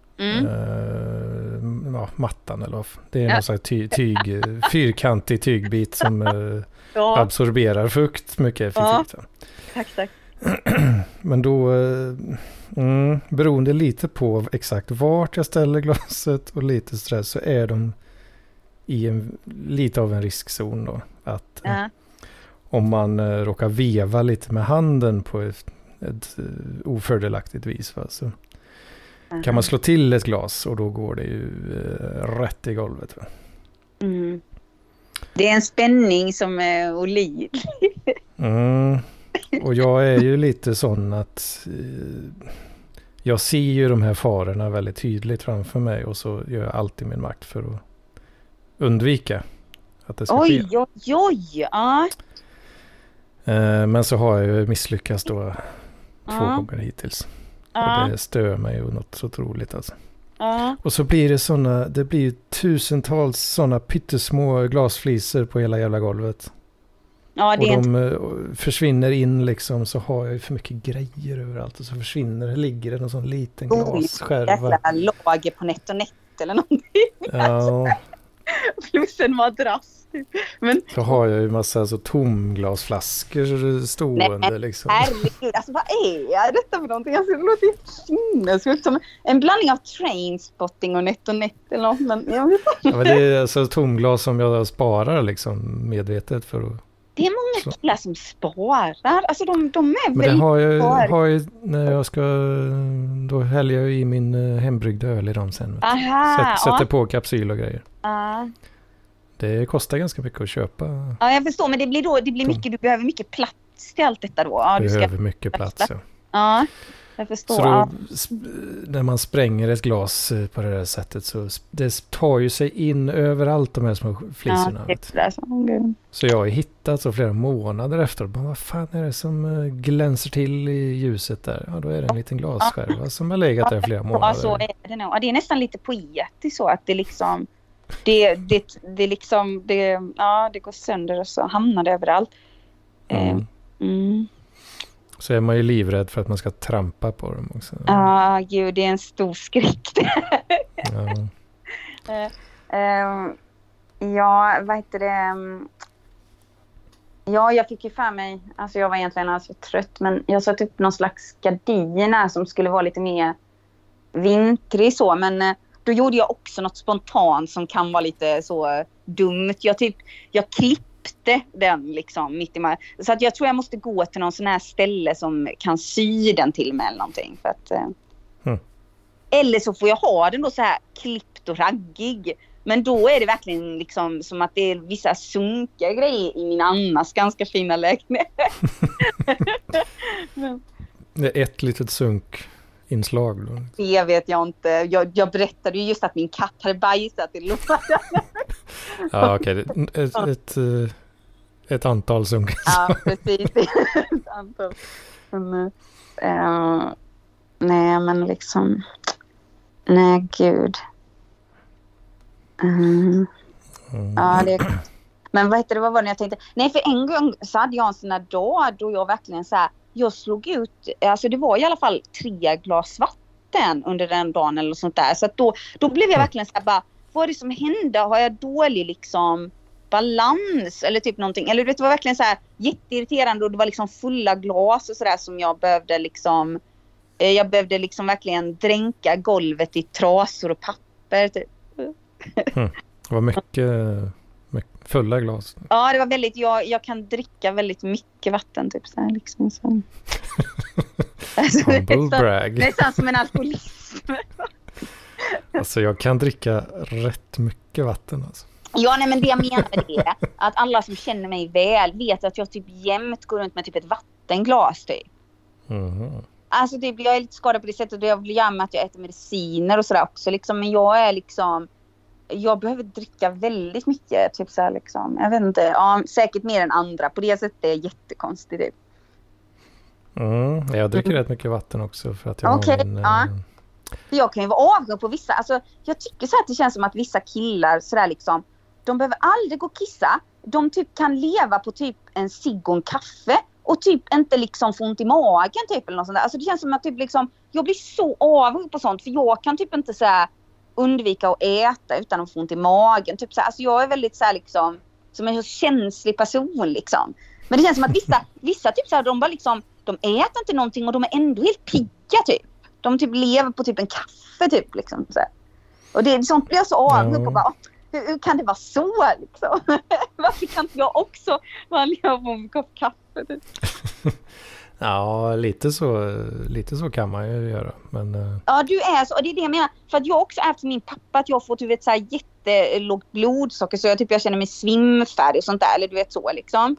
mattan eller vad. Det är någon slags fyrkantig tygbit som absorberar fukt mycket effektivt. Tack. Men då beroende lite på exakt vart jag ställer glaset och lite stress så är de i lite av en riskzon då. Att om man råkar veva lite med handen på ett ofördelaktigt vis så kan man slå till ett glas och då går det ju rätt i golvet. Va? Det är en spänning som är olidlig. Och jag är ju lite sån att jag ser ju de här farorna väldigt tydligt framför mig och så gör jag alltid min makt för att undvika att det ska ske. Oj. Men så har jag ju misslyckats då 2 gånger hittills. Och det stör mig ju något så otroligt alltså. Och så blir det blir tusentals sådana pyttesmå glasfliser på hela jävla golvet. Ja, och de försvinner in liksom, så har jag ju för mycket grejer överallt och så ligger det någon sån liten glasskärva. Jävla lager på NetOnNet eller någonting. Ja. Plus en madrass. Men så har jag ju massa tomglasflaskor stående. Nej, liksom. Herregud, alltså vad är detta för någonting? Alltså, det låter sinnessjukt som en blandning av Trainspotting och NetOnNet eller något. Men jag vet inte. Ja, men det är alltså tomglas som jag sparar liksom medvetet för att Det är många killar som sparar. Alltså de är men väldigt har ju när jag ska, då häller jag i min hembryggda öl i dem sen. Sätter på kapsyl och grejer. Det kostar ganska mycket att köpa. Ja, jag förstår, men det blir mycket, du behöver mycket plats till allt detta då. Ja, du behöver mycket plats, ja. Ja, jag förstår. Så då, när man spränger ett glas på det här sättet så det tar ju sig in överallt de här små flisorna. Ja, så jag har hittat så flera månader efter. Vad fan är det som glänser till i ljuset där? Ja, då är det en liten glasskärva som har legat där flera månader. Ja, så är det nog. Ja, det är nästan lite poetiskt så att det liksom det går sönder och så hamnar det överallt. Så är man ju livrädd för att man ska trampa på dem också. Ja, gud, det är en stor skräck. Vad heter det? Ja, jag fick ju för mig, alltså jag var egentligen trött, men jag satt upp någon slags gardiner som skulle vara lite mer vintrig så, men då gjorde jag också något spontant som kan vara lite så dumt. Jag klippte den liksom mitt i mig. Så att jag tror jag måste gå till någon sån här ställe som kan sy den till mig eller någonting. För att, eller så får jag ha den då så här klippt och raggig. Men då är det verkligen liksom som att det är vissa sunkiga grejer i min annars ganska fina lägenhet. Det är ett litet sunkinslag då. Det vet jag inte. Jag berättade ju just att min katt hade bajsat i lådan. Ja, okej. Ett antal sunkinslag. Ja, precis. Ett antal. Nej, men liksom... Nej, gud. Ja, det... Men vad var det jag tänkte? Nej, för en gång så hade jag en sån här dag då jag verkligen så här... Jag slog ut... Alltså det var i alla fall 3 glas vatten under den dagen eller sånt där. Så att då blev jag verkligen så här bara... Vad är det som hände? Har jag dålig liksom... balans eller typ någonting, eller det var verkligen så här jätteirriterande och det var liksom fulla glas och sådär som jag behövde liksom verkligen dränka golvet i trasor och papper typ. Det var mycket fulla glas. Ja, det var väldigt, jag kan dricka väldigt mycket vatten typ så här liksom så. Alltså, nästan som en alkoholism. Alltså jag kan dricka rätt mycket vatten alltså. Ja, nej, men det jag menar är att alla som känner mig väl vet att jag typ jämt går runt med typ ett vattenglas typ. Alltså typ, jag är lite skadad på det sättet och jag blir med att jag äter mediciner och sådär också liksom, men jag är liksom jag behöver dricka väldigt mycket typ så här liksom, jag vet inte, ja, säkert mer än andra, på det sättet är det jättekonstigt typ. Jag dricker rätt mycket vatten också för att jag har min... Jag kan ju vara avgång på vissa, alltså jag tycker så att det känns som att vissa killar sådär liksom, de behöver aldrig gå och kissa. De typ kan leva på typ en cigg och en kaffe och typ inte liksom få ont i magen typ eller något sånt där. Alltså det känns som att typ liksom, jag blir så avundsjuk på sånt för jag kan typ inte så här undvika att äta utan att få ont i magen typ så här. Alltså jag är väldigt så här liksom som en känslig person liksom. Men det känns som att vissa typ så här, de bara liksom, de äter inte någonting och de är ändå helt pigga typ. De typ lever på typ en kaffe typ liksom så här. Och det sånt blir jag så avundsjuk på bara. Hur kan det vara så liksom? Varför kan inte jag också leva på en kopp kaffe typ? Ja, lite så kan man ju göra. Men, ja, du är så. Och det är det jag menar. För att jag också är efter min pappa att jag får typ ett så här jättelågt blodsocker. Så jag känner mig svimfärdig och sånt där. Eller du vet så liksom.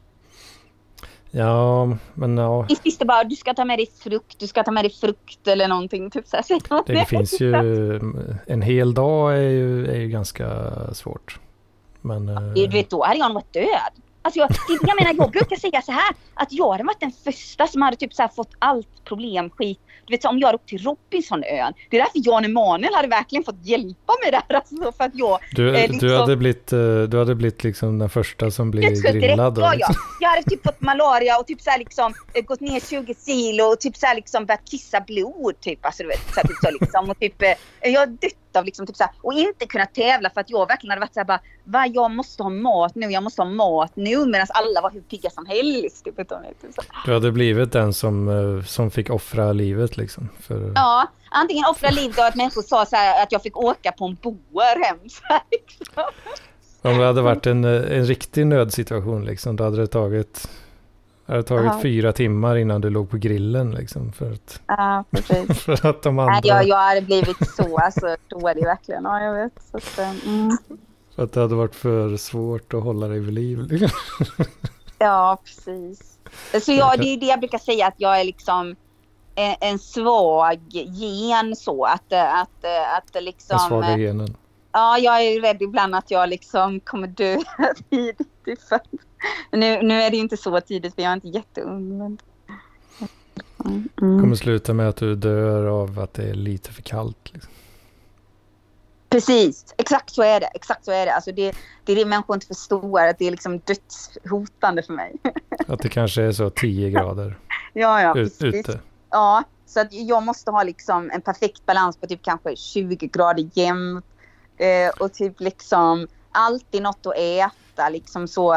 Ja, men ja. Visst det bara, du ska ta med dig frukt eller någonting. Typ så här. Det finns ju, en hel dag är ju ganska svårt. Men, du vet, då hade jag nog varit död. Alltså jag menar, jag brukar säga så här att jag hade varit den första som hade typ så här fått allt problem, skit. Du vet så, om jag hade åkt till Robinsonön. Det är därför Jan Emanuel hade verkligen fått hjälpa mig där. Alltså, för att jag, du hade blivit liksom den första som blev grillad. Jag hade typ fått malaria och typ så här liksom gått ner 20 kilo och typ så här liksom börjat kissa blod typ. Alltså du vet så här, typ så liksom och typ jag dött av liksom typ så här, och inte kunna tävla för att jag verkligen hade varit så här bara, jag måste ha mat nu medan alla var hur pigga som helst typ, så. Du hade blivit den som fick offra livet liksom för... Ja, antingen offra livet och att människor sa så här att jag fick åka på en boer hem så här, liksom. Om det hade varit en riktig nödsituation liksom, då hade det tagit 4 timmar innan du låg på grillen liksom, för att, precis. för att de andra... Nej, jag hade blivit så dålig verkligen. Ja, jag vet. Så att, För att det hade varit för svårt att hålla dig vid liv. Liksom. Ja, precis. Så det är det jag brukar säga, att jag är liksom en svag gen så att liksom... Den svaga genen. Ja, jag är rädd ibland att jag liksom kommer dö tidigt. Nu är det ju inte så tidigt, för jag är inte jätteung. Men... kommer sluta med att du dör av att det är lite för kallt. Liksom. Precis, exakt så är det. Alltså det är det människor inte förstår, att det är liksom dödshotande för mig. Att det kanske är så 10 grader ute. Ja, så att jag måste ha liksom en perfekt balans på typ kanske 20 grader jämnt. Och typ liksom alltid något att äta liksom så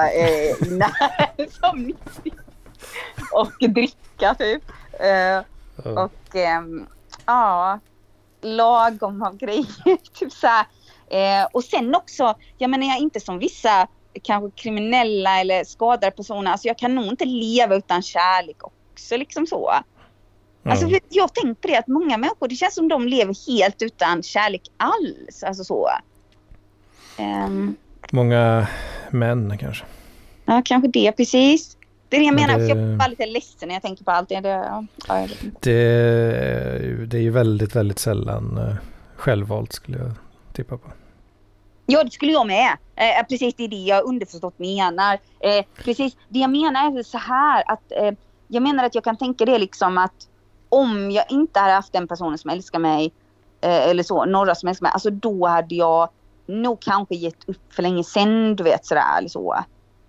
och dricka typ och lagom av grejer typ så här. Och sen också, jag menar, jag är inte som vissa kanske kriminella eller skadade personer, alltså jag kan nog inte leva utan kärlek också liksom så. Alltså för jag tänker på det, att många människor, det känns som de lever helt utan kärlek alls, alltså så. Många män kanske. Ja, kanske det, precis. Det är det jag menar, jag blir lite ledsen när jag tänker på allt det. Det är ju väldigt, väldigt sällan självvalt, skulle jag tippa på. Ja, det skulle jag med. Precis, det är det jag underförstått menar. Precis, det jag menar är så här att jag menar att jag kan tänka det liksom att om jag inte hade haft en person som älskar mig eller så, några som älskar mig, alltså då hade jag nog kanske gett upp för länge sedan, du vet, sådär eller så.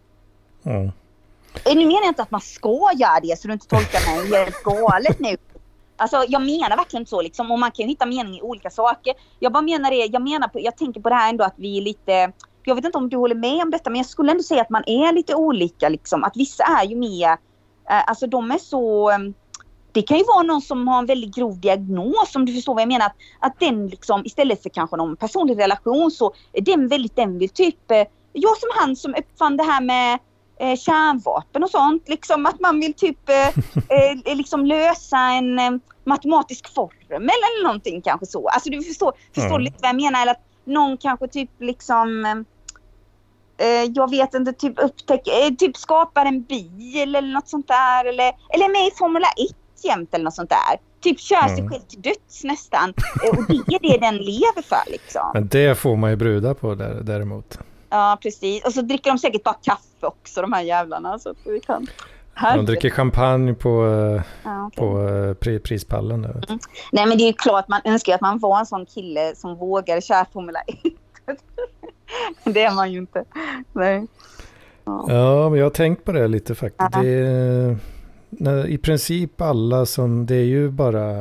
Nu menar jag inte att man ska göra det, så du inte tolkar mig helt galet nu. Alltså jag menar verkligen så liksom, och man kan ju hitta mening i olika saker. Jag bara menar det, jag tänker på det här ändå att vi är lite, jag vet inte om du håller med om detta, men jag skulle ändå säga att man är lite olika liksom, att vissa är ju mer, alltså de är så, det kan ju vara någon som har en väldigt grov diagnos, om du förstår vad jag menar, att den liksom, istället för kanske någon personlig relation, så är den vill typ, jag som han som uppfann det här med kärnvapen och sånt, liksom att man vill typ liksom lösa en matematisk formel eller någonting kanske så. Alltså du förstår lite vad jag menar, eller att någon kanske typ liksom jag vet inte, typ skapar en bil eller något sånt där, eller med i Formula 1 jämt eller något sånt där. Typ kör sig själv till döds nästan. Och det är det den lever för liksom. Men det får man ju brudar på däremot. Ja, precis. Och så dricker de säkert bara kaffe också, de här jävlarna. Så att vi kan... De dricker champagne på prispallen. Där, vet. Nej, men det är ju klart, man önskar att man var en sån kille som vågade köra Formula 1. Det är man ju inte. Nej. Ja, men jag har tänkt på det lite faktiskt. I princip alla som, det är ju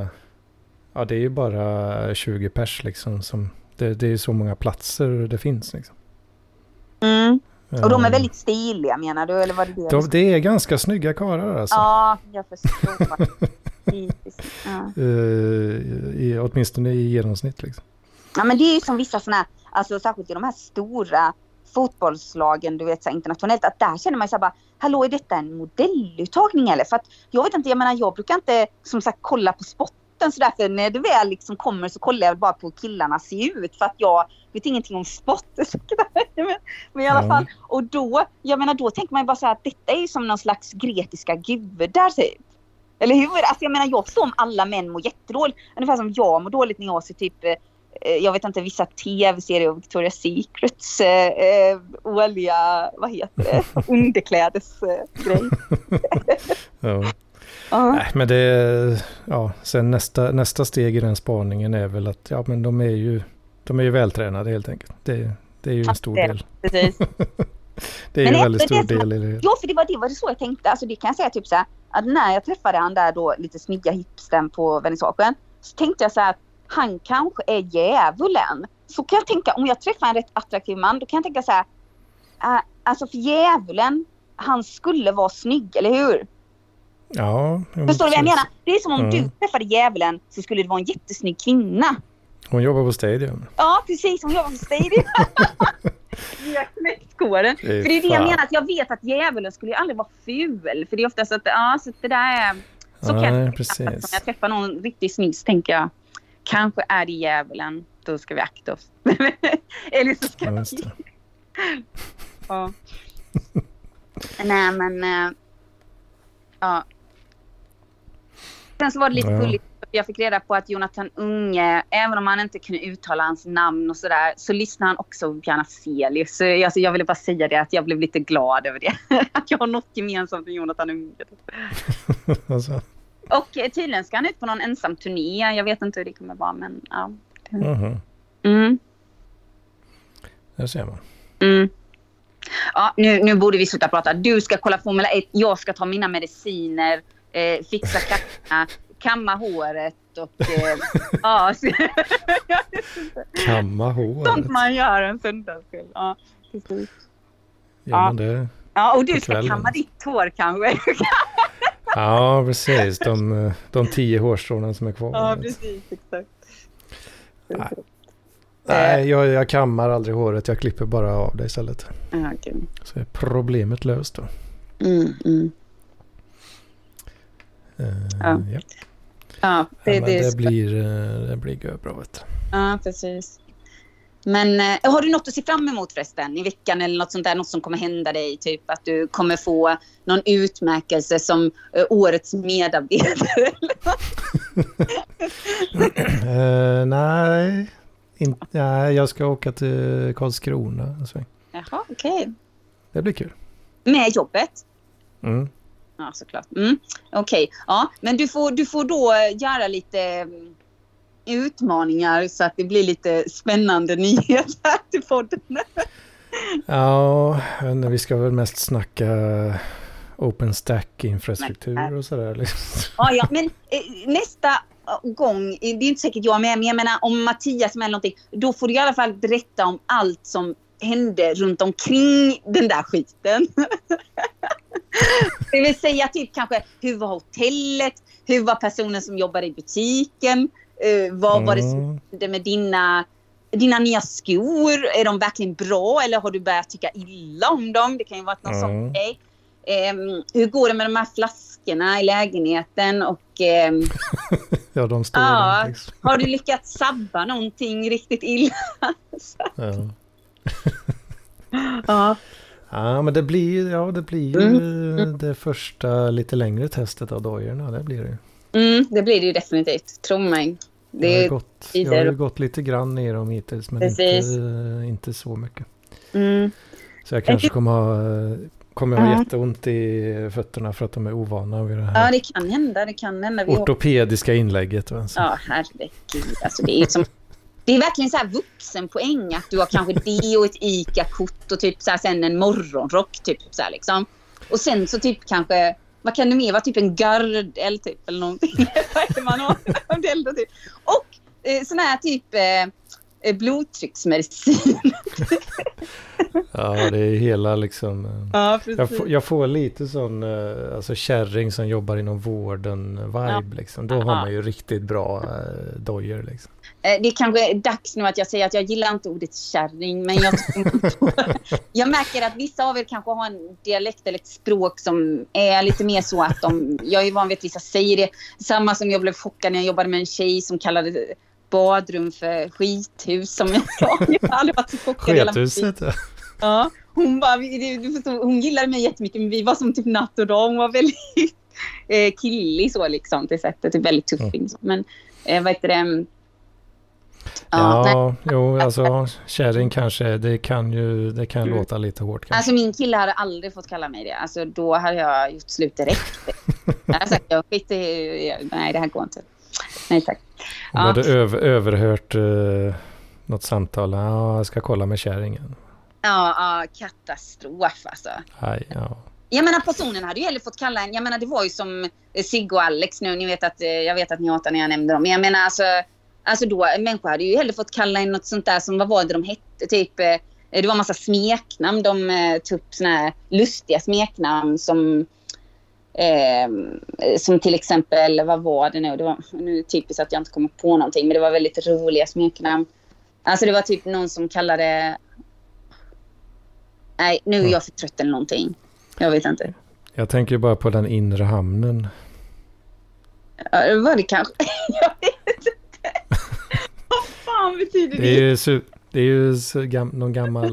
bara 20 pers liksom, som det är så många platser det finns liksom. Och de är väldigt stiliga, menar du, eller vad det? Det är ganska snygga karlar alltså. Ja, jag förstår. Åtminstone i genomsnitt liksom. Ja, men det är ju som vissa såna här, alltså särskilt i de här stora fotbollslagen, du vet, så internationellt, att där känner man ju så här bara, hallå, är detta en modelluttagning eller? För att jag vet inte, jag menar, jag brukar inte som sagt kolla på spotten så därför när det väl liksom kommer så kollar jag bara på hur killarna ser ut, för att jag vet ingenting om sport. Men i alla fall, och då, jag menar, då tänker man ju bara så här att detta är ju som någon slags grekiska gudar typ. Eller hur? Alltså jag menar, jag förstår om alla män mår jättedåligt, ungefär som jag mår dåligt när jag ser typ, jag vet inte, vissa tv-serier och Victoria's Secrets årliga, vad heter det, underklädesgrej. Nej, men det, sen nästa steg i den spaningen är väl att men de är ju vältränade helt enkelt. Det är ju en stor del. Precis. Det är ju en väldigt stor del i det. Ja, för det var så jag tänkte. Alltså det kan jag säga typ så här, att när jag träffade han där då lite snygga hipsten på vernissagen, så tänkte jag så här att han kanske är djävulen. Så kan jag tänka, om jag träffar en rätt attraktiv man, då kan jag tänka så här, alltså för djävulen, han skulle vara snygg, eller hur? Ja. Förstår du vad jag menar? Det är som om du träffade djävulen, så skulle det vara en jättesnygg kvinna. Hon jobbar på Stadium. Ja, precis. Hon jobbar på Stadium. förstår det. För det är det jag menar, att jag vet att djävulen skulle ju aldrig vara ful. För det är oftast att, så det där är... Så kan jag, precis. Om jag träffar någon riktigt snygg så tänker jag, kanske är det djävulen, då ska vi akta oss. Eller så ska vi... Ja. Nej, men... ja. Sen så var det lite gulligt. Jag fick reda på att Jonathan Unge, även om han inte kunde uttala hans namn och sådär, så lyssnar han också på Björn Afzelius. Så jag ville bara säga det, att jag blev lite glad över det. Att jag har något gemensamt med Jonathan Unge. Alltså. Och tydligen ska han ut på någon ensam turné. Jag vet inte hur det kommer vara, men ja. Där ser man. Ja, nu borde vi sluta prata. Du ska kolla Formel 1, jag ska ta mina mediciner, fixa katterna, kamma håret och ja. Kamma håret. Sånt man gör en söndagskväll. Ja, precis. Ja, men det... Ja, och du ska kamma ditt hår kanske. Ja, precis. De 10 hårstråna som är kvar. Ja, precis. Exakt. Nej, jag kammar aldrig håret. Jag klipper bara av det istället. Okay. Så är problemet löst då. Ja. Ja, det blir bra. Ja, precis. Men har du något att se fram emot förresten i veckan eller något sånt där, något som kommer hända dig, typ att du kommer få någon utmärkelse som årets medarbetare? Nej, jag ska åka till Karlskrona. Jaha, okej. Det blir kul. Med jobbet? Ja, såklart. Okej. Ja, men du får då göra lite utmaningar så att det blir lite spännande nyheter till podden. Ja, men vi ska väl mest snacka OpenStack-infrastruktur och sådär. Liksom. Ja, men nästa gång, det är inte säkert jag med, men jag menar om Mattias med någonting, då får du i alla fall berätta om allt som hände runt omkring den där skiten. Det vill säga typ kanske, hur var hotellet, hur var personen som jobbade i butiken, vad var det som hände med dina nya skor, är de verkligen bra eller har du börjat tycka illa om dem? Det kan ju vara något sånt. Hur går det med de här flaskorna i lägenheten och ja, de står där, liksom. Har du lyckats sabba någonting riktigt illa? Ja, men det blir ju det första lite längre testet av dojorna, det blir det ju. Det blir det ju definitivt, tror mig. Jag har ju gått lite grann i dem hittills, men inte så mycket. Så jag kanske kommer ha jätteont i fötterna för att de är ovana vid det här. Ja, det kan hända. Ortopediska inlägget. Ja, herregud. Alltså, det är verkligen så här vuxenpoäng att du har kanske det och ett ICA-kort och typ så här, sen en morgonrock typ så här, liksom. Och sen så typ kanske, vad kan det mer vara, typ en gardel typ eller någonting. Man har typ. Och sån här typ blodtrycksmedicin. Ja, det är hela liksom. Ja, jag får lite sån alltså kärring som jobbar inom vården vibe liksom. Då har man ju riktigt bra dojor liksom. Det kanske är dags nu att jag säger att jag gillar inte ordet kärring, men jag märker att vissa av er kanske har en dialekt eller ett språk som är lite mer så att jag är van vid att vissa säger det. Samma som jag blev chockad när jag jobbade med en tjej som kallade badrum för skithus, som jag aldrig varit så chockad. Skithuset, ja. Hon bara, du förstår, hon gillade mig jättemycket, men vi var som typ natt och dag. Hon var väldigt killig så liksom till sättet, typ väldigt tuffing. Men vad heter det? Alltså kärring kanske, det kan låta lite hårt kanske. Alltså min kille hade aldrig fått kalla mig det. Alltså då hade jag gjort slut direkt. Alltså, nej, det här går inte. Nej tack. Om du hade överhört något samtal, jag ska kolla med kärringen. Ja, katastrof alltså. Aj, ja. Jag menar, personen hade ju heller fått kalla en, jag menar det var ju som Sigge och Alex nu, jag vet att ni hatar när jag nämnde dem, men jag menar alltså då, människor hade ju heller fått kalla in något sånt där som, vad var det de hette, typ, det var en massa smeknamn, de tog upp såna här lustiga smeknamn som till exempel, vad var det nu? Det var nu typiskt att jag inte kommer på någonting, men det var väldigt roliga smeknamn. Alltså det var typ någon som kallade, Nej, nu är jag för trött eller någonting. Jag vet inte. Jag tänker bara på den inre hamnen. Var det kanske? Jag vet inte. Vad fan betyder det? Det är ju någon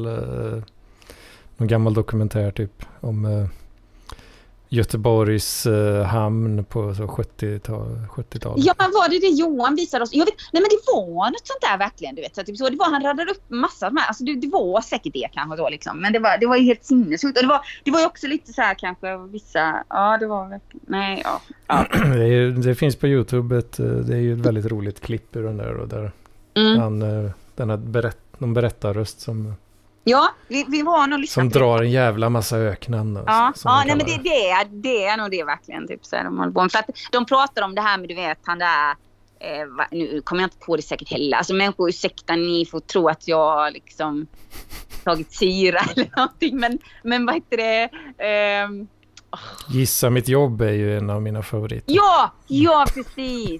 gammal dokumentär typ om Göteborgs hamn på så 70-talet. Ja, var det Johan visade oss? Jag vet, nej, men det var något sånt där verkligen, du vet. Så typ så, det var, han radade upp massa med, alltså det var säkert det kanske då liksom. Men det var ju helt sinnessjukt. Och det var ju också lite så här kanske vissa, ja det var verkligen, nej ja. Det finns på YouTube det är ju ett väldigt roligt klipp ur den där och där den här någon berättarröst som ja, vi var nog som drar en jävla massa öknamn. Ja, nej, men det är nog det verkligen typ så här, för att de pratar om det här med, du vet, han där nu kommer jag inte på det säkert heller. Alltså människor, ursäkta, ni får tro att jag har liksom tagit syra eller någonting, men vad heter det? Gissa mitt jobb är ju en av mina favoriter. Ja, precis.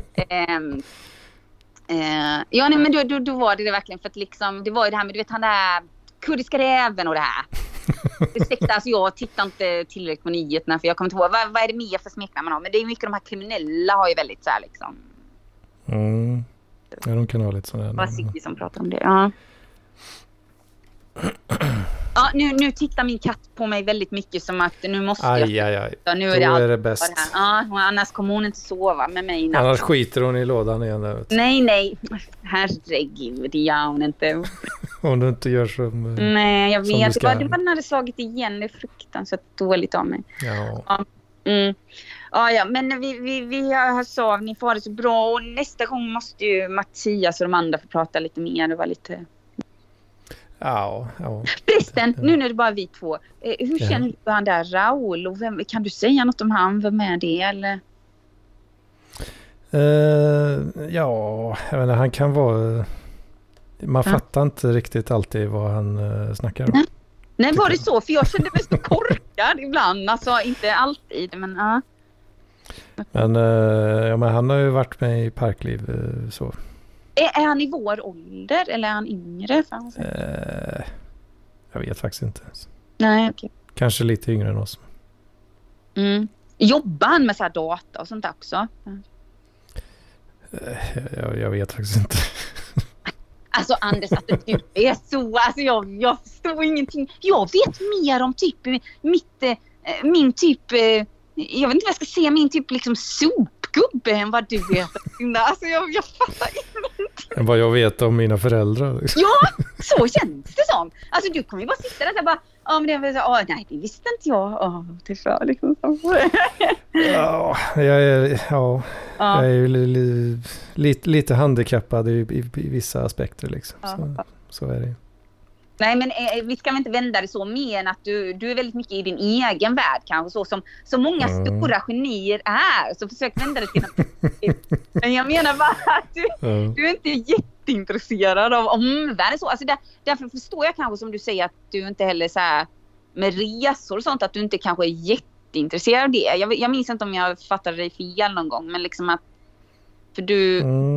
Ja, nej, men då var det verkligen för att liksom, det var ju det här med, du vet, han där kurdiska räven och det här. Ursäkta, alltså jag tittar inte tillräckligt på nyheterna för jag kommer inte ihåg, vad är det mer för smeknamn man har? Men det är mycket de här kriminella har ju väldigt så här liksom. Ja, de kan ha lite sådär. Vad Sigge som pratar om det, ja. Ja, nu tittar min katt på mig väldigt mycket som att nu måste jag. Ja, nu är det bäst. Ja, annars kommer hon inte sova med mig natt. Annars skiter hon i lådan igen där. Nej. Herregud, det gör hon inte. Om du inte gör som nej, jag vet. Det var den hade slagit igen. Det är fruktansvärt dåligt av mig. Ja. Ja, men vi har så, ni får ha det så bra. Och nästa gång måste ju Mattias och de andra få prata lite mer. Det var lite... Ja. Förresten, nu när det bara vi två. Hur känner du han där Raul? Och kan du säga något om han? Vem är det eller? Ja, jag menar, han kan vara... Man fattar inte riktigt alltid vad han snackar om. Nej, var det så? För jag kände mig så korkad ibland. Alltså, inte alltid, men ja. Men han har ju varit med i Parkliv så. Är han i vår ålder eller är han yngre? Jag vet faktiskt inte. Nej, okej. Kanske lite yngre än oss. Jobbar han med så här data och sånt där också? Jag vet faktiskt inte. Alltså Anders, att du är så... Alltså jag förstår ingenting. Jag vet mer om typ min typ... Jag vet inte vad jag ska säga. Min typ liksom sopgubbe än vad du vet. Alltså jag fattar ingenting. Än vad jag vet om mina föräldrar. Liksom. Ja, så känns det som. Alltså du kommer ju bara sitta där och bara... men det är så, nej, det visste inte jag. Det för liksom så. Jag är ju lite handikappad i vissa aspekter liksom. Så är det. Nej, men vi ska väl inte vända det så mer än att du är väldigt mycket i din egen värld kanske, så många stora genier är. Så försök vända det till något. Men jag menar bara att du är inte jätteintresserad av omvärlden så. Alltså därför förstår jag kanske som du säger att du inte heller så här med resor och sånt, att du inte kanske är jätteintresserad av det. Jag minns inte om jag fattade dig fel någon gång, men liksom att för du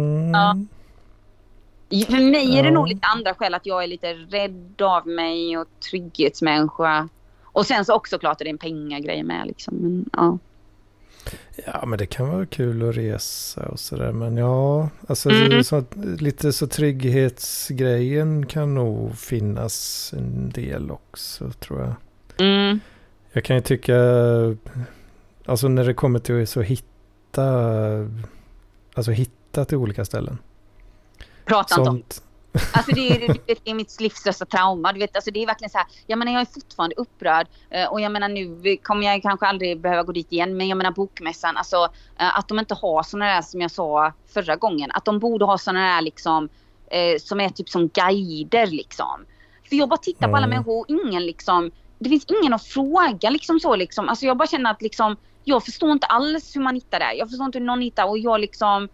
för mig är det nog lite andra skäl, att jag är lite rädd av mig och trygghetsmänniska. Och sen så också klart är det en pengagrej med liksom. Men, ja, men det kan vara kul att resa och sådär. Men alltså lite så trygghetsgrejen kan nog finnas en del också, tror jag. Jag kan ju tycka, alltså när det kommer till så hitta till olika ställen. Prata inte om. Alltså det är mitt livslösa trauma. Du vet, alltså det är verkligen så här. Jag menar, jag är fortfarande upprörd. Och jag menar, nu kommer jag kanske aldrig behöva gå dit igen. Men jag menar, bokmässan. Alltså att de inte har såna där som jag sa förra gången. Att de borde ha såna där liksom. Som är typ som guider liksom. För jag bara tittar på alla människor och ingen liksom. Det finns ingen att fråga liksom så liksom. Alltså jag bara känner att liksom. Jag förstår inte alls hur man hittar det. Jag förstår inte hur någon hittar. Och jag liksom.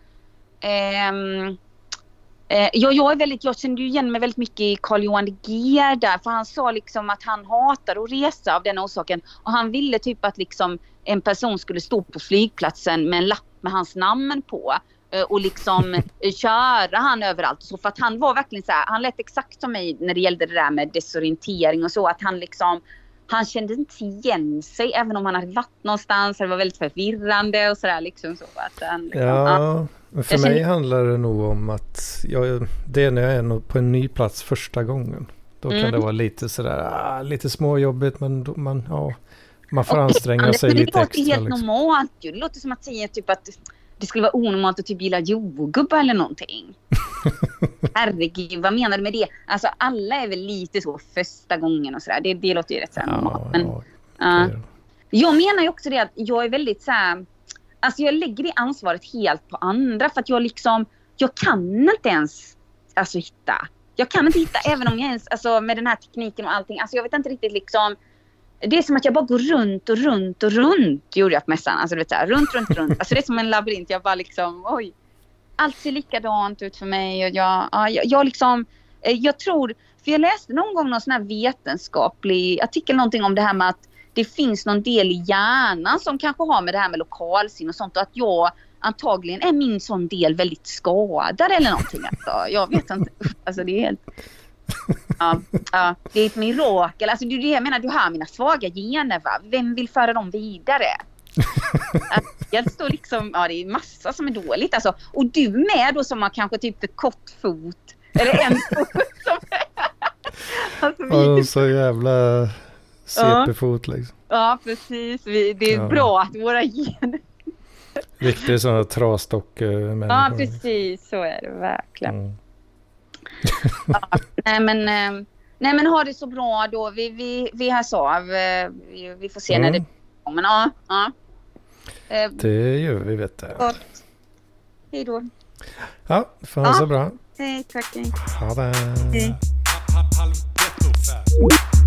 Jag kände ju igen mig väldigt mycket i Carl-Johan de Geer där, för han sa liksom att han hatade att resa av den orsaken, och han ville typ att liksom en person skulle stå på flygplatsen med en lapp med hans namn på, och liksom köra han överallt. Så för att han var verkligen så här, han lät exakt som mig när det gällde det där med desorientering och så, att han liksom, han kände inte igen sig även om han hade varit någonstans. Det var väldigt förvirrande och sådär liksom så. Att han, liksom, ja, men för mig handlar det nog om att det är när jag är på en ny plats första gången. Då kan det vara lite sådär, lite småjobbigt, men då, man får anstränga sig lite extra. Det låter helt normalt. Det låter som att säga typ att det skulle vara onormalt att typ gilla jordgubbar eller någonting. Herregud, vad menar du med det? Alltså alla är väl lite så första gången och sådär. Det låter ju rätt så normalt. Men, jag menar ju också det att jag är väldigt så här, alltså jag lägger det ansvaret helt på andra, för att jag kan inte ens hitta. Jag kan inte hitta, även om jag ens, alltså med den här tekniken och allting, alltså jag vet inte riktigt liksom, det är som att jag bara går runt och runt och runt, gjorde jag på mässan, alltså du vet så här, runt, alltså det är som en labyrint, jag bara liksom, oj, allt ser likadant ut för mig, och jag liksom, jag tror, för jag läste någon gång någon sån här vetenskaplig artikel, någonting om det här med att det finns någon del i hjärnan som kanske har med det här med lokalsinne och sånt, och att jag antagligen är min sån del väldigt skadad eller någonting. Alltså. Jag vet inte. Alltså det är helt... Ja, det är ett mirakel. Alltså det är det jag menar, du har mina svaga gener, va? Vem vill föra dem vidare? Jag står liksom, det är massa som är dåligt. Alltså. Och du med då som har kanske typ för kort fot. Eller en fot som alltså, så jävla CP-fot liksom. Ja, precis. Det är bra att våra gener... Riktigt sådana trasdock-människor. Ja, precis. Så är det verkligen. Nej, men ha det så bra då. Vi hörs av. Vi får se när det kommer. Men det gör vi, vet det. Gott. Hej då. Ja, det får ha så bra. Hej, tack. Ha det. Hej.